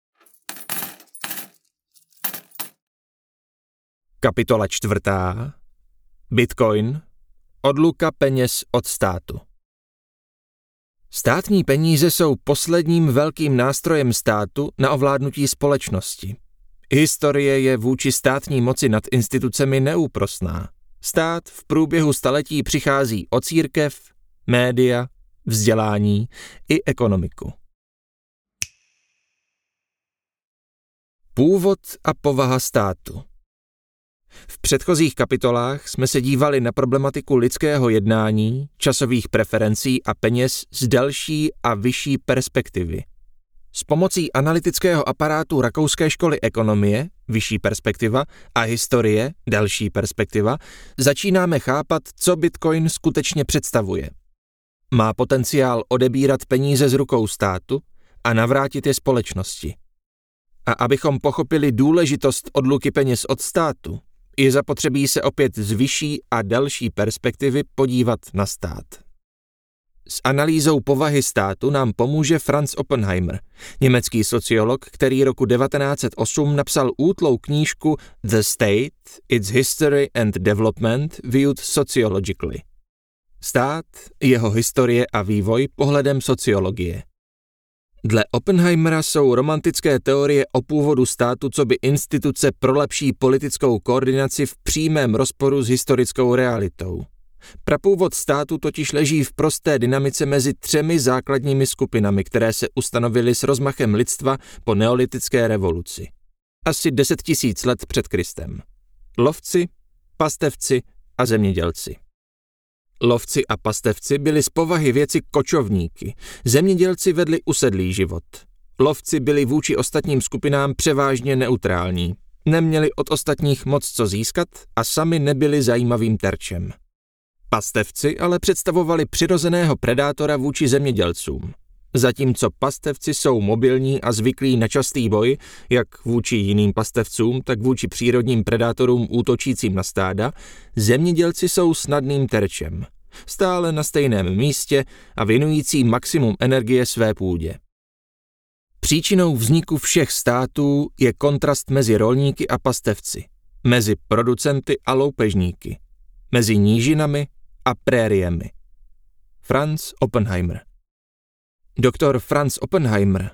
Kapitola 4. Bitcoin. Odluka peněz od státu. Státní peníze jsou posledním velkým nástrojem státu na ovládnutí společnosti. Historie je vůči státní moci nad institucemi neúprosná. Stát v průběhu staletí přichází o církev, média, vzdělání i ekonomiku. Původ a povaha státu. V předchozích kapitolách jsme se dívali na problematiku lidského jednání, časových preferencí a peněz z delší a vyšší perspektivy. S pomocí analytického aparátu Rakouské školy ekonomie, vyšší perspektiva, a historie, delší perspektiva, začínáme chápat, co Bitcoin skutečně představuje. Má potenciál odebírat peníze z rukou státu a navrátit je společnosti. A abychom pochopili důležitost odluky peněz od státu, je zapotřebí se opět z vyšší a delší perspektivy podívat na stát. S analýzou povahy státu nám pomůže Franz Oppenheimer, německý sociolog, který roku 1908 napsal útlou knížku The State, Its History and Development Viewed Sociologically. Stát, jeho historie a vývoj pohledem sociologie. Dle Oppenheimera jsou romantické teorie o původu státu coby instituce pro lepší politickou koordinaci v přímém rozporu s historickou realitou. Prapůvod státu totiž leží v prosté dynamice mezi třemi základními skupinami, které se ustanovily s rozmachem lidstva po neolitické revoluci. Asi 10 000 let před Kristem. Lovci, pastevci a zemědělci. Lovci a pastevci byli z povahy věci kočovníky, zemědělci vedli usedlý život. Lovci byli vůči ostatním skupinám převážně neutrální, neměli od ostatních moc co získat a sami nebyli zajímavým terčem. Pastevci ale představovali přirozeného predátora vůči zemědělcům. Zatímco pastevci jsou mobilní a zvyklí na častý boj, jak vůči jiným pastevcům, tak vůči přírodním predátorům útočícím na stáda, zemědělci jsou snadným terčem, stále na stejném místě a věnující maximum energie své půdě. Příčinou vzniku všech států je kontrast mezi rolníky a pastevci, mezi producenty a loupežníky, mezi nížinami a prériemi. Franz Oppenheimer. Doktor Franz Oppenheimer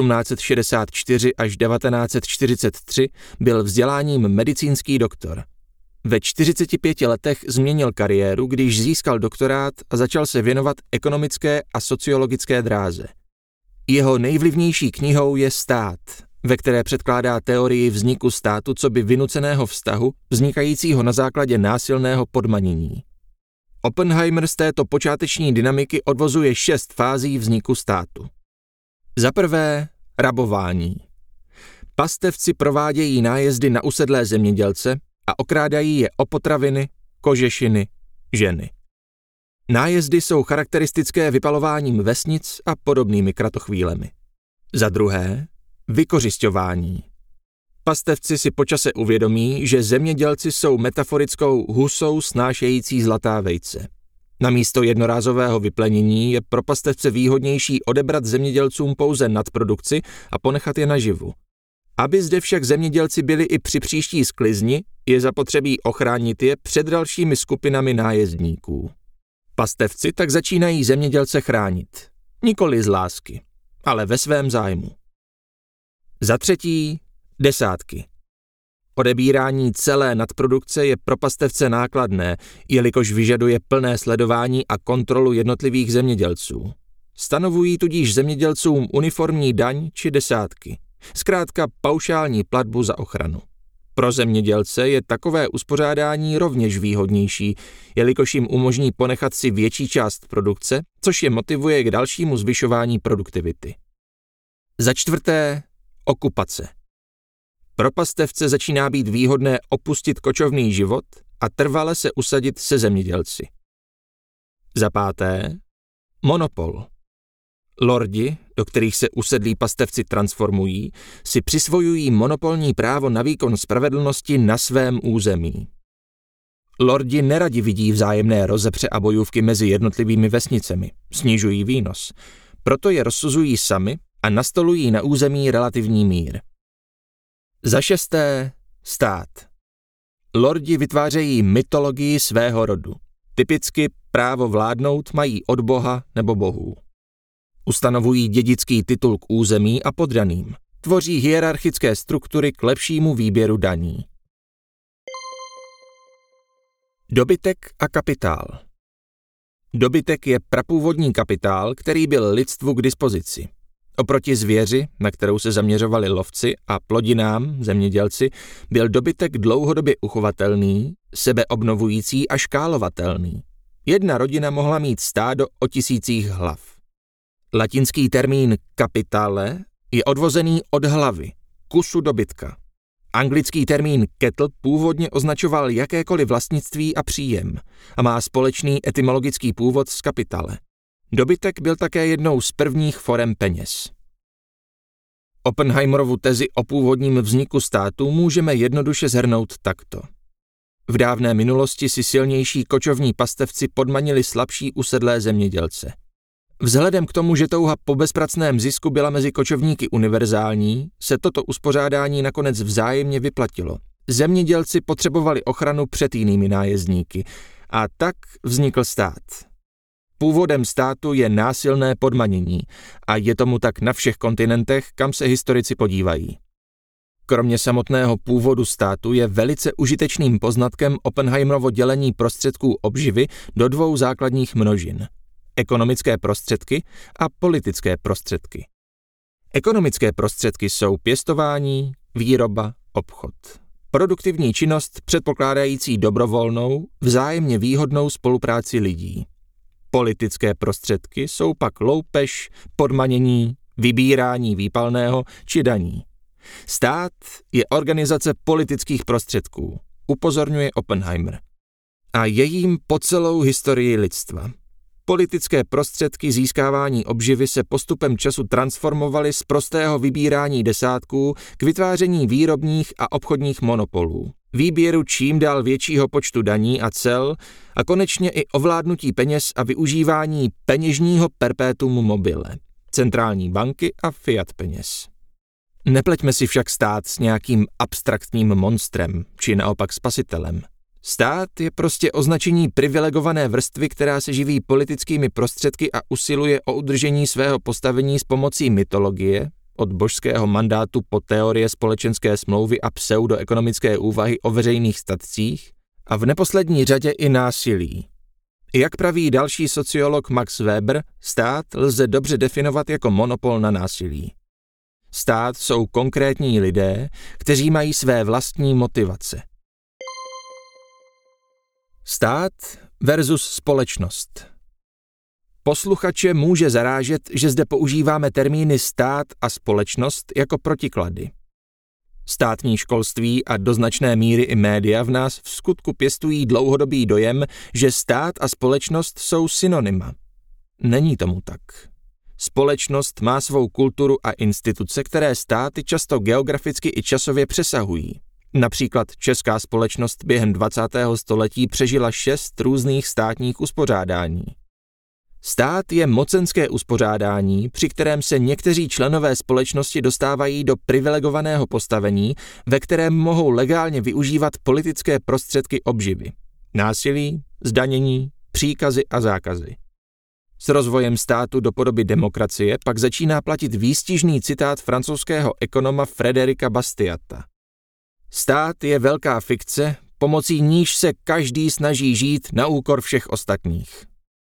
1864 až 1943 byl vzděláním medicínský doktor. Ve 45 letech změnil kariéru, když získal doktorát a začal se věnovat ekonomické a sociologické dráze. Jeho nejvlivnější knihou je Stát, ve které předkládá teorii vzniku státu coby vynuceného vztahu, vznikajícího na základě násilného podmanění. Oppenheimer z této počáteční dynamiky odvozuje 6 fází vzniku státu. Za prvé, rabování. Pastevci provádějí nájezdy na usedlé zemědělce a okrádají je o potraviny, kožešiny, ženy. Nájezdy jsou charakteristické vypalováním vesnic a podobnými kratochvílemi. Za druhé, vykořisťování. Pastevci si po čase uvědomí, že zemědělci jsou metaforickou husou snášející zlatá vejce. Namísto jednorázového vyplenění je pro pastevce výhodnější odebrat zemědělcům pouze nadprodukci a ponechat je naživu. Aby zde však zemědělci byli i při příští sklizni, je zapotřebí ochránit je před dalšími skupinami nájezdníků. Pastevci tak začínají zemědělce chránit. Nikoli z lásky, ale ve svém zájmu. Za třetí, desátky. Odebírání celé nadprodukce je pro pastevce nákladné, jelikož vyžaduje plné sledování a kontrolu jednotlivých zemědělců. Stanovují tudíž zemědělcům uniformní daň či desátky, zkrátka paušální platbu za ochranu. Pro zemědělce je takové uspořádání rovněž výhodnější, jelikož jim umožní ponechat si větší část produkce, což je motivuje k dalšímu zvyšování produktivity. Za čtvrté, okupace. Pro pastevce začíná být výhodné opustit kočovný život a trvale se usadit se zemědělci. Za páté, monopol. Lordi, do kterých se usedlí pastevci transformují, si přisvojují monopolní právo na výkon spravedlnosti na svém území. Lordi neradi vidí vzájemné rozepře a bojůvky mezi jednotlivými vesnicemi, snižují výnos, proto je rozsuzují sami a nastolují na území relativní mír. Za šesté, stát. Lordi vytvářejí mytologii svého rodu. Typicky právo vládnout mají od boha nebo bohů. Ustanovují dědický titul k území a poddaným. Tvoří hierarchické struktury k lepšímu výběru daní. Dobytek a kapitál. Dobytek je prapůvodní kapitál, který byl lidstvu k dispozici. Oproti zvěři, na kterou se zaměřovali lovci, a plodinám, zemědělci, byl dobytek dlouhodobě uchovatelný, sebeobnovující a škálovatelný. Jedna rodina mohla mít stádo o 1000 hlav. Latinský termín capitale je odvozený od hlavy, kusu dobytka. Anglický termín cattle původně označoval jakékoliv vlastnictví a příjem a má společný etymologický původ z kapitale. Dobytek byl také jednou z prvních forem peněz. Oppenheimerovu tezi o původním vzniku státu můžeme jednoduše shrnout takto. V dávné minulosti si silnější kočovní pastevci podmanili slabší usedlé zemědělce. Vzhledem k tomu, že touha po bezpracném zisku byla mezi kočovníky univerzální, se toto uspořádání nakonec vzájemně vyplatilo. Zemědělci potřebovali ochranu před jinými nájezdníky a tak vznikl stát. Původem státu je násilné podmanění a je tomu tak na všech kontinentech, kam se historici podívají. Kromě samotného původu státu je velice užitečným poznatkem Oppenheimerovo dělení prostředků obživy do 2 základních množin. Ekonomické prostředky a politické prostředky. Ekonomické prostředky jsou pěstování, výroba, obchod. Produktivní činnost předpokládající dobrovolnou, vzájemně výhodnou spolupráci lidí. Politické prostředky jsou pak loupež, podmanění, vybírání výpalného či daní. Stát je organizace politických prostředků, upozorňuje Oppenheimer. A je jím po celou historii lidstva. Politické prostředky získávání obživy se postupem času transformovaly z prostého vybírání desátků k vytváření výrobních a obchodních monopolů, výběru čím dál většího počtu daní a cel a konečně i ovládnutí peněz a využívání peněžního perpetuum mobile, centrální banky a fiat peněz. Nepleťme si však stát s nějakým abstraktním monstrem, či naopak spasitelem. Stát je prostě označení privilegované vrstvy, která se živí politickými prostředky a usiluje o udržení svého postavení s pomocí mytologie, od božského mandátu po teorie společenské smlouvy a pseudoekonomické úvahy o veřejných statcích a v neposlední řadě i násilí. Jak praví další sociolog Max Weber, stát lze dobře definovat jako monopol na násilí. Stát jsou konkrétní lidé, kteří mají své vlastní motivace. Stát versus společnost. Posluchače může zarážet, že zde používáme termíny stát a společnost jako protiklady. Státní školství a do značné míry i média v nás vskutku pěstují dlouhodobý dojem, že stát a společnost jsou synonyma. Není tomu tak. Společnost má svou kulturu a instituce, které státy často geograficky i časově přesahují. Například česká společnost během 20. století přežila 6 různých státních uspořádání. Stát je mocenské uspořádání, při kterém se někteří členové společnosti dostávají do privilegovaného postavení, ve kterém mohou legálně využívat politické prostředky obživy. Násilí, zdanění, příkazy a zákazy. S rozvojem státu do podoby demokracie pak začíná platit výstižný citát francouzského ekonoma Frédérika Bastiata. Stát je velká fikce, pomocí níž se každý snaží žít na úkor všech ostatních.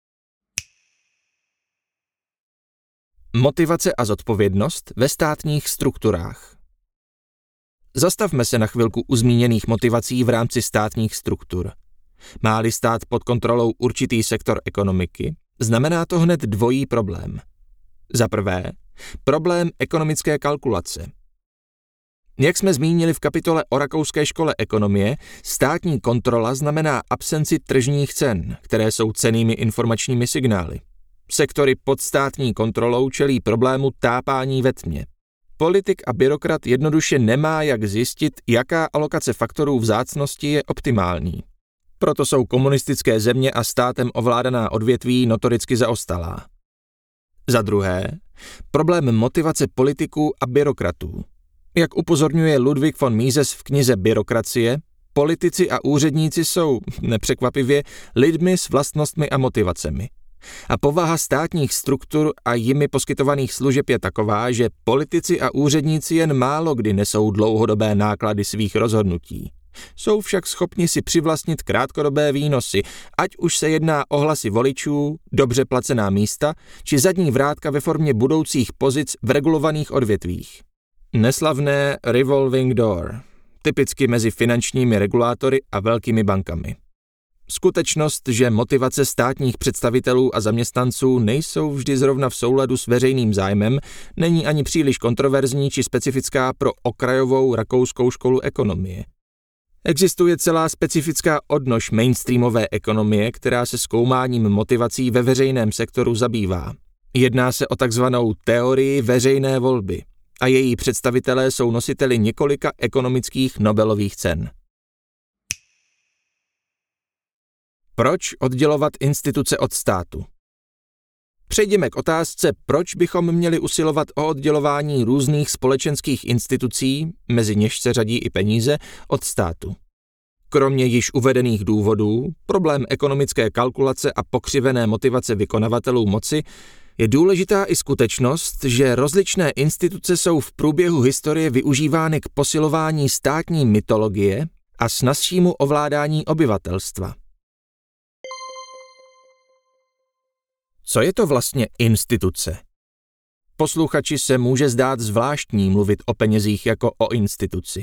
Motivace a zodpovědnost ve státních strukturách. Zastavme se na chvilku u zmíněných motivací v rámci státních struktur. Má-li stát pod kontrolou určitý sektor ekonomiky, znamená to hned dvojí problém. Za prvé, problém ekonomické kalkulace. Jak jsme zmínili v kapitole o rakouské škole ekonomie, státní kontrola znamená absenci tržních cen, které jsou cennými informačními signály. Sektory pod státní kontrolou čelí problému tápání ve tmě. Politik a byrokrat jednoduše nemá jak zjistit, jaká alokace faktorů vzácnosti je optimální. Proto jsou komunistické země a státem ovládaná odvětví notoricky zaostalá. Za druhé, problém motivace politiků a byrokratů. Jak upozorňuje Ludwig von Mises v knize Byrokracie, politici a úředníci jsou, nepřekvapivě, lidmi s vlastnostmi a motivacemi. A povaha státních struktur a jimi poskytovaných služeb je taková, že politici a úředníci jen málo kdy nesou dlouhodobé náklady svých rozhodnutí. Jsou však schopni si přivlastnit krátkodobé výnosy, ať už se jedná o hlasy voličů, dobře placená místa, či zadní vrátka ve formě budoucích pozic v regulovaných odvětvích. Neslavné revolving door, typicky mezi finančními regulátory a velkými bankami. Skutečnost, že motivace státních představitelů a zaměstnanců nejsou vždy zrovna v souladu s veřejným zájmem, není ani příliš kontroverzní či specifická pro okrajovou rakouskou školu ekonomie. Existuje celá specifická odnož mainstreamové ekonomie, která se zkoumáním motivací ve veřejném sektoru zabývá. Jedná se o takzvanou teorii veřejné volby a její představitelé jsou nositeli několika ekonomických Nobelových cen. Proč oddělovat instituce od státu? Přejdeme k otázce, proč bychom měli usilovat o oddělování různých společenských institucí, mezi něž se řadí i peníze, od státu. Kromě již uvedených důvodů, problém ekonomické kalkulace a pokřivené motivace vykonavatelů moci, je důležitá i skutečnost, že rozličné instituce jsou v průběhu historie využívány k posilování státní mytologie a snazšímu ovládání obyvatelstva. Co je to vlastně instituce? Posluchači se může zdát zvláštní mluvit o penězích jako o instituci.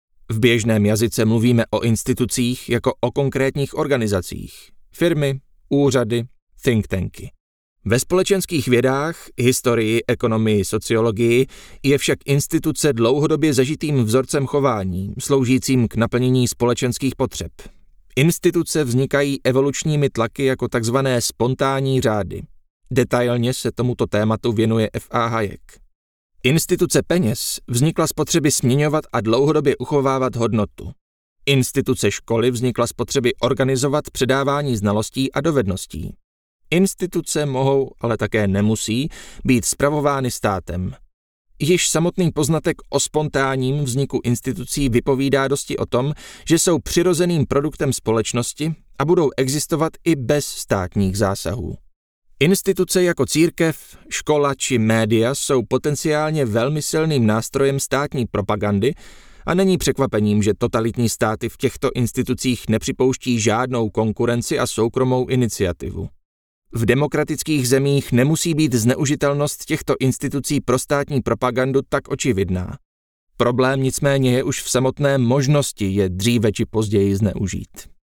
V běžném jazyce mluvíme o institucích jako o konkrétních organizacích, firmy, úřady, think tanky. Ve společenských vědách, historii, ekonomii, sociologii je však instituce dlouhodobě zažitým vzorcem chování, sloužícím k naplnění společenských potřeb. Instituce vznikají evolučními tlaky jako takzvané spontánní řády. Detailně se tomuto tématu věnuje F.A. Hayek. Instituce peněz vznikla z potřeby směňovat a dlouhodobě uchovávat hodnotu. Instituce školy vznikla z potřeby organizovat předávání znalostí a dovedností. Instituce mohou, ale také nemusí, být spravovány státem. Již samotný poznatek o spontánním vzniku institucí vypovídá dosti o tom, že jsou přirozeným produktem společnosti a budou existovat i bez státních zásahů. Instituce jako církev, škola či média jsou potenciálně velmi silným nástrojem státní propagandy a není překvapením, že totalitní státy v těchto institucích nepřipouští žádnou konkurenci a soukromou iniciativu. V demokratických zemích nemusí být zneužitelnost těchto institucí pro státní propagandu tak očividná. Problém nicméně je už v samotné možnosti je dříve či později zneužít.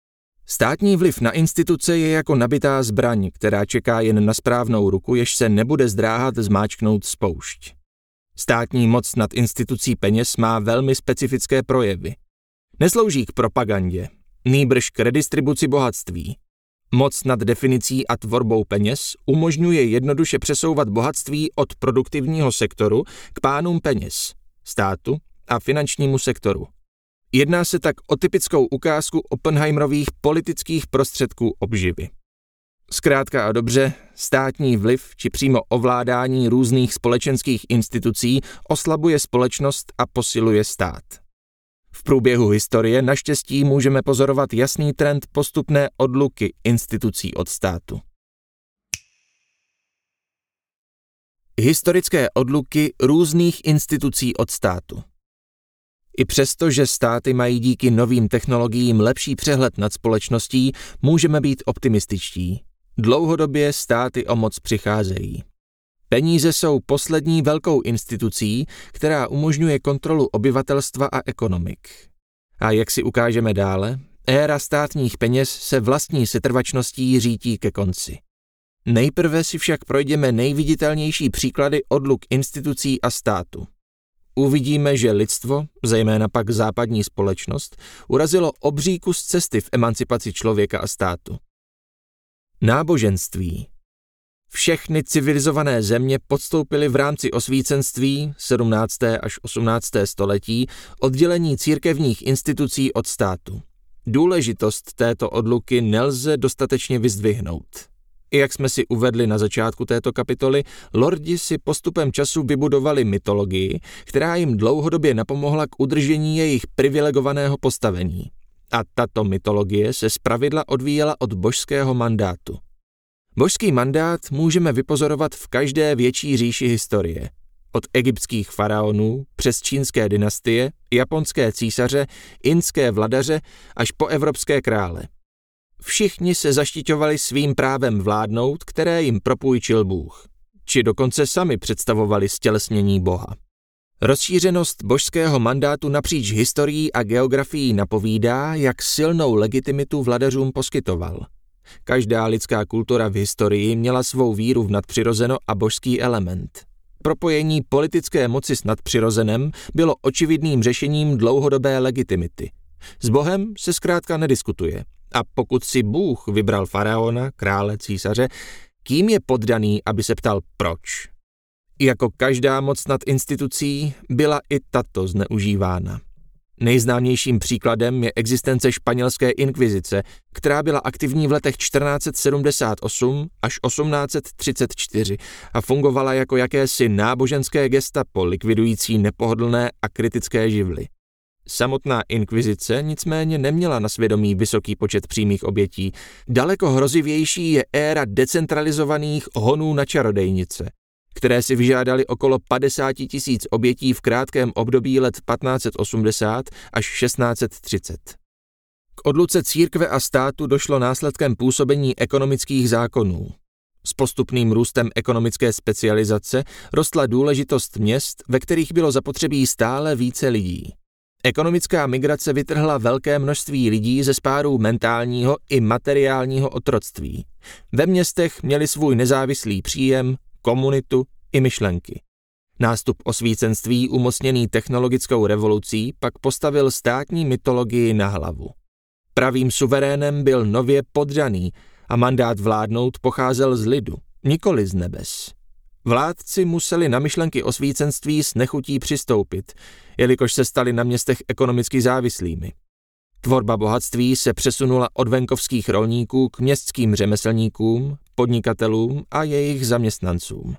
Státní vliv na instituce je jako nabitá zbraň, která čeká jen na správnou ruku, jež se nebude zdráhat zmáčknout spoušť. Státní moc nad institucí peněz má velmi specifické projevy. Neslouží k propagandě, nýbrž k redistribuci bohatství. Moc nad definicí a tvorbou peněz umožňuje jednoduše přesouvat bohatství od produktivního sektoru k pánům peněz, státu a finančnímu sektoru. Jedná se tak o typickou ukázku Oppenheimerových politických prostředků obživy. Zkrátka a dobře, státní vliv či přímo ovládání různých společenských institucí oslabuje společnost a posiluje stát. V průběhu historie naštěstí můžeme pozorovat jasný trend postupné odluky institucí od státu. Historické odluky různých institucí od státu. I přesto, že státy mají díky novým technologiím lepší přehled nad společností, můžeme být optimističtí. Dlouhodobě státy o moc přicházejí. Peníze jsou poslední velkou institucí, která umožňuje kontrolu obyvatelstva a ekonomik. A jak si ukážeme dále, éra státních peněz se vlastní setrvačností řítí ke konci. Nejprve si však projdeme nejviditelnější příklady odluk institucí a státu. Uvidíme, že lidstvo, zejména pak západní společnost, urazilo obří kus cesty v emancipaci člověka a státu. Náboženství. Všechny civilizované země podstoupily v rámci osvícenství 17. až 18. století oddělení církevních institucí od státu. Důležitost této odluky nelze dostatečně vyzdvihnout. I jak jsme si uvedli na začátku této kapitoly, lordi si postupem času vybudovali mytologii, která jim dlouhodobě napomohla k udržení jejich privilegovaného postavení. A tato mytologie se zpravidla odvíjela od božského mandátu. Božský mandát můžeme vypozorovat v každé větší říši historie. Od egyptských faraonů přes čínské dynastie, japonské císaře, indské vladaře až po evropské krále. Všichni se zaštiťovali svým právem vládnout, které jim propůjčil Bůh. Či dokonce sami představovali stělesnění Boha. Rozšířenost božského mandátu napříč historií a geografií napovídá, jak silnou legitimitu vladařům poskytoval. Každá lidská kultura v historii měla svou víru v nadpřirozeno a božský element. Propojení politické moci s nadpřirozenem bylo očividným řešením dlouhodobé legitimity. S Bohem se zkrátka nediskutuje. A pokud si Bůh vybral faraona, krále, císaře, kým je poddaný, aby se ptal proč? Jako každá moc nad institucí byla i tato zneužívána. Nejznámějším příkladem je existence španělské inkvizice, která byla aktivní v letech 1478 až 1834 a fungovala jako jakési náboženské gestapo likvidující nepohodlné a kritické živly. Samotná inkvizice nicméně neměla na svědomí vysoký počet přímých obětí. Daleko hrozivější je éra decentralizovaných honů na čarodejnice, které si vyžádali okolo 50 000 obětí v krátkém období let 1580 až 1630. K odluce církve a státu došlo následkem působení ekonomických zákonů. S postupným růstem ekonomické specializace rostla důležitost měst, ve kterých bylo zapotřebí stále více lidí. Ekonomická migrace vytrhla velké množství lidí ze spárů mentálního i materiálního otroctví. Ve městech měli svůj nezávislý příjem, komunitu i myšlenky. Nástup osvícenství umocněný technologickou revolucí pak postavil státní mytologii na hlavu. Pravým suverénem byl nově poddaný a mandát vládnout pocházel z lidu, nikoli z nebes. Vládci museli na myšlenky osvícenství s nechutí přistoupit, jelikož se stali na městech ekonomicky závislými. Tvorba bohatství se přesunula od venkovských rolníků k městským řemeslníkům, podnikatelům a jejich zaměstnancům.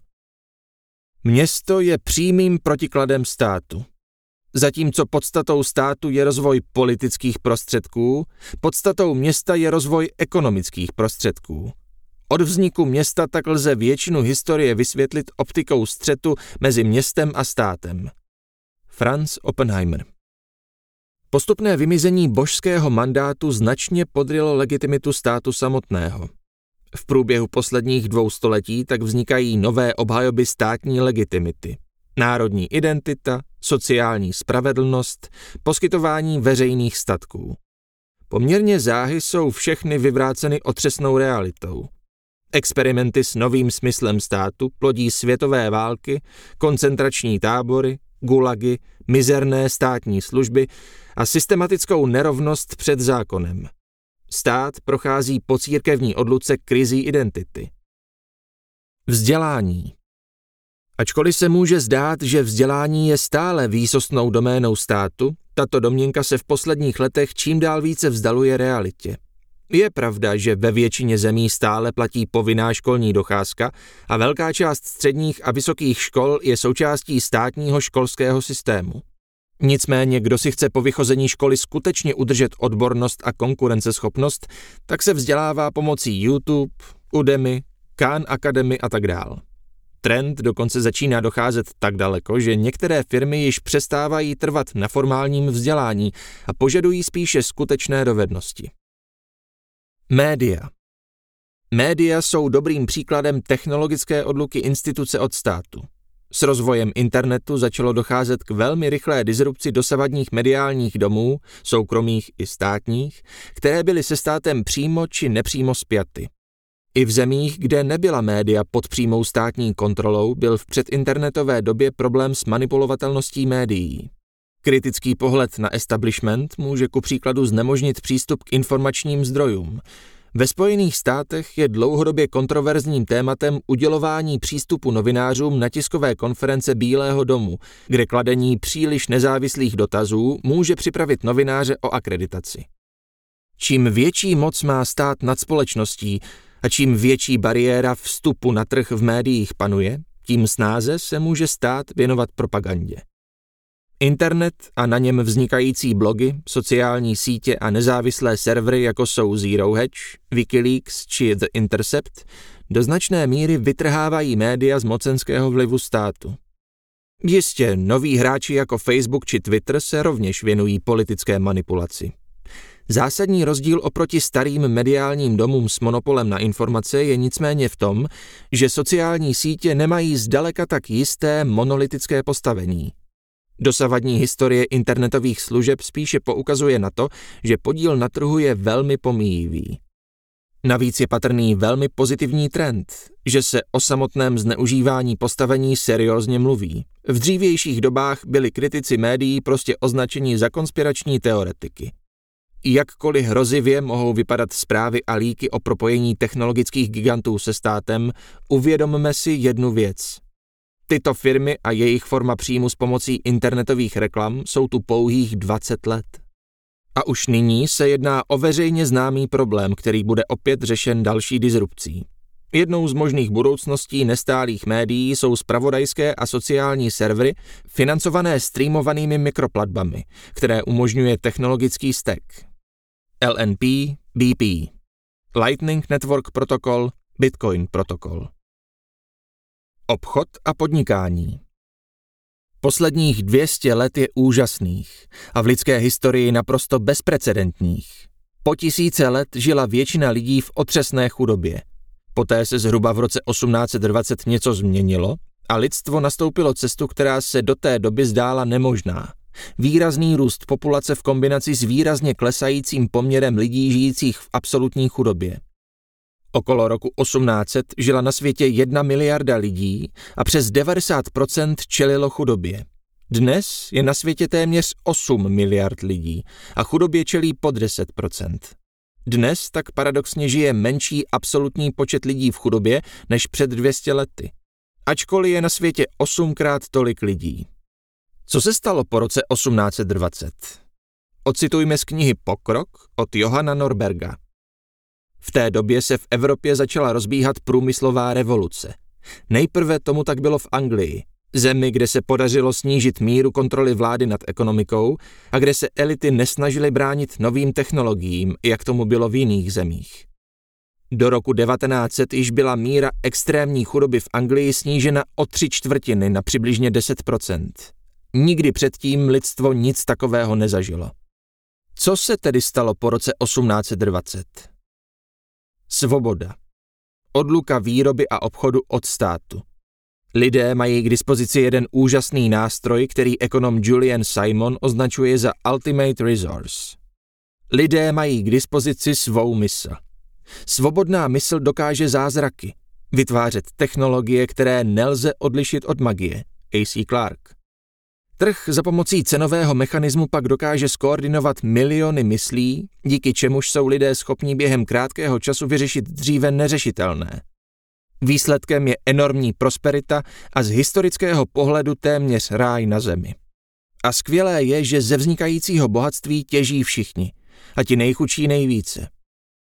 Město je přímým protikladem státu. Zatímco podstatou státu je rozvoj politických prostředků, podstatou města je rozvoj ekonomických prostředků. Od vzniku města tak lze většinu historie vysvětlit optikou střetu mezi městem a státem. Franz Oppenheimer. Postupné vymizení božského mandátu značně podrylo legitimitu státu samotného. V průběhu posledních 2 století tak vznikají nové obhajoby státní legitimity. Národní identita, sociální spravedlnost, poskytování veřejných statků. Poměrně záhy jsou všechny vyvráceny otřesnou realitou. Experimenty s novým smyslem státu plodí světové války, koncentrační tábory, gulagy, mizerné státní služby a systematickou nerovnost před zákonem. Stát prochází po církevní odluce krizí identity. Vzdělání. Ačkoliv se může zdát, že vzdělání je stále výsostnou doménou státu, tato domněnka se v posledních letech čím dál více vzdaluje realitě. Je pravda, že ve většině zemí stále platí povinná školní docházka a velká část středních a vysokých škol je součástí státního školského systému. Nicméně, kdo si chce po vychození školy skutečně udržet odbornost a konkurenceschopnost, tak se vzdělává pomocí YouTube, Udemy, Khan Academy a tak dál. Trend dokonce začíná docházet tak daleko, že některé firmy již přestávají trvat na formálním vzdělání a požadují spíše skutečné dovednosti. Média. Média jsou dobrým příkladem technologické odluky instituce od státu. S rozvojem internetu začalo docházet k velmi rychlé disrupci dosavadních mediálních domů, soukromých i státních, které byly se státem přímo či nepřímo spjaty. I v zemích, kde nebyla média pod přímou státní kontrolou, byl v předinternetové době problém s manipulovatelností médií. Kritický pohled na establishment může ku příkladu znemožnit přístup k informačním zdrojům. Ve Spojených státech je dlouhodobě kontroverzním tématem udělování přístupu novinářům na tiskové konference Bílého domu, kde kladení příliš nezávislých dotazů může připravit novináře o akreditaci. Čím větší moc má stát nad společností a čím větší bariéra vstupu na trh v médiích panuje, tím snáze se může stát věnovat propagandě. Internet a na něm vznikající blogy, sociální sítě a nezávislé servery, jako jsou Zero Hedge, Wikileaks či The Intercept, do značné míry vytrhávají média z mocenského vlivu státu. Jistě, noví hráči jako Facebook či Twitter se rovněž věnují politické manipulaci. Zásadní rozdíl oproti starým mediálním domům s monopolem na informace je nicméně v tom, že sociální sítě nemají zdaleka tak jisté monolitické postavení. Dosavadní historie internetových služeb spíše poukazuje na to, že podíl na trhu je velmi pomíjivý. Navíc je patrný velmi pozitivní trend, že se o samotném zneužívání postavení seriózně mluví. V dřívějších dobách byli kritici médií prostě označeni za konspirační teoretiky. Jakkoliv hrozivě mohou vypadat zprávy a líky o propojení technologických gigantů se státem, uvědomme si jednu věc. Tyto firmy a jejich forma příjmu s pomocí internetových reklam jsou tu pouhých 20 let. A už nyní se jedná o veřejně známý problém, který bude opět řešen další disrupcí. Jednou z možných budoucností nestálých médií jsou zpravodajské a sociální servery financované streamovanými mikroplatbami, které umožňuje technologický stack. LNP, BP, Lightning Network Protocol, Bitcoin protokol. Obchod a podnikání. Posledních 200 let je úžasných a v lidské historii naprosto bezprecedentních. Po tisíce let žila většina lidí v otřesné chudobě. Poté se zhruba v roce 1820 něco změnilo a lidstvo nastoupilo cestu, která se do té doby zdála nemožná. Výrazný růst populace v kombinaci s výrazně klesajícím poměrem lidí žijících v absolutní chudobě. Okolo roku 1800 žila na světě 1 miliarda lidí a přes 90% čelilo chudobě. Dnes je na světě téměř 8 miliard lidí a chudobě čelí pod 10%. Dnes tak paradoxně žije menší absolutní počet lidí v chudobě než před 200 lety. Ačkoliv je na světě 8krát tolik lidí. Co se stalo po roce 1820? Ocitujme z knihy Pokrok od Johana Norberga. V té době se v Evropě začala rozbíhat průmyslová revoluce. Nejprve tomu tak bylo v Anglii, zemi, kde se podařilo snížit míru kontroly vlády nad ekonomikou a kde se elity nesnažily bránit novým technologiím, jak tomu bylo v jiných zemích. Do roku 1900 již byla míra extrémní chudoby v Anglii snížena o 3/4 na přibližně 10%. Nikdy předtím lidstvo nic takového nezažilo. Co se tedy stalo po roce 1820? Svoboda. Odluka výroby a obchodu od státu. Lidé mají k dispozici jeden úžasný nástroj, který ekonom Julian Simon označuje za ultimate resource. Lidé mají k dispozici svou mysl. Svobodná mysl dokáže zázraky, vytvářet technologie, které nelze odlišit od magie. A.C. Clarke. Trh za pomocí cenového mechanismu pak dokáže skoordinovat miliony myslí, díky čemuž jsou lidé schopni během krátkého času vyřešit dříve neřešitelné. Výsledkem je enormní prosperita a z historického pohledu téměř ráj na zemi. A skvělé je, že ze vznikajícího bohatství těží všichni, a ti nejchudší nejvíce.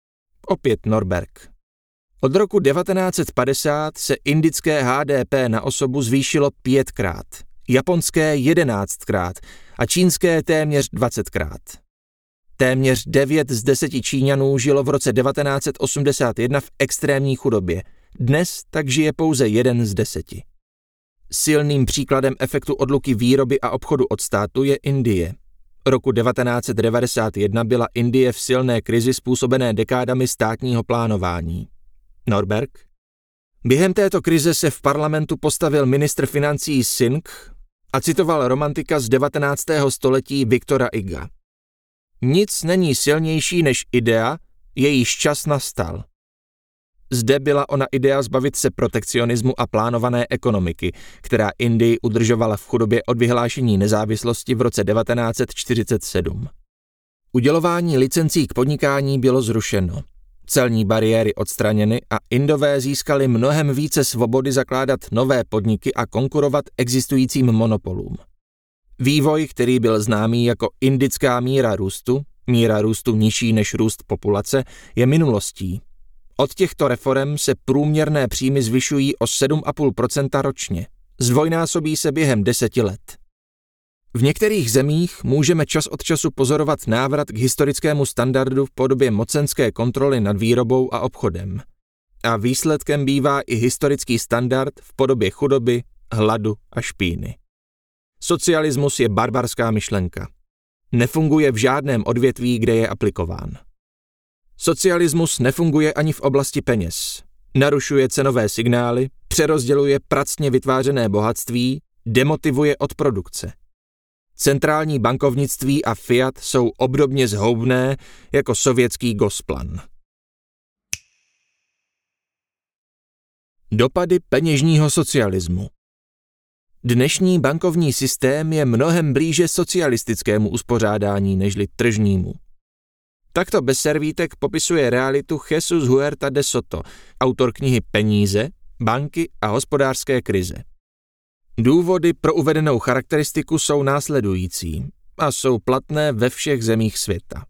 opět Norberg. Od roku 1950 se indické HDP na osobu zvýšilo 5krát, japonské 11krát a čínské téměř 20krát. Téměř 9 z 10 Číňanů žilo v roce 1981 v extrémní chudobě. Dnes tak žije pouze 1 z 10. Silným příkladem efektu odluky výroby a obchodu od státu je Indie. Roku 1991 byla Indie v silné krizi způsobené dekádami státního plánování. Norberg? Během této krize se v parlamentu postavil ministr financí Singh a citoval romantika z 19. století Viktora Huga. Nic není silnější než idea, jejíž čas nastal. Zde byla ona idea zbavit se protekcionismu a plánované ekonomiky, která Indii udržovala v chudobě od vyhlášení nezávislosti v roce 1947. Udělování licencí k podnikání bylo zrušeno, celní bariéry odstraněny a Indové získali mnohem více svobody zakládat nové podniky a konkurovat existujícím monopolům. Vývoj, který byl známý jako indická míra růstu nižší než růst populace, je minulostí. Od těchto reforem se průměrné příjmy zvyšují o 7,5% ročně. Zdvojnásobí se během 10 let. V některých zemích můžeme čas od času pozorovat návrat k historickému standardu v podobě mocenské kontroly nad výrobou a obchodem. A výsledkem bývá i historický standard v podobě chudoby, hladu a špíny. Socialismus je barbarská myšlenka. Nefunguje v žádném odvětví, kde je aplikován. Socialismus nefunguje ani v oblasti peněz. Narušuje cenové signály, přerozděluje pracně vytvářené bohatství, demotivuje od produkce. Centrální bankovnictví a fiat jsou obdobně zhoubné jako sovětský Gosplan. Dopady peněžního socialismu. Dnešní bankovní systém je mnohem blíže socialistickému uspořádání nežli tržnímu. Takto bez servítek popisuje realitu Jesus Huerta de Soto, autor knihy Peníze, banky a hospodářské krize. Důvody pro uvedenou charakteristiku jsou následující a jsou platné ve všech zemích světa.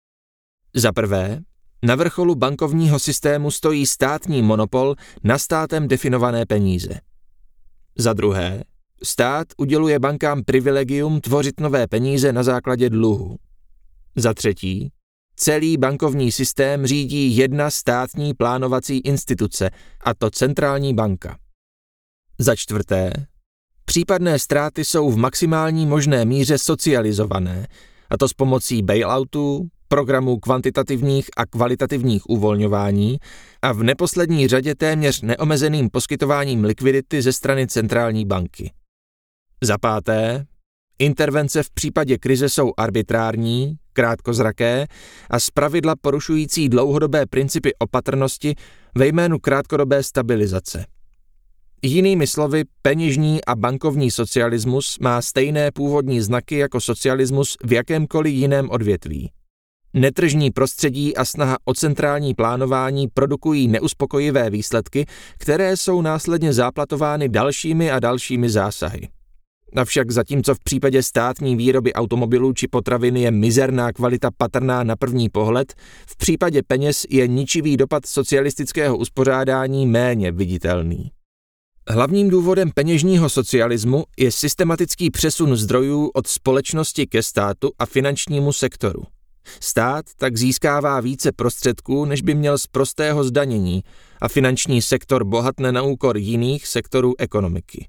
Za prvé, na vrcholu bankovního systému stojí státní monopol na státem definované peníze. Za druhé, stát uděluje bankám privilegium tvořit nové peníze na základě dluhu. Za třetí, celý bankovní systém řídí jedna státní plánovací instituce, a to centrální banka. Za čtvrté, případné ztráty jsou v maximální možné míře socializované, a to s pomocí bailoutů, programů kvantitativních a kvalitativních uvolňování a v neposlední řadě téměř neomezeným poskytováním likvidity ze strany centrální banky. Za páté, intervence v případě krize jsou arbitrární, krátkozraké a zpravidla porušující dlouhodobé principy opatrnosti ve jménu krátkodobé stabilizace. Jinými slovy, peněžní a bankovní socialismus má stejné původní znaky jako socialismus v jakémkoliv jiném odvětví. Netržní prostředí a snaha o centrální plánování produkují neuspokojivé výsledky, které jsou následně záplatovány dalšími a dalšími zásahy. Avšak zatímco v případě státní výroby automobilů či potravin je mizerná kvalita patrná na první pohled, v případě peněz je ničivý dopad socialistického uspořádání méně viditelný. Hlavním důvodem peněžního socialismu je systematický přesun zdrojů od společnosti ke státu a finančnímu sektoru. Stát tak získává více prostředků, než by měl z prostého zdanění, a finanční sektor bohatne na úkor jiných sektorů ekonomiky.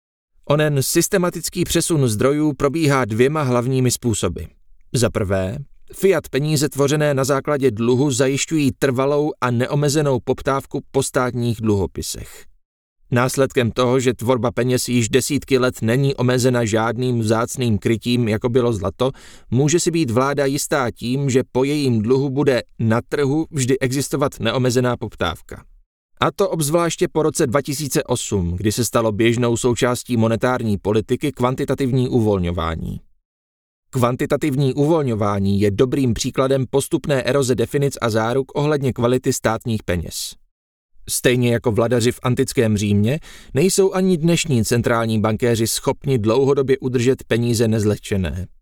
Onen systematický přesun zdrojů probíhá dvěma hlavními způsoby. Za prvé, fiat peníze tvořené na základě dluhu zajišťují trvalou a neomezenou poptávku po státních dluhopisech. Následkem toho, že tvorba peněz již desítky let není omezena žádným vzácným krytím, jako bylo zlato, může si být vláda jistá tím, že po jejím dluhu bude na trhu vždy existovat neomezená poptávka. A to obzvláště po roce 2008, kdy se stalo běžnou součástí monetární politiky kvantitativní uvolňování. Kvantitativní uvolňování je dobrým příkladem postupné eroze definic a záruk ohledně kvality státních peněz. Stejně jako vladaři v antickém Římě, nejsou ani dnešní centrální bankéři schopni dlouhodobě udržet peníze nezlehčené.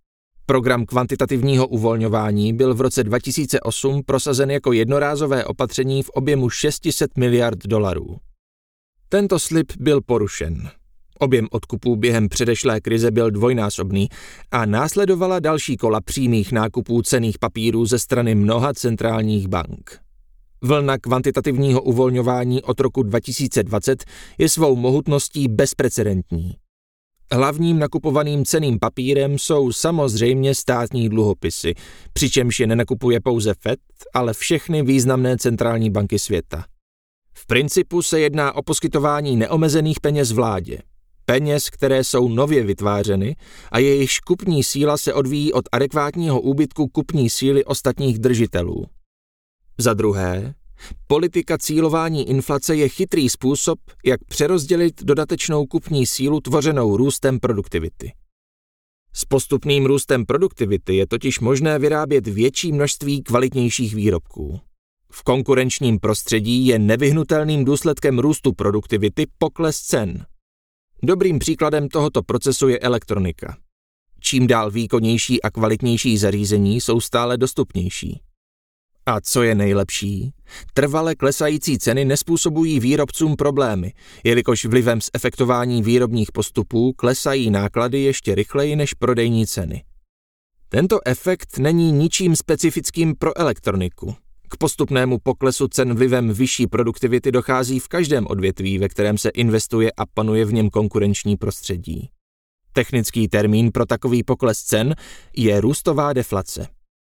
Program kvantitativního uvolňování byl v roce 2008 prosazen jako jednorázové opatření v objemu 600 miliard dolarů. Tento slib byl porušen. Objem odkupů během předešlé krize byl dvojnásobný a následovala další kola přímých nákupů cenných papírů ze strany mnoha centrálních bank. Vlna kvantitativního uvolňování od roku 2020 je svou mohutností bezprecedentní. Hlavním nakupovaným cenným papírem jsou samozřejmě státní dluhopisy, přičemž je nenakupuje pouze Fed, ale všechny významné centrální banky světa. V principu se jedná o poskytování neomezených peněz vládě. Peněz, které jsou nově vytvářeny a jejichž kupní síla se odvíjí od adekvátního úbytku kupní síly ostatních držitelů. Za druhé, politika cílování inflace je chytrý způsob, jak přerozdělit dodatečnou kupní sílu tvořenou růstem produktivity. S postupným růstem produktivity je totiž možné vyrábět větší množství kvalitnějších výrobků. V konkurenčním prostředí je nevyhnutelným důsledkem růstu produktivity pokles cen. Dobrým příkladem tohoto procesu je elektronika. Čím dál výkonnější a kvalitnější zařízení jsou stále dostupnější. A co je nejlepší? Trvale klesající ceny nezpůsobují výrobcům problémy, jelikož vlivem zefektování výrobních postupů klesají náklady ještě rychleji než prodejní ceny. Tento efekt není ničím specifickým pro elektroniku. K postupnému poklesu cen vlivem vyšší produktivity dochází v každém odvětví, ve kterém se investuje a panuje v něm konkurenční prostředí. Technický termín pro takový pokles cen je růstová deflace.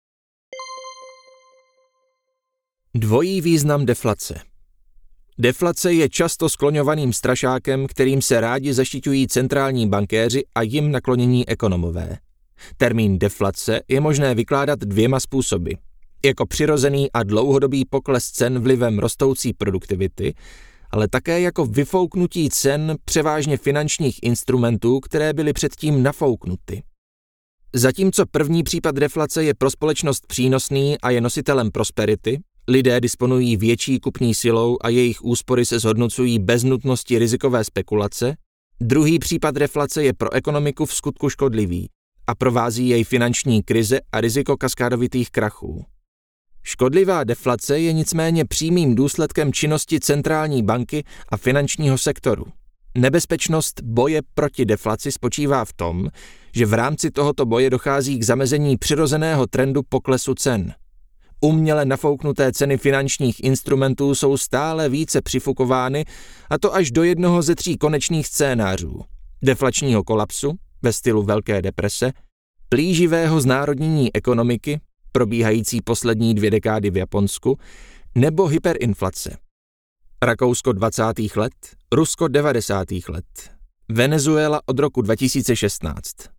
Dvojí význam deflace. Deflace je často skloňovaným strašákem, kterým se rádi zaštiťují centrální bankéři a jim naklonění ekonomové. Termín deflace je možné vykládat dvěma způsoby. Jako přirozený a dlouhodobý pokles cen vlivem rostoucí produktivity, ale také jako vyfouknutí cen převážně finančních instrumentů, které byly předtím nafouknuty. Zatímco první případ deflace je pro společnost přínosný a je nositelem prosperity, lidé disponují větší kupní silou a jejich úspory se zhodnocují bez nutnosti rizikové spekulace, druhý případ deflace je pro ekonomiku vskutku škodlivý a provází jej finanční krize a riziko kaskádovitých krachů. Škodlivá deflace je nicméně přímým důsledkem činnosti centrální banky a finančního sektoru. Nebezpečnost boje proti deflaci spočívá v tom, že v rámci tohoto boje dochází k zamezení přirozeného trendu poklesu cen. Uměle nafouknuté ceny finančních instrumentů jsou stále více přifukovány, a to až do jednoho ze 3 konečných scénářů. Deflačního kolapsu ve stylu Velké deprese, plíživého znárodnění ekonomiky, probíhající poslední 2 dekády v Japonsku, nebo hyperinflace. Rakousko 20. let, Rusko 90. let, Venezuela od roku 2016.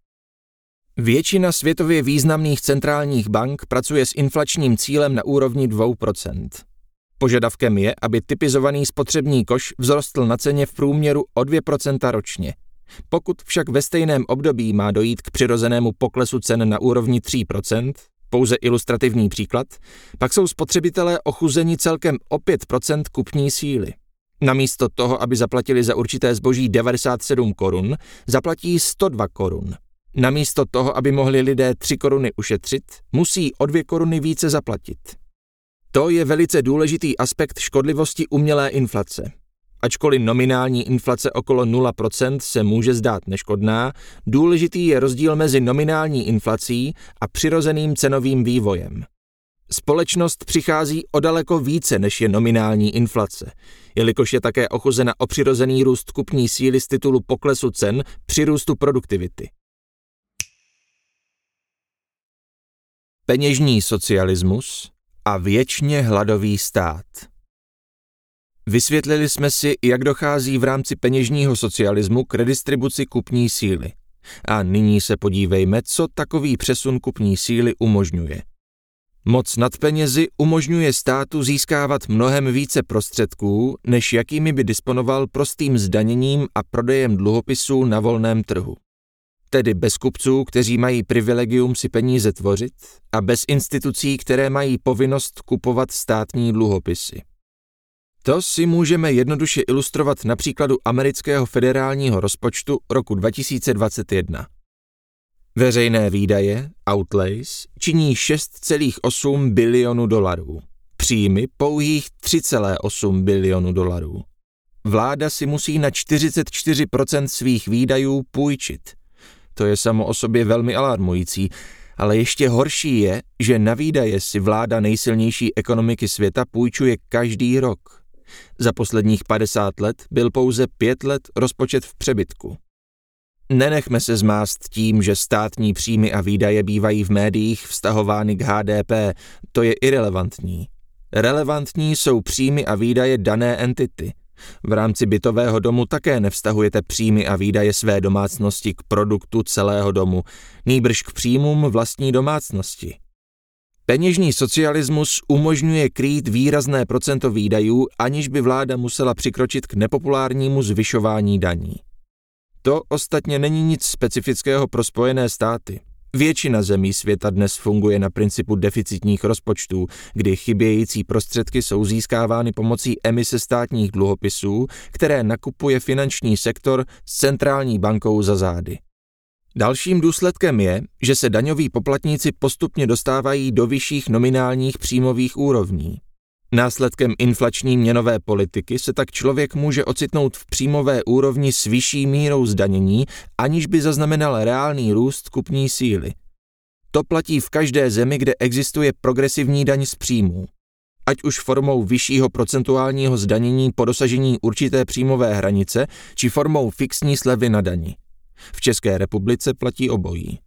Většina světově významných centrálních bank pracuje s inflačním cílem na úrovni 2%. Požadavkem je, aby typizovaný spotřební koš vzrostl na ceně v průměru o 2% ročně. Pokud však ve stejném období má dojít k přirozenému poklesu cen na úrovni 3%, pouze ilustrativní příklad, pak jsou spotřebitelé ochuzeni celkem o 5% kupní síly. Namísto toho, aby zaplatili za určité zboží 97 korun, zaplatí 102 korun. Namísto toho, aby mohli lidé 3 koruny ušetřit, musí o 2 koruny více zaplatit. To je velice důležitý aspekt škodlivosti umělé inflace. Ačkoliv nominální inflace okolo 0% se může zdát neškodná, důležitý je rozdíl mezi nominální inflací a přirozeným cenovým vývojem. Společnost přichází o daleko více, než je nominální inflace, jelikož je také ochuzena o přirozený růst kupní síly z titulu poklesu cen při růstu produktivity. Peněžní socialismus a věčně hladový stát. Vysvětlili jsme si, jak dochází v rámci peněžního socialismu k redistribuci kupní síly. A nyní se podívejme, co takový přesun kupní síly umožňuje. Moc nad penězi umožňuje státu získávat mnohem více prostředků, než jakými by disponoval prostým zdaněním a prodejem dluhopisů na volném trhu. Tedy bez kupců, kteří mají privilegium si peníze tvořit, a bez institucí, které mají povinnost kupovat státní dluhopisy. To si můžeme jednoduše ilustrovat na příkladu amerického federálního rozpočtu roku 2021. Veřejné výdaje, outlays, činí 6,8 bilionu dolarů. Příjmy pouhých 3,8 bilionu dolarů. Vláda si musí na 44% svých výdajů půjčit. To je samo o sobě velmi alarmující, ale ještě horší je, že na výdaje si vláda nejsilnější ekonomiky světa půjčuje každý rok. Za posledních 50 let byl pouze 5 let rozpočet v přebytku. Nenechme se zmást tím, že státní příjmy a výdaje bývají v médiích vztahovány k HDP, to je irelevantní. Relevantní jsou příjmy a výdaje dané entity. V rámci bytového domu také nevztahujete příjmy a výdaje své domácnosti k produktu celého domu, nýbrž k příjmům vlastní domácnosti. Peněžní socialismus umožňuje krýt výrazné procento výdajů, aniž by vláda musela přikročit k nepopulárnímu zvyšování daní. To ostatně není nic specifického pro Spojené státy. Většina zemí světa dnes funguje na principu deficitních rozpočtů, kdy chybějící prostředky jsou získávány pomocí emise státních dluhopisů, které nakupuje finanční sektor s centrální bankou za zády. Dalším důsledkem je, že se daňoví poplatníci postupně dostávají do vyšších nominálních příjmových úrovní. Následkem inflační měnové politiky se tak člověk může ocitnout v příjmové úrovni s vyšší mírou zdanění, aniž by zaznamenal reálný růst kupní síly. To platí v každé zemi, kde existuje progresivní daň z příjmů. Ať už formou vyššího procentuálního zdanění po dosažení určité příjmové hranice, či formou fixní slevy na dani. V České republice platí obojí.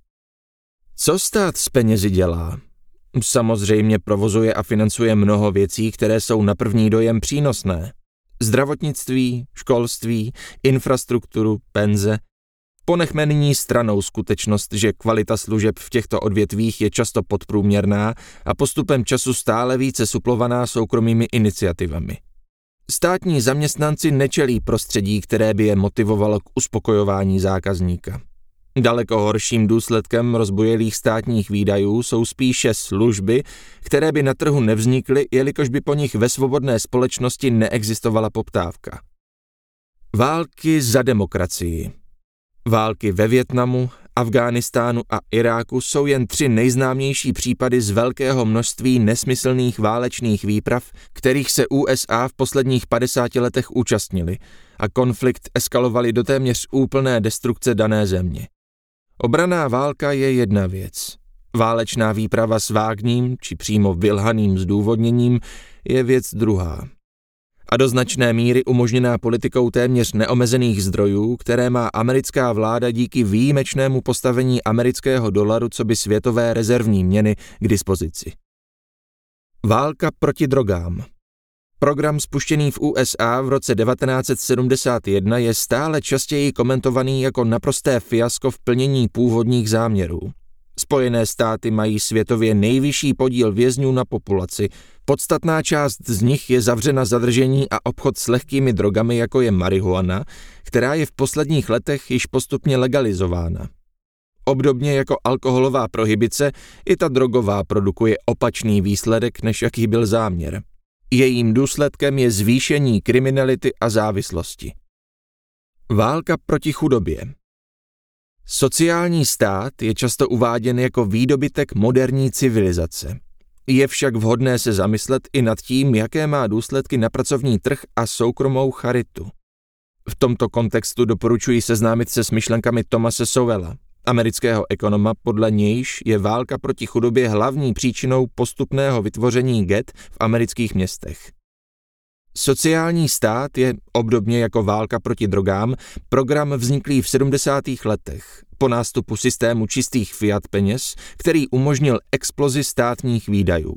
Co stát s penězi dělá? Samozřejmě provozuje a financuje mnoho věcí, které jsou na první dojem přínosné. Zdravotnictví, školství, infrastrukturu, penze. Ponechme nyní stranou skutečnost, že kvalita služeb v těchto odvětvích je často podprůměrná a postupem času stále více suplovaná soukromými iniciativami. Státní zaměstnanci nečelí prostředí, které by je motivovalo k uspokojování zákazníka. Daleko horším důsledkem rozbujelých státních výdajů jsou spíše služby, které by na trhu nevznikly, jelikož by po nich ve svobodné společnosti neexistovala poptávka. Války za demokracii. Války ve Vietnamu, Afghánistánu a Iráku jsou jen 3 nejznámější případy z velkého množství nesmyslných válečných výprav, kterých se USA v posledních 50 letech účastnili a konflikt eskalovaly do téměř úplné destrukce dané země. Obranná válka je jedna věc. Válečná výprava s vágním či přímo vylhaným zdůvodněním je věc druhá. A do značné míry umožněná politikou téměř neomezených zdrojů, které má americká vláda díky výjimečnému postavení amerického dolaru coby světové rezervní měny k dispozici. Válka proti drogám. Program spuštěný v USA v roce 1971 je stále častěji komentovaný jako naprosté fiasko v plnění původních záměrů. Spojené státy mají světově nejvyšší podíl vězňů na populaci, podstatná část z nich je zavřena za držení a obchod s lehkými drogami, jako je marihuana, která je v posledních letech již postupně legalizována. Obdobně jako alkoholová prohibice, i ta drogová produkuje opačný výsledek, než jaký byl záměr. Jejím důsledkem je zvýšení kriminality a závislosti. Válka proti chudobě. Sociální stát je často uváděn jako výdobytek moderní civilizace. Je však vhodné se zamyslet i nad tím, jaké má důsledky na pracovní trh a soukromou charitu. V tomto kontextu doporučuji seznámit se s myšlenkami Thomase Sowella, amerického ekonoma, podle nějž je válka proti chudobě hlavní příčinou postupného vytvoření ghett v amerických městech. Sociální stát je, obdobně jako válka proti drogám, program vzniklý v 70. letech po nástupu systému čistých fiat peněz, který umožnil explozi státních výdajů.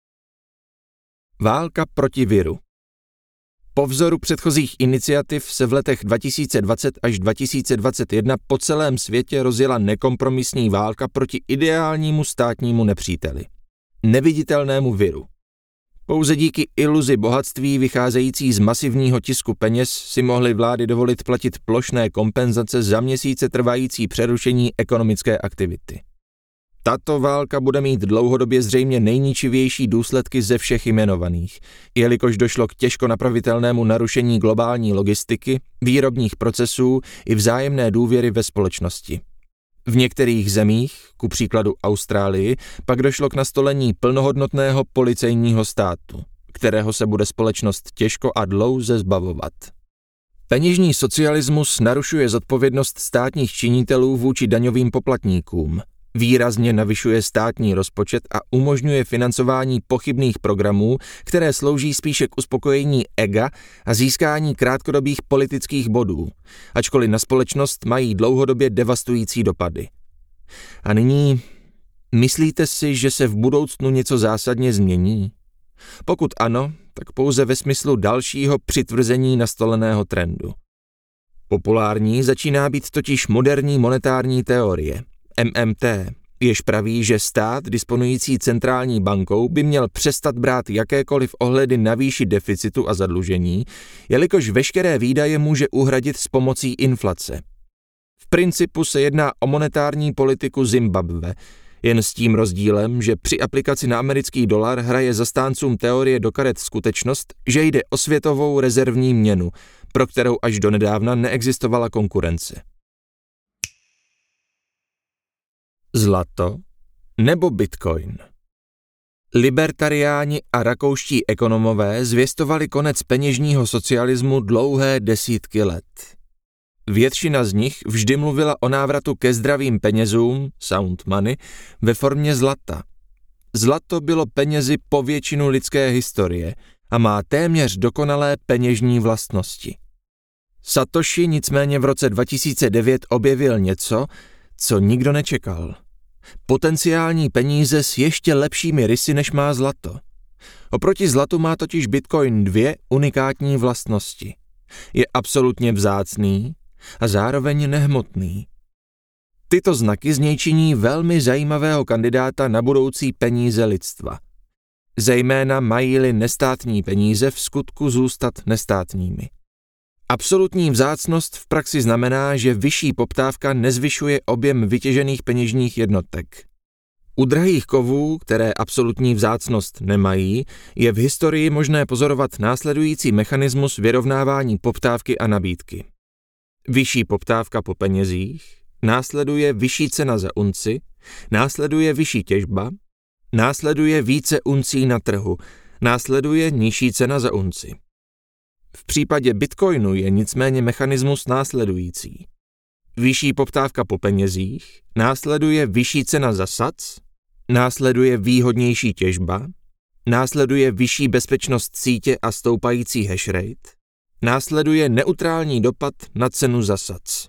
Válka proti viru. Po vzoru předchozích iniciativ se v letech 2020 až 2021 po celém světě rozjela nekompromisní válka proti ideálnímu státnímu nepříteli – neviditelnému viru. Pouze díky iluzi bohatství vycházející z masivního tisku peněz si mohly vlády dovolit platit plošné kompenzace za měsíce trvající přerušení ekonomické aktivity. Tato válka bude mít dlouhodobě zřejmě nejničivější důsledky ze všech jmenovaných, jelikož došlo k těžko napravitelnému narušení globální logistiky, výrobních procesů i vzájemné důvěry ve společnosti. V některých zemích, ku příkladu Austrálii, pak došlo k nastolení plnohodnotného policejního státu, kterého se bude společnost těžko a dlouze zbavovat. Peněžní socialismus narušuje zodpovědnost státních činitelů vůči daňovým poplatníkům, výrazně navyšuje státní rozpočet a umožňuje financování pochybných programů, které slouží spíše k uspokojení ega a získání krátkodobých politických bodů, ačkoliv na společnost mají dlouhodobě devastující dopady. A nyní, myslíte si, že se v budoucnu něco zásadně změní? Pokud ano, tak pouze ve smyslu dalšího přitvrzení nastoleného trendu. Populární začíná být totiž moderní monetární teorie, MMT, jež praví, že stát disponující centrální bankou by měl přestat brát jakékoliv ohledy na výši deficitu a zadlužení, jelikož veškeré výdaje může uhradit s pomocí inflace. V principu se jedná o monetární politiku Zimbabwe, jen s tím rozdílem, že při aplikaci na americký dolar hraje zastáncům teorie do karet skutečnost, že jde o světovou rezervní měnu, pro kterou až donedávna neexistovala konkurence. Zlato nebo bitcoin? Libertariáni a rakouští ekonomové zvěstovali konec peněžního socialismu dlouhé desítky let. Většina z nich vždy mluvila o návratu ke zdravým penězům, sound money, ve formě zlata. Zlato bylo penězi po většinu lidské historie a má téměř dokonalé peněžní vlastnosti. Satoshi nicméně v roce 2009 objevil něco, co nikdo nečekal. Potenciální peníze s ještě lepšími rysy, než má zlato. Oproti zlatu má totiž bitcoin dvě unikátní vlastnosti. Je absolutně vzácný a zároveň nehmotný. Tyto znaky z něj činí velmi zajímavého kandidáta na budoucí peníze lidstva. Zejména mají-li nestátní peníze v skutku zůstat nestátními. Absolutní vzácnost v praxi znamená, že vyšší poptávka nezvyšuje objem vytěžených peněžních jednotek. U drahých kovů, které absolutní vzácnost nemají, je v historii možné pozorovat následující mechanismus vyrovnávání poptávky a nabídky. Vyšší poptávka po penězích, následuje vyšší cena za unci, následuje vyšší těžba, následuje více uncí na trhu, následuje nižší cena za unci. V případě bitcoinu je nicméně mechanismus následující. Vyšší poptávka po penězích, následuje vyšší cena za sac, následuje výhodnější těžba, následuje vyšší bezpečnost sítě a stoupající hash rate, následuje neutrální dopad na cenu za sac.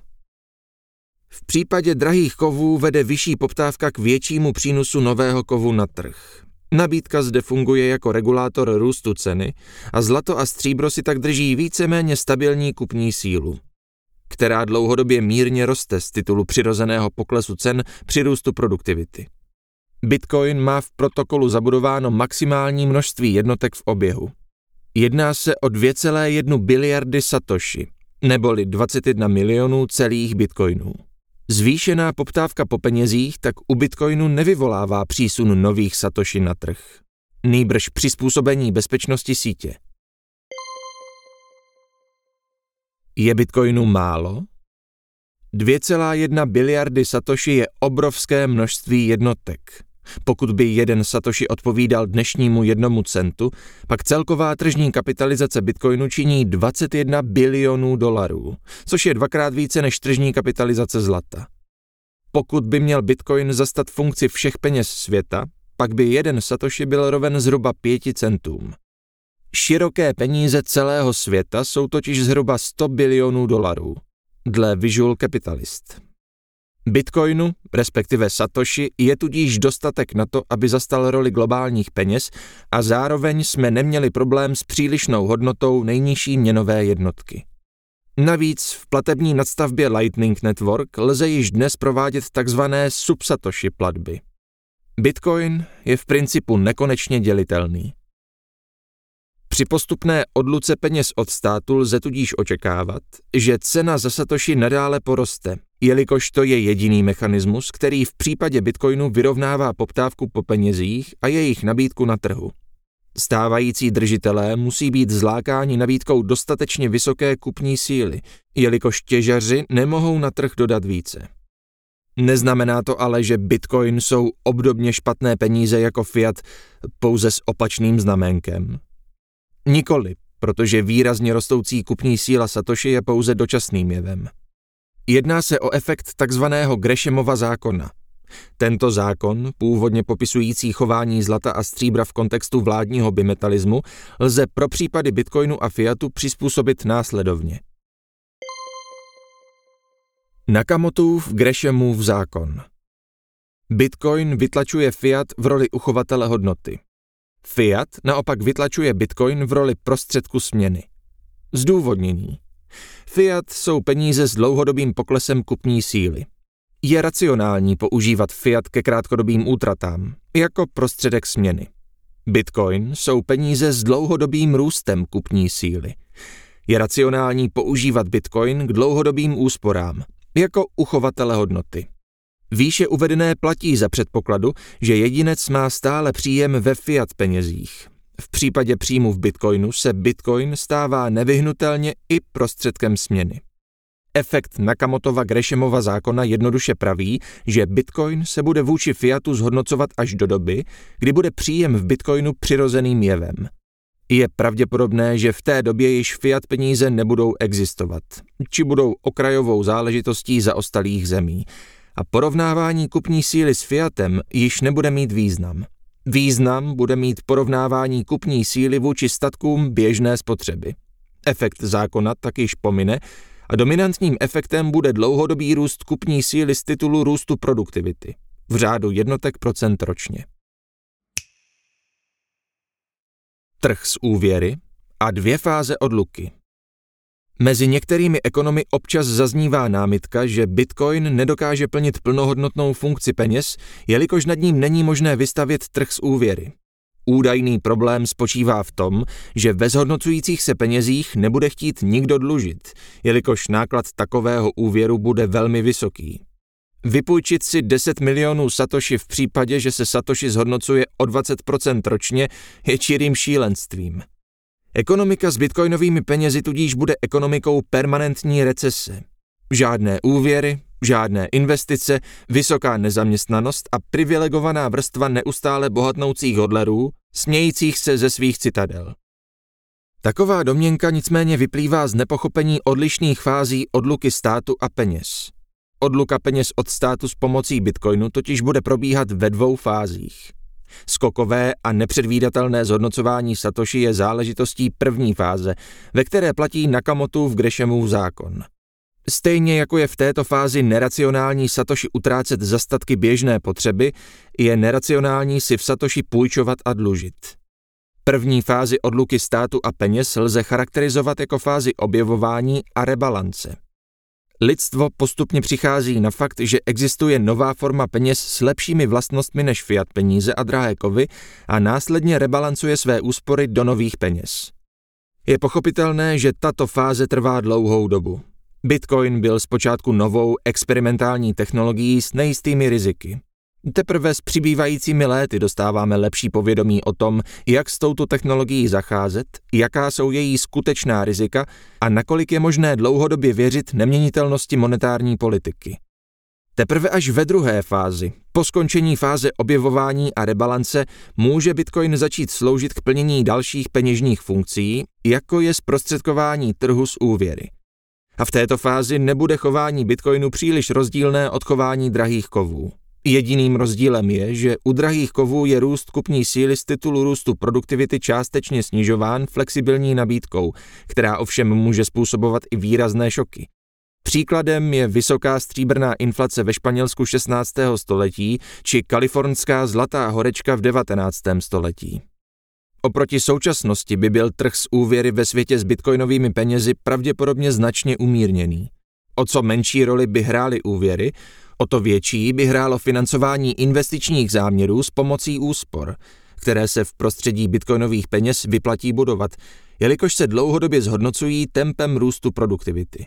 V případě drahých kovů vede vyšší poptávka k většímu přínosu nového kovu na trh. Nabídka zde funguje jako regulátor růstu ceny a zlato a stříbro si tak drží víceméně stabilní kupní sílu, která dlouhodobě mírně roste z titulu přirozeného poklesu cen při růstu produktivity. Bitcoin má v protokolu zabudováno maximální množství jednotek v oběhu. Jedná se o 2,1 biliardy satoshi, neboli 21 milionů celých bitcoinů. Zvýšená poptávka po penězích tak u bitcoinu nevyvolává přísun nových satoshi na trh, nýbrž přizpůsobení bezpečnosti sítě. Je bitcoinu málo? 2,1 biliardy satoshi je obrovské množství jednotek. Pokud by jeden satoshi odpovídal dnešnímu 1 centu, pak celková tržní kapitalizace bitcoinu činí 21 bilionů dolarů, což je 2krát více než tržní kapitalizace zlata. Pokud by měl bitcoin zastat funkci všech peněz světa, pak by jeden satoshi byl roven zhruba 5 centům. Široké peníze celého světa jsou totiž zhruba 100 bilionů dolarů, dle Visual Capitalist. Bitcoinu, respektive satoshi, je tudíž dostatek na to, aby zastal roli globálních peněz a zároveň jsme neměli problém s přílišnou hodnotou nejnižší měnové jednotky. Navíc v platební nadstavbě Lightning Network lze již dnes provádět takzvané subsatoshi platby. Bitcoin je v principu nekonečně dělitelný. Při postupné odluce peněz od státu lze tudíž očekávat, že cena za satoshi nadále poroste, jelikož to je jediný mechanismus, který v případě bitcoinu vyrovnává poptávku po penězích a jejich nabídku na trhu. Stávající držitelé musí být zlákáni nabídkou dostatečně vysoké kupní síly, jelikož těžaři nemohou na trh dodat více. Neznamená to ale, že Bitcoin jsou obdobně špatné peníze jako fiat, pouze s opačným znaménkem. Nikoli, protože výrazně rostoucí kupní síla Satoshi je pouze dočasným jevem. Jedná se o efekt takzvaného Greshemova zákona. Tento zákon, původně popisující chování zlata a stříbra v kontextu vládního bimetalismu, lze pro případy Bitcoinu a fiatu přizpůsobit následovně. Nakamotův Greshemův zákon. Bitcoin vytlačuje fiat v roli uchovatele hodnoty. Fiat naopak vytlačuje Bitcoin v roli prostředku směny. Zdůvodnění. Fiat jsou peníze s dlouhodobým poklesem kupní síly. Je racionální používat fiat ke krátkodobým útratám, jako prostředek směny. Bitcoin jsou peníze s dlouhodobým růstem kupní síly. Je racionální používat Bitcoin k dlouhodobým úsporám, jako uchovatele hodnoty. Výše uvedené platí za předpokladu, že jedinec má stále příjem ve fiat penězích. V případě příjmu v Bitcoinu se Bitcoin stává nevyhnutelně i prostředkem směny. Efekt Nakamotova Greshemova zákona jednoduše praví, že Bitcoin se bude vůči fiatu zhodnocovat až do doby, kdy bude příjem v Bitcoinu přirozeným jevem. Je pravděpodobné, že v té době již fiat peníze nebudou existovat, či budou okrajovou záležitostí zaostalých zemí. A porovnávání kupní síly s fiatem již nebude mít význam. Význam bude mít porovnávání kupní síly vůči statkům běžné spotřeby. Efekt zákona tak již pomine a dominantním efektem bude dlouhodobý růst kupní síly z titulu růstu produktivity v řádu jednotek procent ročně. Trh s úvěry a 2 fáze odluky. Mezi některými ekonomy občas zaznívá námitka, že Bitcoin nedokáže plnit plnohodnotnou funkci peněz, jelikož nad ním není možné vystavět trh s úvěry. Údajný problém spočívá v tom, že ve zhodnocujících se penězích nebude chtít nikdo dlužit, jelikož náklad takového úvěru bude velmi vysoký. Vypůjčit si 10 milionů satoshi v případě, že se satoshi zhodnocuje o 20% ročně, je čirým šílenstvím. Ekonomika s bitcoinovými penězi tudíž bude ekonomikou permanentní recese. Žádné úvěry, žádné investice, vysoká nezaměstnanost a privilegovaná vrstva neustále bohatnoucích hodlerů, smějících se ze svých citadel. Taková domněnka nicméně vyplývá z nepochopení odlišných fází odluky státu a peněz. Odluka peněz od státu s pomocí Bitcoinu totiž bude probíhat ve 2 fázích. Skokové a nepředvídatelné zhodnocování satoshi je záležitostí první fáze, ve které platí Nakamotův Greshemův zákon. Stejně jako je v této fázi neracionální satoshi utrácet za statky běžné potřeby, je neracionální si v satoshi půjčovat a dlužit. První fázi odluky státu a peněz lze charakterizovat jako fázi objevování a rebalance. Lidstvo postupně přichází na fakt, že existuje nová forma peněz s lepšími vlastnostmi než fiat peníze a drahé kovy a následně rebalancuje své úspory do nových peněz. Je pochopitelné, že tato fáze trvá dlouhou dobu. Bitcoin byl zpočátku novou experimentální technologií s nejistými riziky. Teprve s přibývajícími léty dostáváme lepší povědomí o tom, jak s touto technologií zacházet, jaká jsou její skutečná rizika a nakolik je možné dlouhodobě věřit neměnitelnosti monetární politiky. Teprve až ve druhé fázi, po skončení fáze objevování a rebalance, může Bitcoin začít sloužit k plnění dalších peněžních funkcí, jako je zprostředkování trhu s úvěry. A v této fázi nebude chování Bitcoinu příliš rozdílné od chování drahých kovů. Jediným rozdílem je, že u drahých kovů je růst kupní síly z titulu růstu produktivity částečně snižován flexibilní nabídkou, která ovšem může způsobovat i výrazné šoky. Příkladem je vysoká stříbrná inflace ve Španělsku 16. století či kalifornská zlatá horečka v 19. století. Oproti současnosti by byl trh s úvěry ve světě s bitcoinovými penězi pravděpodobně značně umírněný. O co menší roli by hrály úvěry, o to větší by hrálo financování investičních záměrů s pomocí úspor, které se v prostředí bitcoinových peněz vyplatí budovat, jelikož se dlouhodobě zhodnocují tempem růstu produktivity.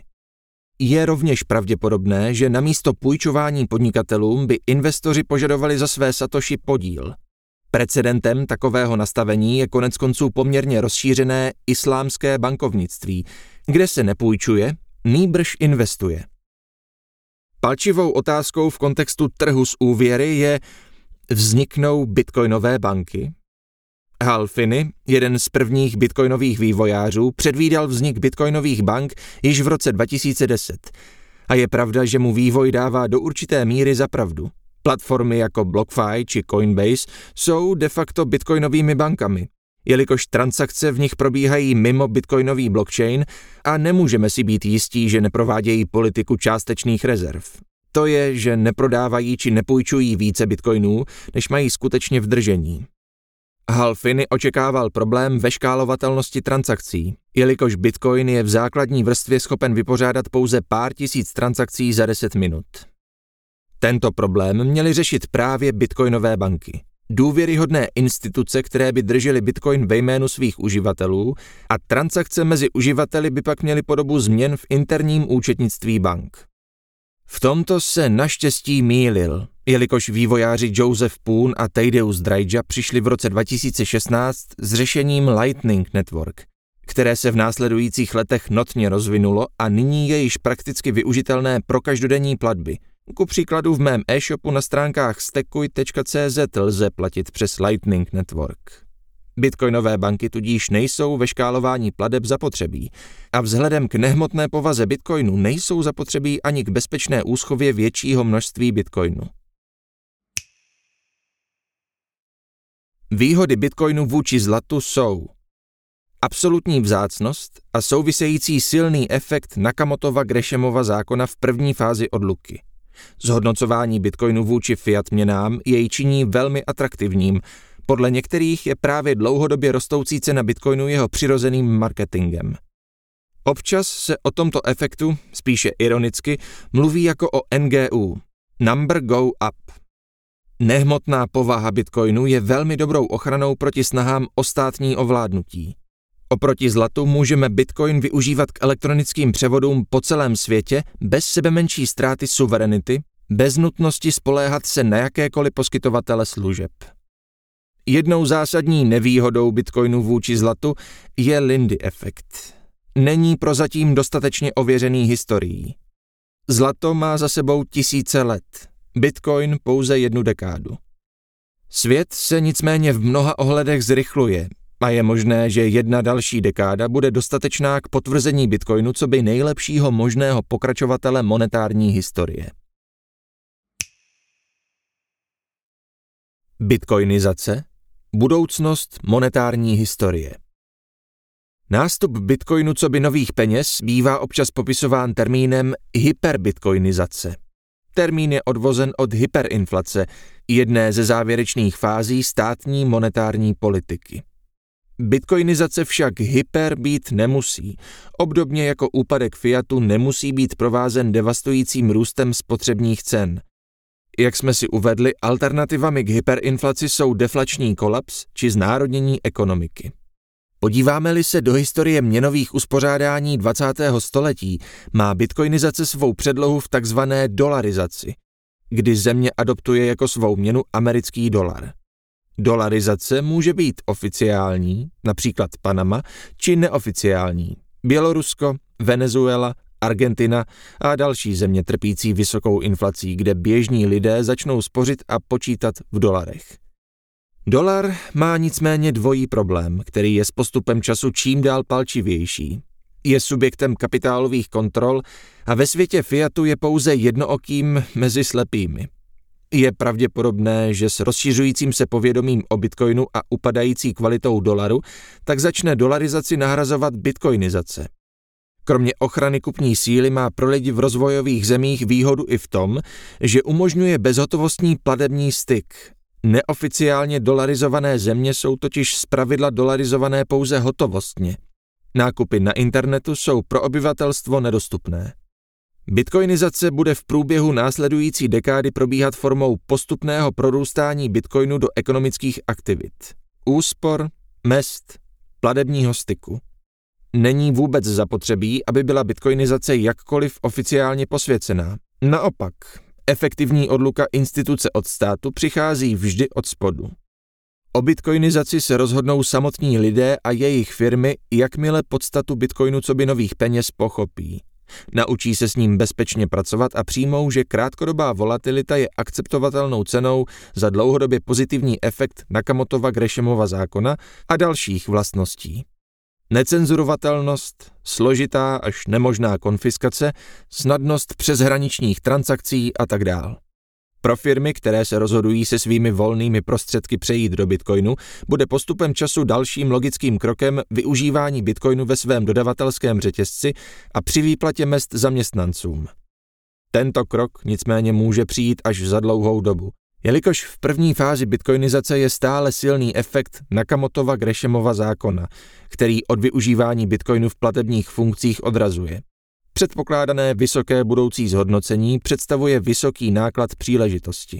Je rovněž pravděpodobné, že namísto půjčování podnikatelům by investoři požadovali za své satoshi podíl. Precedentem takového nastavení je koneckonců poměrně rozšířené islámské bankovnictví, kde se nepůjčuje, nýbrž investuje. Palčivou otázkou v kontextu trhu s úvěry je, vzniknou bitcoinové banky? Hal Finney, jeden z prvních bitcoinových vývojářů, předvídal vznik bitcoinových bank již v roce 2010. A je pravda, že mu vývoj dává do určité míry za pravdu. Platformy jako BlockFi či Coinbase jsou de facto bitcoinovými bankami, jelikož transakce v nich probíhají mimo bitcoinový blockchain a nemůžeme si být jistí, že neprovádějí politiku částečných rezerv. To je, že neprodávají či nepůjčují více bitcoinů, než mají skutečně v držení. Hal Finney očekával problém ve škálovatelnosti transakcí, jelikož bitcoin je v základní vrstvě schopen vypořádat pouze pár tisíc transakcí za 10 minut. Tento problém měly řešit právě bitcoinové banky. Důvěryhodné instituce, které by držely bitcoin ve jménu svých uživatelů, a transakce mezi uživateli by pak měly podobu změn v interním účetnictví bank. V tomto se naštěstí mýlil, jelikož vývojáři Joseph Poon a Thaddeus Dryja přišli v roce 2016 s řešením Lightning Network, které se v následujících letech notně rozvinulo a nyní je již prakticky využitelné pro každodenní platby. Ku příkladu v mém e-shopu na stránkách stekuj.cz lze platit přes Lightning Network. Bitcoinové banky tudíž nejsou ve škálování plateb zapotřebí a vzhledem k nehmotné povaze bitcoinu nejsou zapotřebí ani k bezpečné úschově většího množství bitcoinu. Výhody bitcoinu vůči zlatu jsou absolutní vzácnost a související silný efekt Nakamotova-Grešemova zákona v první fázi odluky. Zhodnocování bitcoinu vůči fiat měnám jej činí velmi atraktivním. Podle některých je právě dlouhodobě rostoucí cena bitcoinu jeho přirozeným marketingem. Občas se o tomto efektu, spíše ironicky, mluví jako o NGU, Number Go Up. Nehmotná povaha bitcoinu je velmi dobrou ochranou proti snahám o státní ovládnutí. Oproti zlatu můžeme bitcoin využívat k elektronickým převodům po celém světě bez sebemenší ztráty suverenity, bez nutnosti spoléhat se na jakékoliv poskytovatele služeb. Jednou zásadní nevýhodou bitcoinu vůči zlatu je Lindy efekt. Není prozatím dostatečně ověřený historií. Zlato má za sebou tisíce let, bitcoin pouze 1 dekádu. Svět se nicméně v mnoha ohledech zrychluje a je možné, že 1 další dekáda bude dostatečná k potvrzení bitcoinu coby nejlepšího možného pokračovatele monetární historie. Bitcoinizace, budoucnost monetární historie. Nástup bitcoinu coby nových peněz bývá občas popisován termínem hyperbitcoinizace. Termín je odvozen od hyperinflace, jedné ze závěrečných fází státní monetární politiky. Bitcoinizace však hyper být nemusí, obdobně jako úpadek fiatu nemusí být provázen devastujícím růstem spotřebních cen. Jak jsme si uvedli, alternativami k hyperinflaci jsou deflační kolaps či znárodnění ekonomiky. Podíváme-li se do historie měnových uspořádání 20. století, má bitcoinizace svou předlohu v takzvané dolarizaci, kdy země adoptuje jako svou měnu americký dolar. Dolarizace může být oficiální, například Panama, či neoficiální, Bělorusko, Venezuela, Argentina a další země trpící vysokou inflací, kde běžní lidé začnou spořit a počítat v dolarech. Dolar má nicméně dvojí problém, který je s postupem času čím dál palčivější. Je subjektem kapitálových kontrol a ve světě fiatu je pouze jednookým mezi slepými. Je pravděpodobné, že s rozšiřujícím se povědomím o bitcoinu a upadající kvalitou dolaru, tak začne dolarizaci nahrazovat bitcoinizace. Kromě ochrany kupní síly má pro lidi v rozvojových zemích výhodu i v tom, že umožňuje bezhotovostní platební styk. Neoficiálně dolarizované země jsou totiž zpravidla dolarizované pouze hotovostně. Nákupy na internetu jsou pro obyvatelstvo nedostupné. Bitcoinizace bude v průběhu následující dekády probíhat formou postupného prorůstání bitcoinu do ekonomických aktivit. Úspor, mezd, platebního styku. Není vůbec zapotřebí, aby byla bitcoinizace jakkoliv oficiálně posvěcená. Naopak, efektivní odluka instituce od státu přichází vždy od spodu. O bitcoinizaci se rozhodnou samotní lidé a jejich firmy, jakmile podstatu bitcoinu coby nových peněz pochopí. Naučí se s ním bezpečně pracovat a přijmou, že krátkodobá volatilita je akceptovatelnou cenou za dlouhodobě pozitivní efekt Nakamotova-Grešemova zákona a dalších vlastností. Necenzurovatelnost, složitá až nemožná konfiskace, snadnost přeshraničních transakcí a tak dál. Pro firmy, které se rozhodují se svými volnými prostředky přejít do Bitcoinu, bude postupem času dalším logickým krokem využívání Bitcoinu ve svém dodavatelském řetězci a při výplatě mezd zaměstnancům. Tento krok nicméně může přijít až za dlouhou dobu, jelikož v první fázi bitcoinizace je stále silný efekt Nakamotova-Grešemova zákona, který od využívání Bitcoinu v platebních funkcích odrazuje. Předpokládané vysoké budoucí zhodnocení představuje vysoký náklad příležitosti.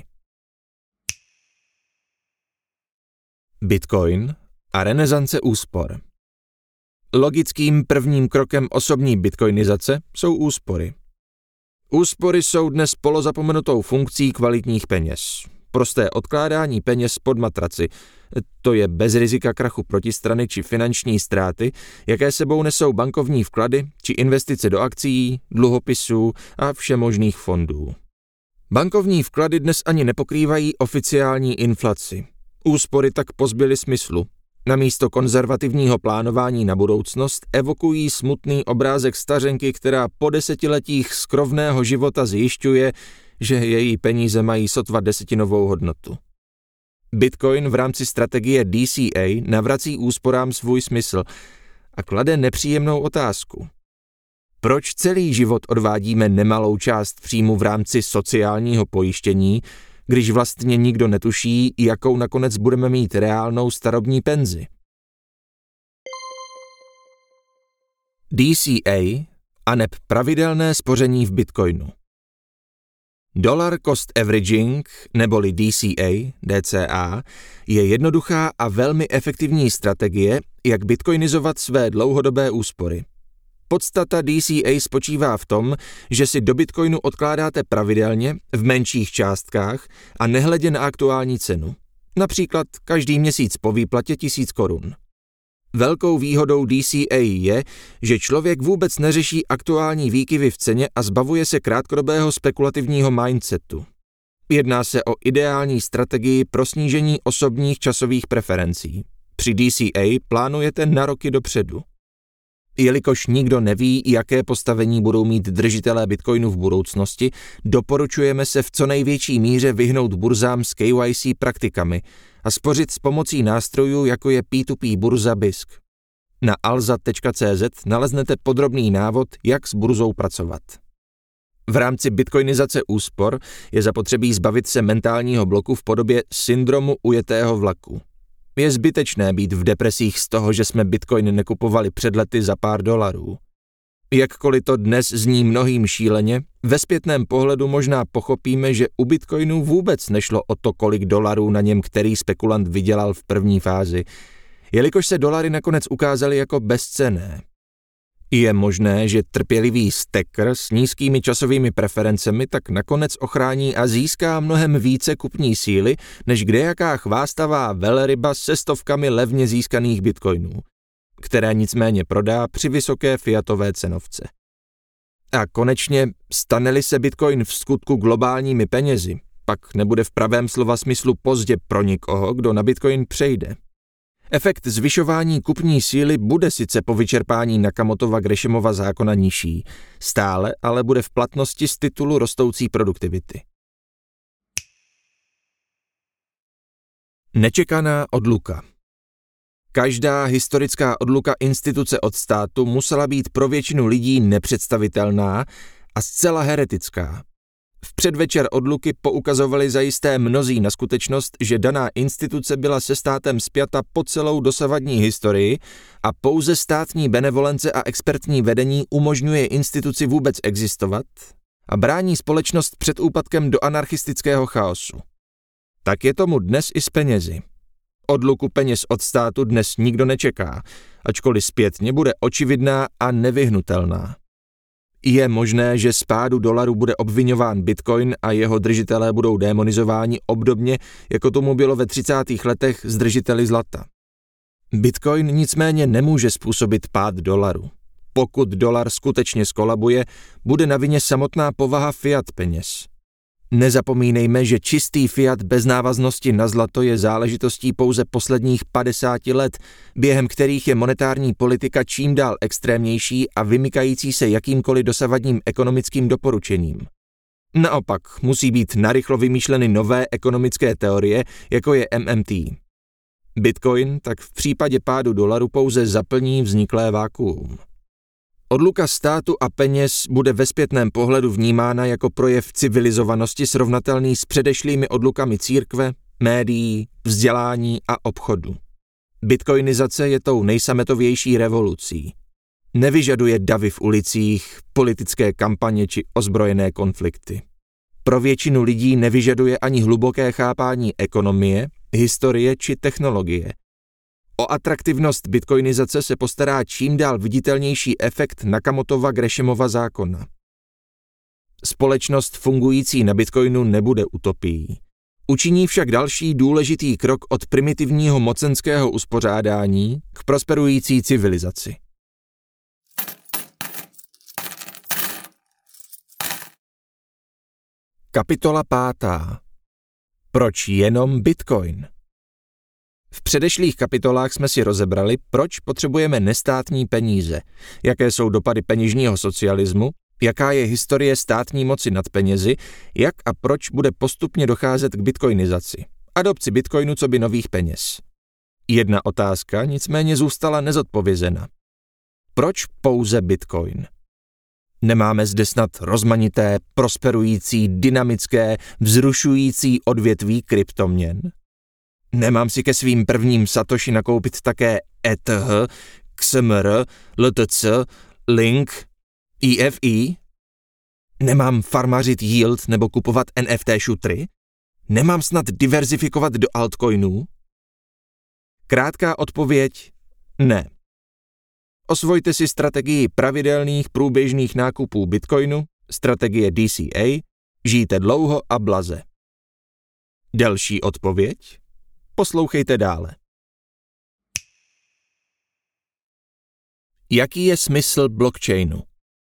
Bitcoin a renesance úspor. Logickým prvním krokem osobní bitcoinizace jsou úspory. Úspory jsou dnes polozapomenutou funkcí kvalitních peněz. Prosté odkládání peněz pod matraci, to je bez rizika krachu protistrany či finanční ztráty, jaké sebou nesou bankovní vklady či investice do akcií, dluhopisů a všemožných fondů. Bankovní vklady dnes ani nepokrývají oficiální inflaci. Úspory tak pozbyly smyslu. Namísto konzervativního plánování na budoucnost evokují smutný obrázek stařenky, která po desetiletích skrovného života zjišťuje, že její peníze mají sotva desetinovou hodnotu. Bitcoin v rámci strategie DCA navrací úsporám svůj smysl a klade nepříjemnou otázku. Proč celý život odvádíme nemalou část příjmu v rámci sociálního pojištění, když vlastně nikdo netuší, jakou nakonec budeme mít reálnou starobní penzi? DCA aneb pravidelné spoření v Bitcoinu. Dollar Cost Averaging, neboli DCA, je jednoduchá a velmi efektivní strategie, jak bitcoinizovat své dlouhodobé úspory. Podstata DCA spočívá v tom, že si do Bitcoinu odkládáte pravidelně, v menších částkách a nehledě na aktuální cenu. Například každý měsíc po výplatě 1000 korun. Velkou výhodou DCA je, že člověk vůbec neřeší aktuální výkyvy v ceně a zbavuje se krátkodobého spekulativního mindsetu. Jedná se o ideální strategii pro snížení osobních časových preferencí. Při DCA plánujete na roky dopředu. Jelikož nikdo neví, jaké postavení budou mít držitelé Bitcoinu v budoucnosti, doporučujeme se v co největší míře vyhnout burzám s KYC praktikami a spořit s pomocí nástrojů, jako je P2P burza BISC. Na alza.cz naleznete podrobný návod, jak s burzou pracovat. V rámci bitcoinizace úspor je zapotřebí zbavit se mentálního bloku v podobě syndromu ujetého vlaku. Je zbytečné být v depresích z toho, že jsme Bitcoin nekupovali před lety za pár dolarů. Jakkoliv to dnes zní mnohým šíleně, ve zpětném pohledu možná pochopíme, že u Bitcoinu vůbec nešlo o to, kolik dolarů na něm který spekulant vydělal v první fázi, jelikož se dolary nakonec ukázaly jako bezcenné. Je možné, že trpělivý stacker s nízkými časovými preferencemi tak nakonec ochrání a získá mnohem více kupní síly, než kdejaká chvástavá velryba se stovkami levně získaných bitcoinů, které nicméně prodá při vysoké fiatové cenovce. A konečně, stane-li se Bitcoin v skutku globálními penězi, pak nebude v pravém slova smyslu pozdě pro nikoho, kdo na Bitcoin přejde. Efekt zvyšování kupní síly bude sice po vyčerpání Nakamotova-Grešemova zákona nižší, stále ale bude v platnosti z titulu rostoucí produktivity. Nečekaná odluka. Každá historická odluka instituce od státu musela být pro většinu lidí nepředstavitelná a zcela heretická. V předvečer odluky poukazovali zajisté mnozí na skutečnost, že daná instituce byla se státem spjata po celou dosavadní historii a pouze státní benevolence a expertní vedení umožňuje instituci vůbec existovat a brání společnost před úpadkem do anarchistického chaosu. Tak je tomu dnes i s penězi. Odluku peněz od státu dnes nikdo nečeká, ačkoliv zpětně bude očividná a nevyhnutelná. Je možné, že z pádu dolaru bude obviňován Bitcoin a jeho držitelé budou démonizováni obdobně, jako tomu bylo ve 30. letech s držiteli zlata. Bitcoin nicméně nemůže způsobit pád dolaru. Pokud dolar skutečně skolabuje, bude na vině samotná povaha fiat peněz. Nezapomínejme, že čistý fiat bez návaznosti na zlato je záležitostí pouze posledních 50 let, během kterých je monetární politika čím dál extrémnější a vymykající se jakýmkoliv dosavadním ekonomickým doporučením. Naopak musí být narychlo vymýšleny nové ekonomické teorie, jako je MMT. Bitcoin tak v případě pádu dolaru pouze zaplní vzniklé vákuum. Odluka státu a peněz bude ve zpětném pohledu vnímána jako projev civilizovanosti srovnatelný s předešlými odlukami církve, médií, vzdělání a obchodu. Bitcoinizace je tou nejsametovější revolucí. Nevyžaduje davy v ulicích, politické kampaně či ozbrojené konflikty. Pro většinu lidí nevyžaduje ani hluboké chápání ekonomie, historie či technologie. O atraktivnost bitcoinizace se postará čím dál viditelnější efekt Nakamotova-Grešemova zákona. Společnost fungující na bitcoinu nebude utopií. Učiní však další důležitý krok od primitivního mocenského uspořádání k prosperující civilizaci. Kapitola 5. Proč jenom Bitcoin? V předešlých kapitolách jsme si rozebrali, proč potřebujeme nestátní peníze, jaké jsou dopady peněžního socialismu, jaká je historie státní moci nad penězi, jak a proč bude postupně docházet k bitcoinizaci, adopci bitcoinu coby nových peněz. Jedna otázka nicméně zůstala nezodpovězena. Proč pouze bitcoin? Nemáme zde snad rozmanité, prosperující, dynamické, vzrušující odvětví kryptoměn? Nemám si ke svým prvním satoshi nakoupit také ETH, XMR, LTC, Link, EFE? Nemám farmařit yield nebo kupovat NFT šutry? Nemám snad diverzifikovat do altcoinů? Krátká odpověď – ne. Osvojte si strategii pravidelných průběžných nákupů bitcoinu, strategie DCA, žijte dlouho a blaze. Delší odpověď? Poslouchejte dále. Jaký je smysl blockchainu?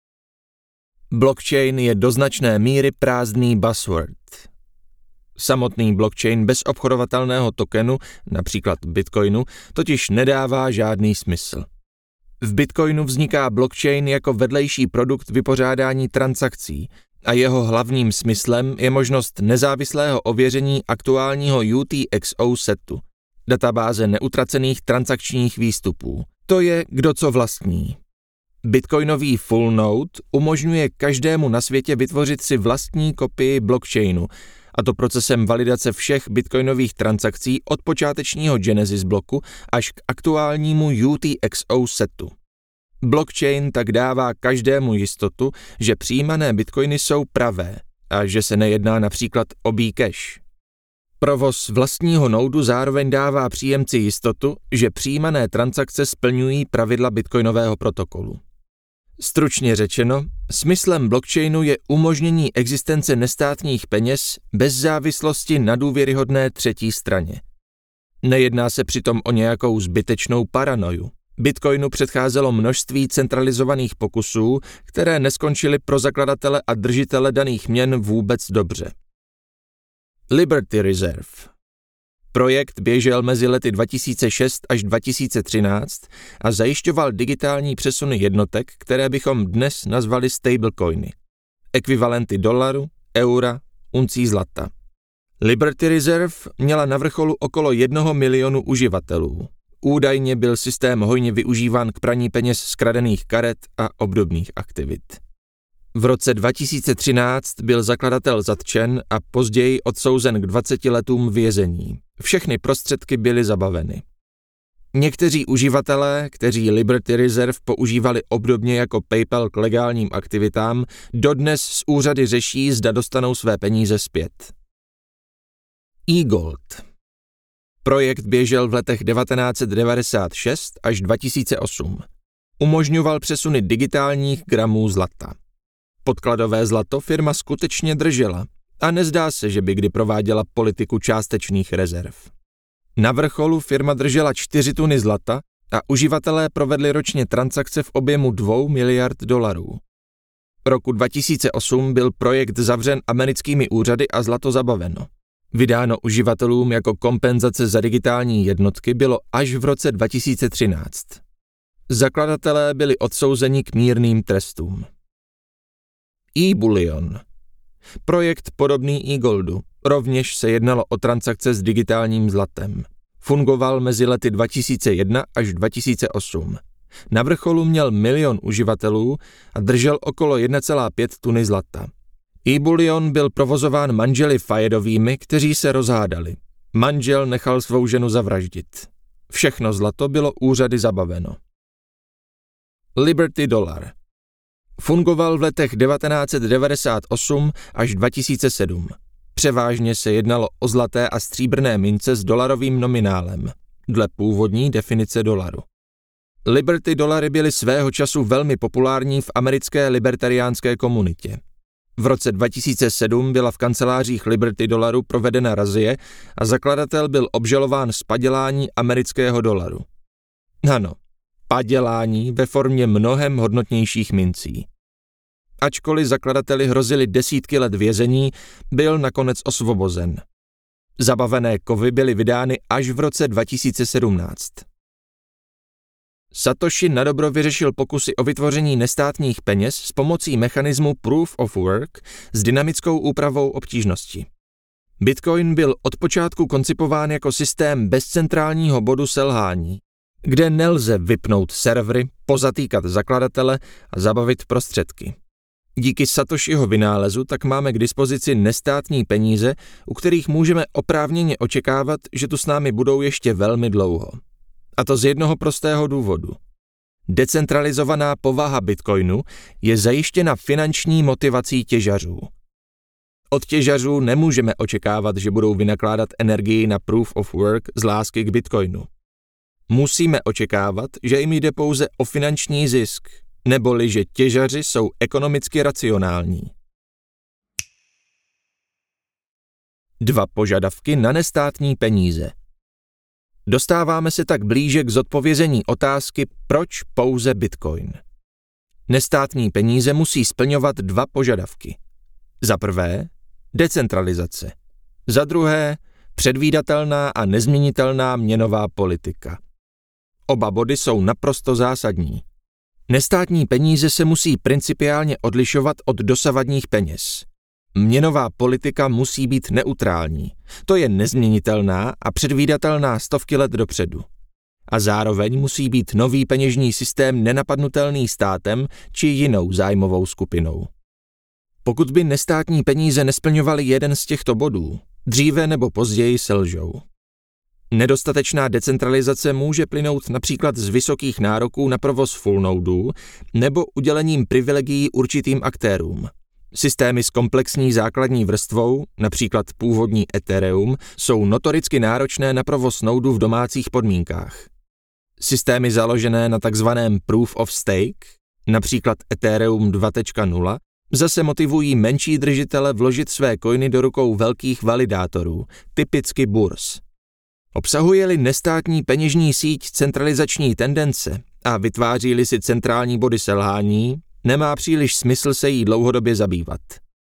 Blockchain je do značné míry prázdný buzzword. Samotný blockchain bez obchodovatelného tokenu, například bitcoinu, totiž nedává žádný smysl. V bitcoinu vzniká blockchain jako vedlejší produkt vypořádání transakcí a jeho hlavním smyslem je možnost nezávislého ověření aktuálního UTXO setu, databáze neutracených transakčních výstupů. To je kdo co vlastní. Bitcoinový full node umožňuje každému na světě vytvořit si vlastní kopii blockchainu, a to procesem validace všech bitcoinových transakcí od počátečního Genesis bloku až k aktuálnímu UTXO setu. Blockchain tak dává každému jistotu, že přijímané bitcoiny jsou pravé a že se nejedná například o Bcash. Provoz vlastního noudu zároveň dává příjemci jistotu, že přijímané transakce splňují pravidla bitcoinového protokolu. Stručně řečeno, smyslem blockchainu je umožnění existence nestátních peněz bez závislosti na důvěryhodné třetí straně. Nejedná se přitom o nějakou zbytečnou paranoju. Bitcoinu předcházelo množství centralizovaných pokusů, které neskončily pro zakladatele a držitele daných měn vůbec dobře. Liberty Reserve. Projekt běžel mezi lety 2006 až 2013 a zajišťoval digitální přesuny jednotek, které bychom dnes nazvali stablecoiny. Ekvivalenty dolaru, eura, uncí zlata. Liberty Reserve měla na vrcholu okolo 1 milionu uživatelů. Údajně byl systém hojně využíván k praní peněz z kradených karet a obdobných aktivit. V roce 2013 byl zakladatel zatčen a později odsouzen k 20 letům vězení. Všechny prostředky byly zabaveny. Někteří uživatelé, kteří Liberty Reserve používali obdobně jako PayPal k legálním aktivitám, dodnes s úřady řeší, zda dostanou své peníze zpět. eGold. Projekt běžel v letech 1996 až 2008. Umožňoval přesuny digitálních gramů zlata. Podkladové zlato firma skutečně držela a nezdá se, že by kdy prováděla politiku částečných rezerv. Na vrcholu firma držela 4 tuny zlata a uživatelé provedli ročně transakce v objemu $2 miliard. Roku 2008 byl projekt zavřen americkými úřady a zlato zabaveno. Vydáno uživatelům jako kompenzace za digitální jednotky bylo až v roce 2013. Zakladatelé byli odsouzeni k mírným trestům. eBullion. Projekt podobný eGoldu. Rovněž se jednalo o transakce s digitálním zlatem. Fungoval mezi lety 2001 až 2008. Na vrcholu měl 1 milion uživatelů a držel okolo 1,5 tuny zlata. eBullion byl provozován manželi Fayedovými, kteří se rozhádali. Manžel nechal svou ženu zavraždit. Všechno zlato bylo úřady zabaveno. Liberty Dollar. Fungoval v letech 1998 až 2007. Převážně se jednalo o zlaté a stříbrné mince s dolarovým nominálem, dle původní definice dolaru. Liberty dolary byly svého času velmi populární v americké libertariánské komunitě. V roce 2007 byla v kancelářích Liberty dolaru provedena razie a zakladatel byl obžalován z padělání amerického dolaru. Ano, padělání ve formě mnohem hodnotnějších mincí. Ačkoliv zakladateli hrozily desítky let vězení, byl nakonec osvobozen. Zabavené kovy byly vydány až v roce 2017. Satoshi nadobro vyřešil pokusy o vytvoření nestátních peněz s pomocí mechanismu Proof of Work s dynamickou úpravou obtížnosti. Bitcoin byl od počátku koncipován jako systém bez centrálního bodu selhání, kde nelze vypnout servery, pozatýkat zakladatele a zabavit prostředky. Díky Satoshiho vynálezu tak máme k dispozici nestátní peníze, u kterých můžeme oprávněně očekávat, že tu s námi budou ještě velmi dlouho. A to z jednoho prostého důvodu. Decentralizovaná povaha Bitcoinu je zajištěna finanční motivací těžařů. Od těžařů nemůžeme očekávat, že budou vynakládat energii na Proof of Work z lásky k Bitcoinu. Musíme očekávat, že jim jde pouze o finanční zisk, neboli že těžaři jsou ekonomicky racionální. 2 požadavky na nestátní peníze. Dostáváme se tak blíže k zodpovězení otázky, proč pouze Bitcoin. Nestátní peníze musí splňovat 2 požadavky. Za prvé, decentralizace. Za druhé, předvídatelná a nezměnitelná měnová politika. Oba body jsou naprosto zásadní. Nestátní peníze se musí principiálně odlišovat od dosavadních peněz. Měnová politika musí být neutrální. To je nezměnitelná a předvídatelná stovky let dopředu. A zároveň musí být nový peněžní systém nenapadnutelný státem či jinou zájmovou skupinou. Pokud by nestátní peníze nesplňovaly jeden z těchto bodů, dříve nebo později selžou. Nedostatečná decentralizace může plynout například z vysokých nároků na provoz full nodů nebo udělením privilegií určitým aktérům. Systémy s komplexní základní vrstvou, například původní Ethereum, jsou notoricky náročné na provoz nodu v domácích podmínkách. Systémy založené na takzvaném Proof of Stake, například Ethereum 2.0, zase motivují menší držitele vložit své coiny do rukou velkých validátorů, typicky burz. Obsahuje-li nestátní peněžní síť centralizační tendence a vytváří-li si centrální body selhání, nemá příliš smysl se jí dlouhodobě zabývat.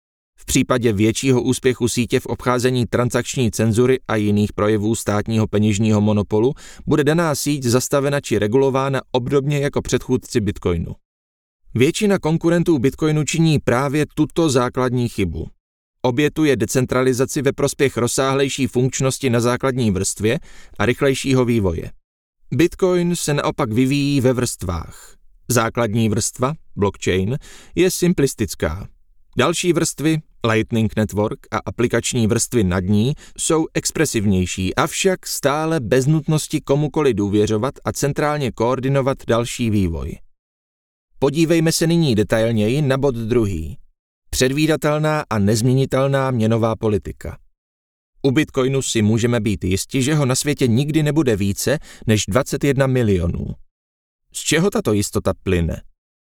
V případě většího úspěchu sítě v obcházení transakční cenzury a jiných projevů státního peněžního monopolu bude daná síť zastavena či regulována obdobně jako předchůdci Bitcoinu. Většina konkurentů Bitcoinu činí právě tuto základní chybu. Obětuje decentralizaci ve prospěch rozsáhlejší funkčnosti na základní vrstvě a rychlejšího vývoje. Bitcoin se naopak vyvíjí ve vrstvách. Základní vrstva, blockchain, je simplistická. Další vrstvy, Lightning Network a aplikační vrstvy nad ní, jsou expresivnější, avšak stále bez nutnosti komukoli důvěřovat a centrálně koordinovat další vývoj. Podívejme se nyní detailněji na bod 2. Předvídatelná a nezměnitelná měnová politika. U Bitcoinu si můžeme být jisti, že ho na světě nikdy nebude více než 21 milionů. Z čeho tato jistota plyne?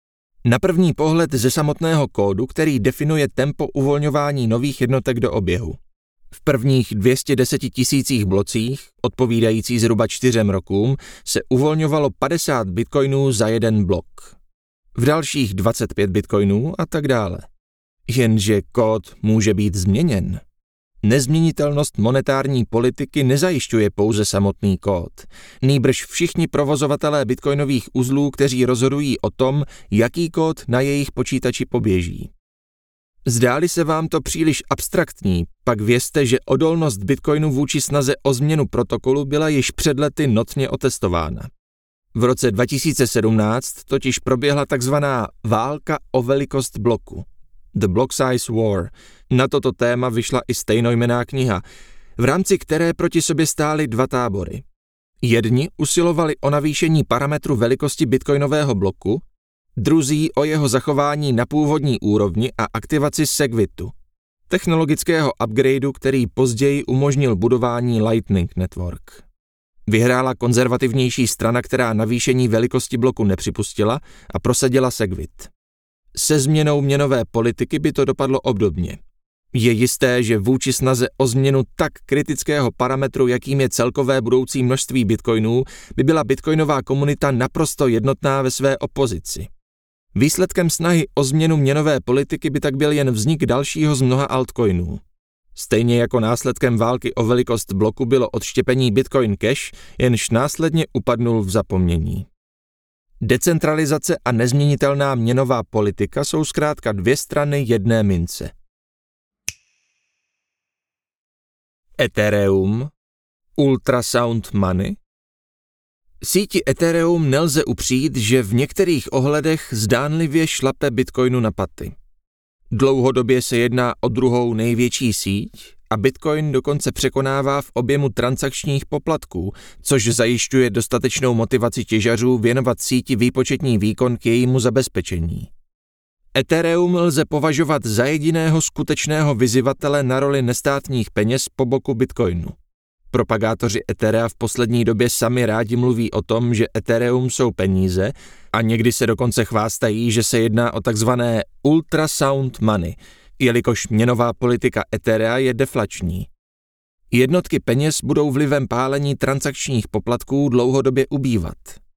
Na první pohled ze samotného kódu, který definuje tempo uvolňování nových jednotek do oběhu. V prvních 210 000 blocích, odpovídající zhruba 4 rokům, se uvolňovalo 50 bitcoinů za jeden blok. V dalších 25 bitcoinů a tak dále. Jenže kód může být změněn. Nezměnitelnost monetární politiky nezajišťuje pouze samotný kód. Nýbrž všichni provozovatelé bitcoinových uzlů, kteří rozhodují o tom, jaký kód na jejich počítači poběží. Zdáli se vám to příliš abstraktní, pak vězte, že odolnost bitcoinu vůči snaze o změnu protokolu byla již před lety notně otestována. V roce 2017 totiž proběhla takzvaná válka o velikost bloku. The Block Size War. Na toto téma vyšla i stejnojmenná kniha, v rámci které proti sobě stály dva tábory. Jedni usilovali o navýšení parametru velikosti bitcoinového bloku, druzí o jeho zachování na původní úrovni a aktivaci Segwitu, technologického upgradeu, který později umožnil budování Lightning Network. Vyhrála konzervativnější strana, která navýšení velikosti bloku nepřipustila a prosadila Segwit. Se změnou měnové politiky by to dopadlo obdobně. Je jisté, že vůči snaze o změnu tak kritického parametru, jakým je celkové budoucí množství bitcoinů, by byla bitcoinová komunita naprosto jednotná ve své opozici. Výsledkem snahy o změnu měnové politiky by tak byl jen vznik dalšího z mnoha altcoinů. Stejně jako následkem války o velikost bloku bylo odštěpení Bitcoin Cash, jenž následně upadnul v zapomnění. Decentralizace a nezměnitelná měnová politika jsou zkrátka dvě strany jedné mince. Ethereum, Ultrasound Money. Síti Ethereum nelze upřít, že v některých ohledech zdánlivě šlape Bitcoinu na paty. Dlouhodobě se jedná o druhou největší síť a Bitcoin dokonce překonává v objemu transakčních poplatků, což zajišťuje dostatečnou motivaci těžařů věnovat síti výpočetní výkon k jejímu zabezpečení. Ethereum lze považovat za jediného skutečného vyzývatele na roli nestátních peněz po boku Bitcoinu. Propagátoři Etherea v poslední době sami rádi mluví o tom, že Ethereum jsou peníze a někdy se dokonce chvástají, že se jedná o takzvané ultrasound money, jelikož měnová politika Etherea je deflační. Jednotky peněz budou vlivem pálení transakčních poplatků dlouhodobě ubývat.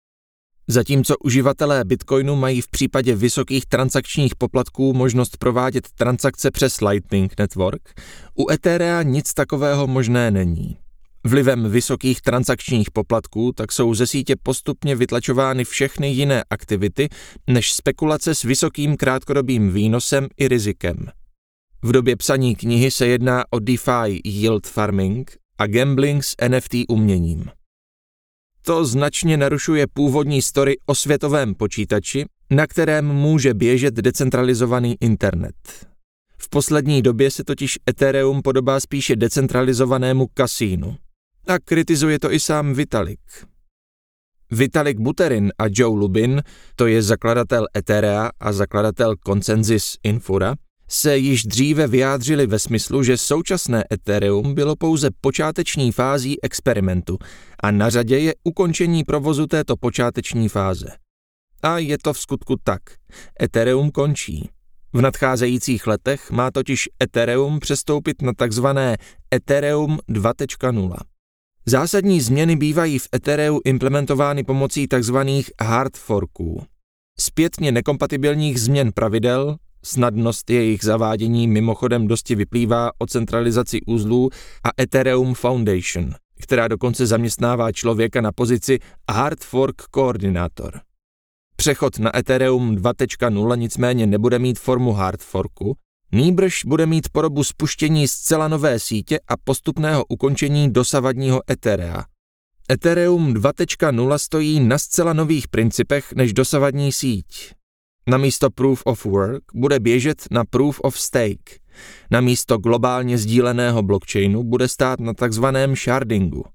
Zatímco uživatelé Bitcoinu mají v případě vysokých transakčních poplatků možnost provádět transakce přes Lightning Network, u Etherea nic takového možné není. Vlivem vysokých transakčních poplatků tak jsou ze sítě postupně vytlačovány všechny jiné aktivity než spekulace s vysokým krátkodobým výnosem i rizikem. V době psaní knihy se jedná o DeFi yield farming a gambling s NFT uměním. To značně narušuje původní story o světovém počítači, na kterém může běžet decentralizovaný internet. V poslední době se totiž Ethereum podobá spíše decentralizovanému kasínu. A kritizuje to i sám Vitalik. Vitalik Buterin a Joe Lubin, to je zakladatel Etherea a zakladatel Consensus Infura, se již dříve vyjádřili ve smyslu, že současné Ethereum bylo pouze počáteční fází experimentu a na řadě je ukončení provozu této počáteční fáze. A je to vskutku tak. Ethereum končí. V nadcházejících letech má totiž Ethereum přestoupit na takzvané Ethereum 2.0. Zásadní změny bývají v Ethereu implementovány pomocí takzvaných hard forků. Zpětně nekompatibilních změn pravidel, snadnost jejich zavádění mimochodem dosti vyplývá o centralizaci uzlů a Ethereum Foundation, která dokonce zaměstnává člověka na pozici hard fork koordinátor. Přechod na Ethereum 2.0 nicméně nebude mít formu hard forku, nýbrž bude mít podobu spuštění zcela nové sítě a postupného ukončení dosavadního Etherea. Ethereum 2.0 stojí na zcela nových principech než dosavadní síť. Namísto Proof of Work bude běžet na Proof of Stake. Namísto globálně sdíleného blockchainu bude stát na takzvaném shardingu.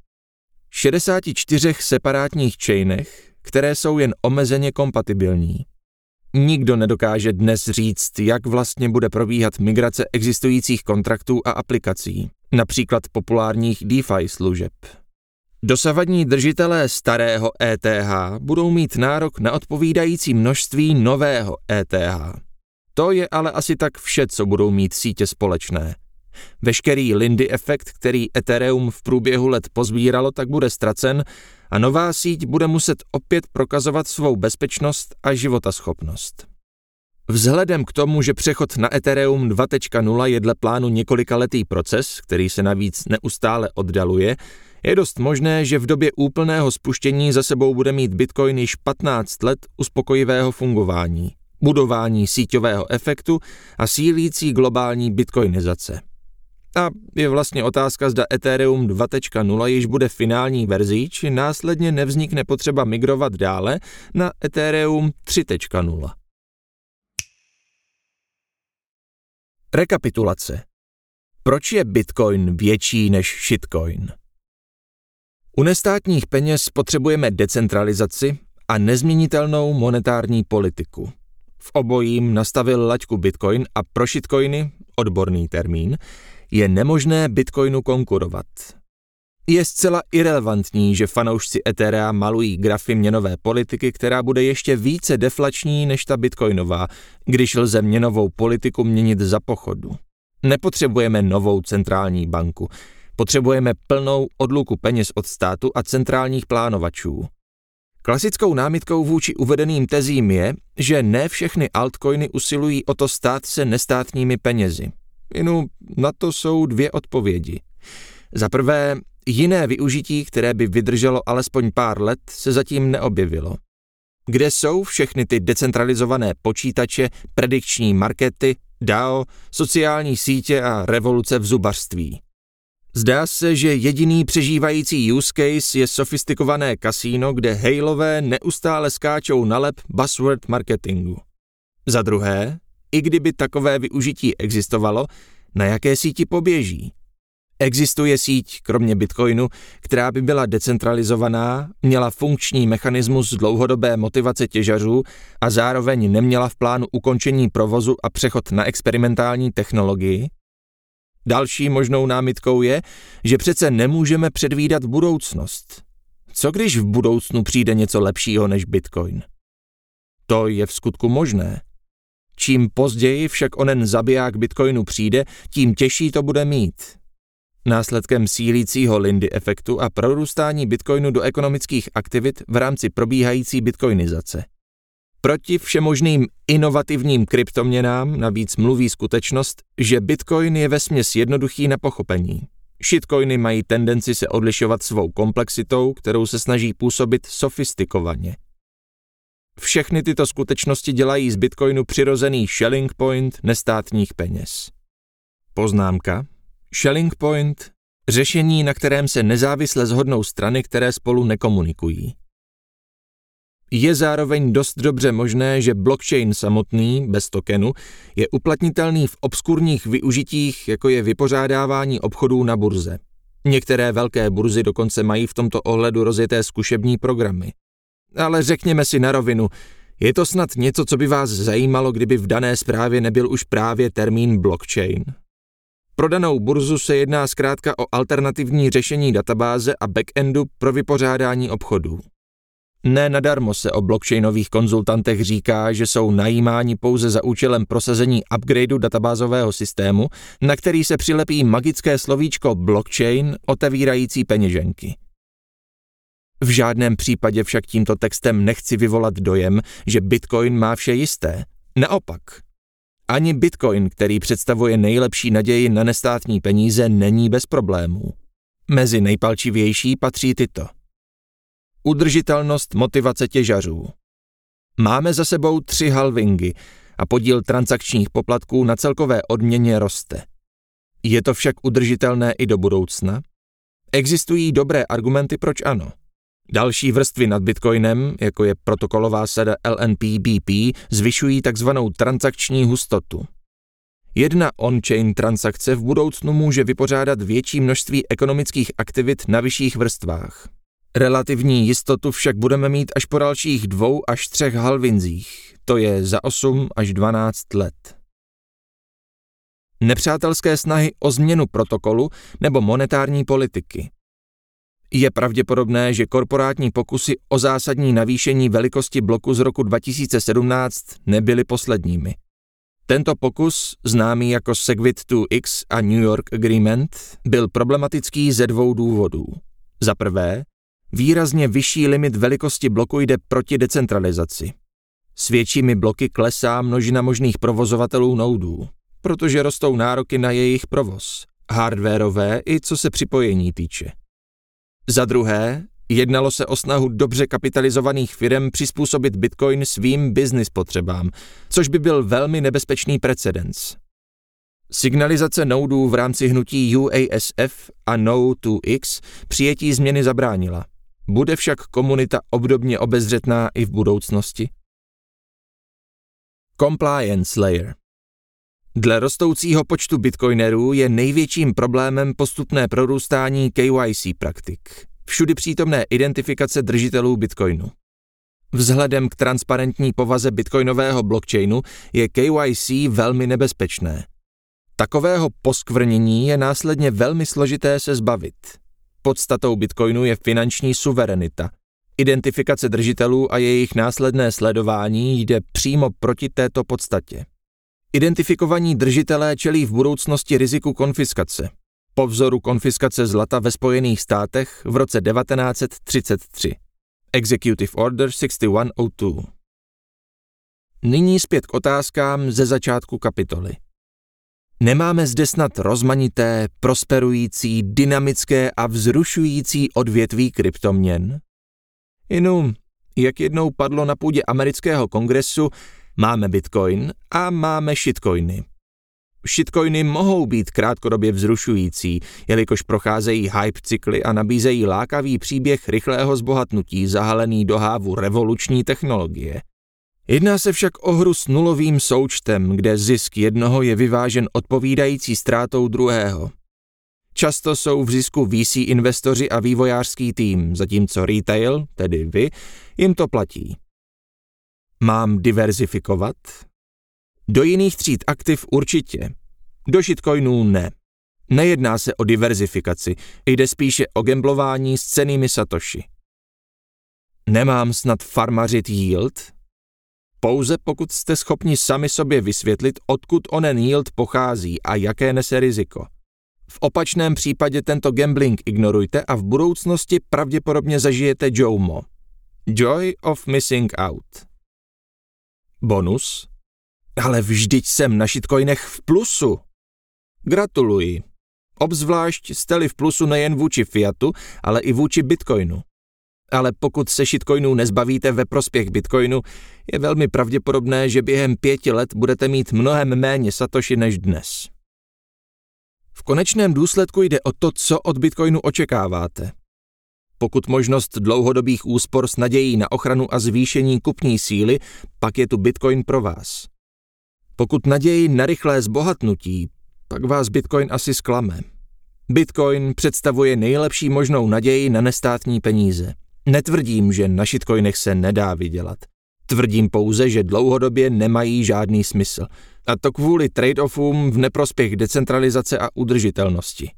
64 separátních chainech, které jsou jen omezeně kompatibilní. Nikdo nedokáže dnes říct, jak vlastně bude probíhat migrace existujících kontraktů a aplikací, například populárních DeFi služeb. Dosavadní držitelé starého ETH budou mít nárok na odpovídající množství nového ETH. To je ale asi tak vše, co budou mít sítě společné. Veškerý Lindy efekt, který Ethereum v průběhu let pozbíralo, tak bude ztracen a nová síť bude muset opět prokazovat svou bezpečnost a životaschopnost. Vzhledem k tomu, že přechod na Ethereum 2.0 je dle plánu několikaletý proces, který se navíc neustále oddaluje, je dost možné, že v době úplného spuštění za sebou bude mít Bitcoin již 15 let uspokojivého fungování, budování síťového efektu a sílící globální bitcoinizace. A je vlastně otázka, zda Ethereum 2.0 již bude finální verzí, či následně nevznikne potřeba migrovat dále na Ethereum 3.0. Rekapitulace. Proč je Bitcoin větší než shitcoin? U nestátních peněz potřebujeme decentralizaci a nezměnitelnou monetární politiku. V obojím nastavil laťku Bitcoin a pro shitcoiny, odborný termín, je nemožné Bitcoinu konkurovat. Je zcela irelevantní, že fanoušci Etherea malují grafy měnové politiky, která bude ještě více deflační než ta bitcoinová, když lze měnovou politiku měnit za pochodu. Nepotřebujeme novou centrální banku. Potřebujeme plnou odluku peněz od státu a centrálních plánovačů. Klasickou námitkou vůči uvedeným tezím je, že ne všechny altcoiny usilují o to stát se nestátními penězi. Jen na to jsou dvě odpovědi. Za prvé, jiné využití, které by vydrželo alespoň pár let, se zatím neobjevilo. Kde jsou všechny ty decentralizované počítače, predikční markety, DAO, sociální sítě a revoluce v zubařství? Zdá se, že jediný přežívající use case je sofistikované kasíno, kde hejlové neustále skáčou na lep buzzword marketingu. Za druhé, i kdyby takové využití existovalo, na jaké síti poběží? Existuje síť, kromě Bitcoinu, která by byla decentralizovaná, měla funkční mechanismus dlouhodobé motivace těžařů a zároveň neměla v plánu ukončení provozu a přechod na experimentální technologii? Další možnou námitkou je, že přece nemůžeme předvídat budoucnost. Co když v budoucnu přijde něco lepšího než Bitcoin? To je vskutku možné. Čím později však onen zabiják Bitcoinu přijde, tím těžší to bude mít. Následkem sílícího Lindy efektu a prorůstání Bitcoinu do ekonomických aktivit v rámci probíhající bitcoinizace. Proti všemožným inovativním kryptoměnám navíc mluví skutečnost, že Bitcoin je vesměs jednoduchý na pochopení. Shitcoiny mají tendenci se odlišovat svou komplexitou, kterou se snaží působit sofistikovaně. Všechny tyto skutečnosti dělají z Bitcoinu přirozený shelling point nestátních peněz. Poznámka. Shelling point – řešení, na kterém se nezávisle shodnou strany, které spolu nekomunikují. Je zároveň dost dobře možné, že blockchain samotný, bez tokenu, je uplatnitelný v obskurních využitích, jako je vypořádávání obchodů na burze. Některé velké burzy dokonce mají v tomto ohledu rozjeté zkušební programy. Ale řekněme si na rovinu, je to snad něco, co by vás zajímalo, kdyby v dané zprávě nebyl už právě termín blockchain? Pro danou burzu se jedná zkrátka o alternativní řešení databáze a backendu pro vypořádání obchodů. Ne nadarmo se o blockchainových konzultantech říká, že jsou najímáni pouze za účelem prosazení upgradeu databázového systému, na který se přilepí magické slovíčko blockchain otevírající peněženky. V žádném případě však tímto textem nechci vyvolat dojem, že Bitcoin má vše jisté. Naopak. Ani Bitcoin, který představuje nejlepší naději na nestátní peníze, není bez problémů. Mezi nejpalčivější patří tyto. Udržitelnost motivace těžařů. Máme za sebou 3 halvingy a podíl transakčních poplatků na celkové odměně roste. Je to však udržitelné i do budoucna? Existují dobré argumenty, proč ano. Další vrstvy nad Bitcoinem, jako je protokolová sada LNP-BP, zvyšují takzvanou transakční hustotu. Jedna on-chain transakce v budoucnu může vypořádat větší množství ekonomických aktivit na vyšších vrstvách. Relativní jistotu však budeme mít až po dalších 2 až 3 halvinzích, to je za 8 až 12 let. Nepřátelské snahy o změnu protokolu nebo monetární politiky. Je pravděpodobné, že korporátní pokusy o zásadní navýšení velikosti bloku z roku 2017 nebyly posledními. Tento pokus, známý jako SegWit2X a New York Agreement, byl problematický ze 2 důvodů. Za prvé, výrazně vyšší limit velikosti bloku jde proti decentralizaci. S většími bloky klesá množina možných provozovatelů nodů, protože rostou nároky na jejich provoz, hardwareové i co se připojení týče. Za druhé, jednalo se o snahu dobře kapitalizovaných firem přizpůsobit Bitcoin svým business potřebám, což by byl velmi nebezpečný precedens. Signalizace nodů v rámci hnutí UASF a No2X přijetí změny zabránila. Bude však komunita obdobně obezřetná i v budoucnosti? Compliance layer. Dle rostoucího počtu bitcoinerů je největším problémem postupné prorůstání KYC praktik, všudy přítomné identifikace držitelů bitcoinu. Vzhledem k transparentní povaze bitcoinového blockchainu je KYC velmi nebezpečné. Takového poskvrnění je následně velmi složité se zbavit. Podstatou bitcoinu je finanční suverenita. Identifikace držitelů a jejich následné sledování jde přímo proti této podstatě. Identifikovaní držitelé čelí v budoucnosti riziku konfiskace. Po vzoru konfiskace zlata ve Spojených státech v roce 1933. Executive Order 6102. Nyní zpět k otázkám ze začátku kapitoly. Nemáme zde snad rozmanité, prosperující, dynamické a vzrušující odvětví kryptoměn? Inu, jak jednou padlo na půdě amerického kongresu, máme bitcoin a máme shitcoiny. Shitcoiny mohou být krátkodobě vzrušující, jelikož procházejí hype cykly a nabízejí lákavý příběh rychlého zbohatnutí zahalený do hávu revoluční technologie. Jedná se však o hru s nulovým součtem, kde zisk jednoho je vyvážen odpovídající ztrátou druhého. Často jsou v zisku VC investoři a vývojářský tým, zatímco retail, tedy vy, jim to platí. Mám diverzifikovat? Do jiných tříd aktiv určitě. Do shitcoinů ne. Nejedná se o diverzifikaci, jde spíše o gamblování s cennými satoshi. Nemám snad farmařit yield? Pouze pokud jste schopni sami sobě vysvětlit, odkud onen yield pochází a jaké nese riziko. V opačném případě tento gambling ignorujte a v budoucnosti pravděpodobně zažijete JOMO. Joy of missing out. Bonus? Ale vždyť jsem na shitcoinech v plusu. Gratuluji. Obzvlášť jste-li v plusu nejen vůči fiatu, ale i vůči bitcoinu. Ale pokud se shitcoinů nezbavíte ve prospěch bitcoinu, je velmi pravděpodobné, že během 5 let budete mít mnohem méně satoshi než dnes. V konečném důsledku jde o to, co od bitcoinu očekáváte. Pokud možnost dlouhodobých úspor s nadějí na ochranu a zvýšení kupní síly, pak je tu bitcoin pro vás. Pokud naději na rychlé zbohatnutí, pak vás bitcoin asi zklame. Bitcoin představuje nejlepší možnou naději na nestátní peníze. Netvrdím, že na shitcoinech se nedá vydělat. Tvrdím pouze, že dlouhodobě nemají žádný smysl. A to kvůli trade-offům v neprospěch decentralizace a udržitelnosti.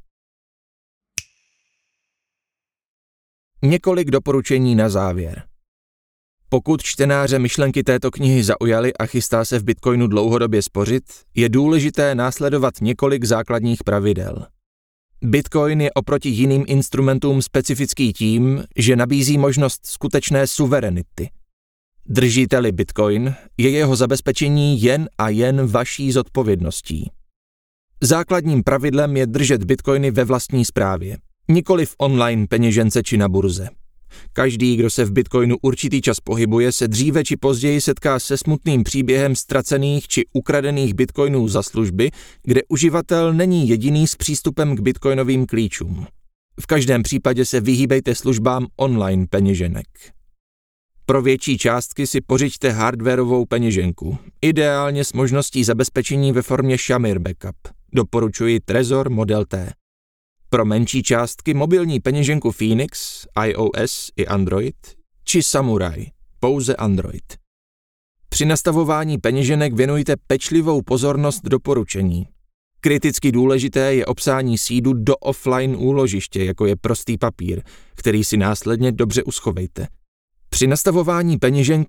Několik doporučení na závěr. Pokud čtenáře myšlenky této knihy zaujaly a chystá se v bitcoinu dlouhodobě spořit, je důležité následovat několik základních pravidel. Bitcoin je oproti jiným instrumentům specifický tím, že nabízí možnost skutečné suverenity. Držíte-li bitcoin, je jeho zabezpečení jen a jen vaší zodpovědností. Základním pravidlem je držet bitcoiny ve vlastní správě, nikoli v online peněžence či na burze. Každý, kdo se v bitcoinu určitý čas pohybuje, se dříve či později setká se smutným příběhem ztracených či ukradených bitcoinů za služby, kde uživatel není jediný s přístupem k bitcoinovým klíčům. V každém případě se vyhýbejte službám online peněženek. Pro větší částky si pořiďte hardwarovou peněženku, ideálně s možností zabezpečení ve formě Shamir Backup. Doporučuji Trezor Model T. Pro menší částky mobilní peněženku Phoenix, iOS i Android, či Samurai, pouze Android. Při nastavování peněženek věnujte pečlivou pozornost doporučení. Kriticky důležité je obsání seedu do offline úložiště, jako je prostý papír, který si následně dobře uschovejte. Při nastavování peněženky,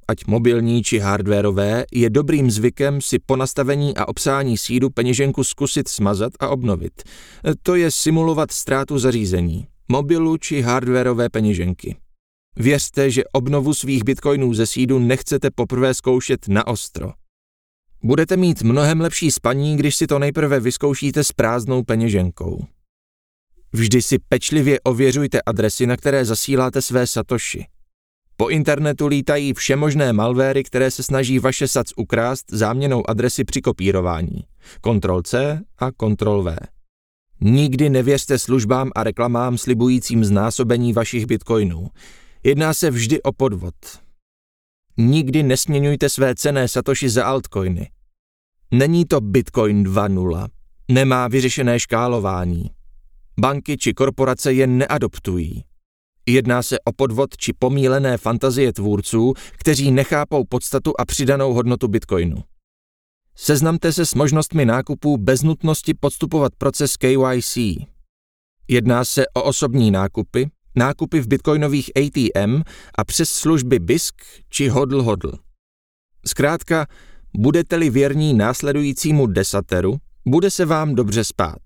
ať mobilní či hardwareové, je dobrým zvykem si po nastavení a obsání seedu peněženku zkusit smazat a obnovit. To je simulovat ztrátu zařízení, mobilu či hardwareové peněženky. Věřte, že obnovu svých bitcoinů ze seedu nechcete poprvé zkoušet na ostro. Budete mít mnohem lepší spaní, když si to nejprve vyzkoušíte s prázdnou peněženkou. Vždy si pečlivě ověřujte adresy, na které zasíláte své satoshi. Po internetu lítají všemožné malvéry, které se snaží vaše sac ukrást záměnou adresy při kopírování. Ctrl+C a Ctrl+V. Nikdy nevěřte službám a reklamám slibujícím znásobení vašich bitcoinů. Jedná se vždy o podvod. Nikdy nesměňujte své cenné satoshi za altcoiny. Není to Bitcoin 2.0. Nemá vyřešené škálování. Banky či korporace je neadoptují. Jedná se o podvod či pomílené fantazie tvůrců, kteří nechápou podstatu a přidanou hodnotu bitcoinu. Seznamte se s možnostmi nákupů bez nutnosti podstupovat proces KYC. Jedná se o osobní nákupy v bitcoinových ATM a přes služby BISC či HODL. Zkrátka, budete-li věrní následujícímu desateru, bude se vám dobře spát.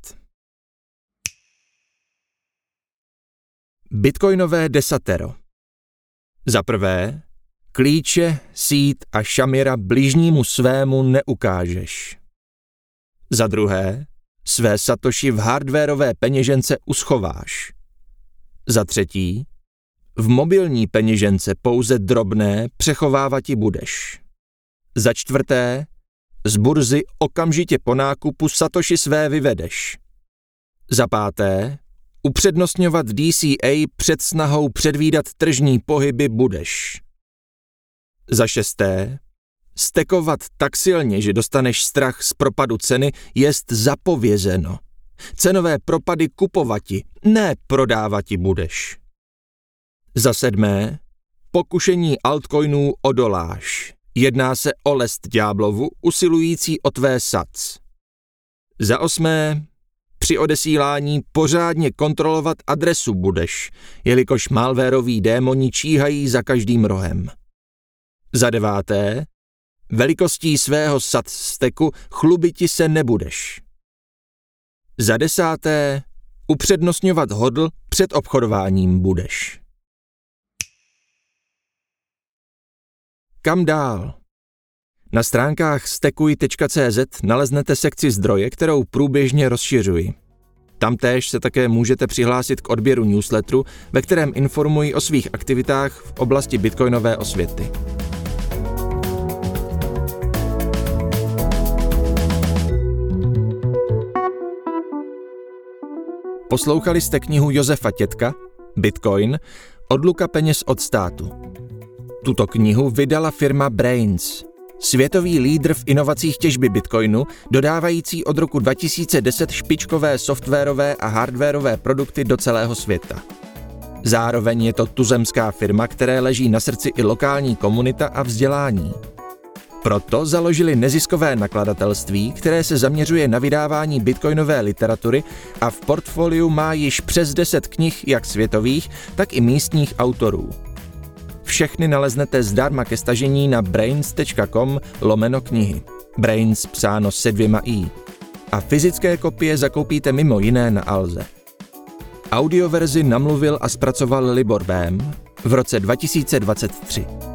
Bitcoinové desatero. Za prvé, klíče, seed a šamira bližnímu svému neukážeš. Za druhé, své satoshi v hardwareové peněžence uschováš. Za třetí, v mobilní peněžence pouze drobné přechovávati budeš. Za čtvrté, z burzy okamžitě po nákupu satoshi své vyvedeš. Za páté, upřednostňovat DCA před snahou předvídat tržní pohyby budeš. Za šesté, stekovat tak silně, že dostaneš strach z propadu ceny, jest zapovězeno. Cenové propady kupovati, ne prodávati budeš. Za sedmé, pokušení altcoinů odoláš. Jedná se o lest ďáblovu usilující o tvé sac. Za osmé, při odesílání pořádně kontrolovat adresu budeš, jelikož malwareoví démoni číhají za každým rohem. Za deváté, velikostí svého sac steku chlubiti se nebudeš. Za desáté, upřednostňovat hodl před obchodováním budeš. Kam dál? Na stránkách stekuj.cz naleznete sekci zdroje, kterou průběžně rozšiřuji. Tamtéž se také můžete přihlásit k odběru newsletteru, ve kterém informuji o svých aktivitách v oblasti bitcoinové osvěty. Poslouchali jste knihu Josefa Tětka Bitcoin – odluka peněz od státu. Tuto knihu vydala firma Braiins, světový lídr v inovacích těžby bitcoinu, dodávající od roku 2010 špičkové softwarové a hardwarové produkty do celého světa. Zároveň je to tuzemská firma, které leží na srdci i lokální komunita a vzdělání. Proto založili neziskové nakladatelství, které se zaměřuje na vydávání bitcoinové literatury a v portfoliu má již přes 10 knih jak světových, tak i místních autorů. Všechny naleznete zdarma ke stažení na brains.com/knihy. Brains psáno se 2 i. A fyzické kopie zakoupíte mimo jiné na Alze. Audioverzi namluvil a zpracoval Libor Bém v roce 2023.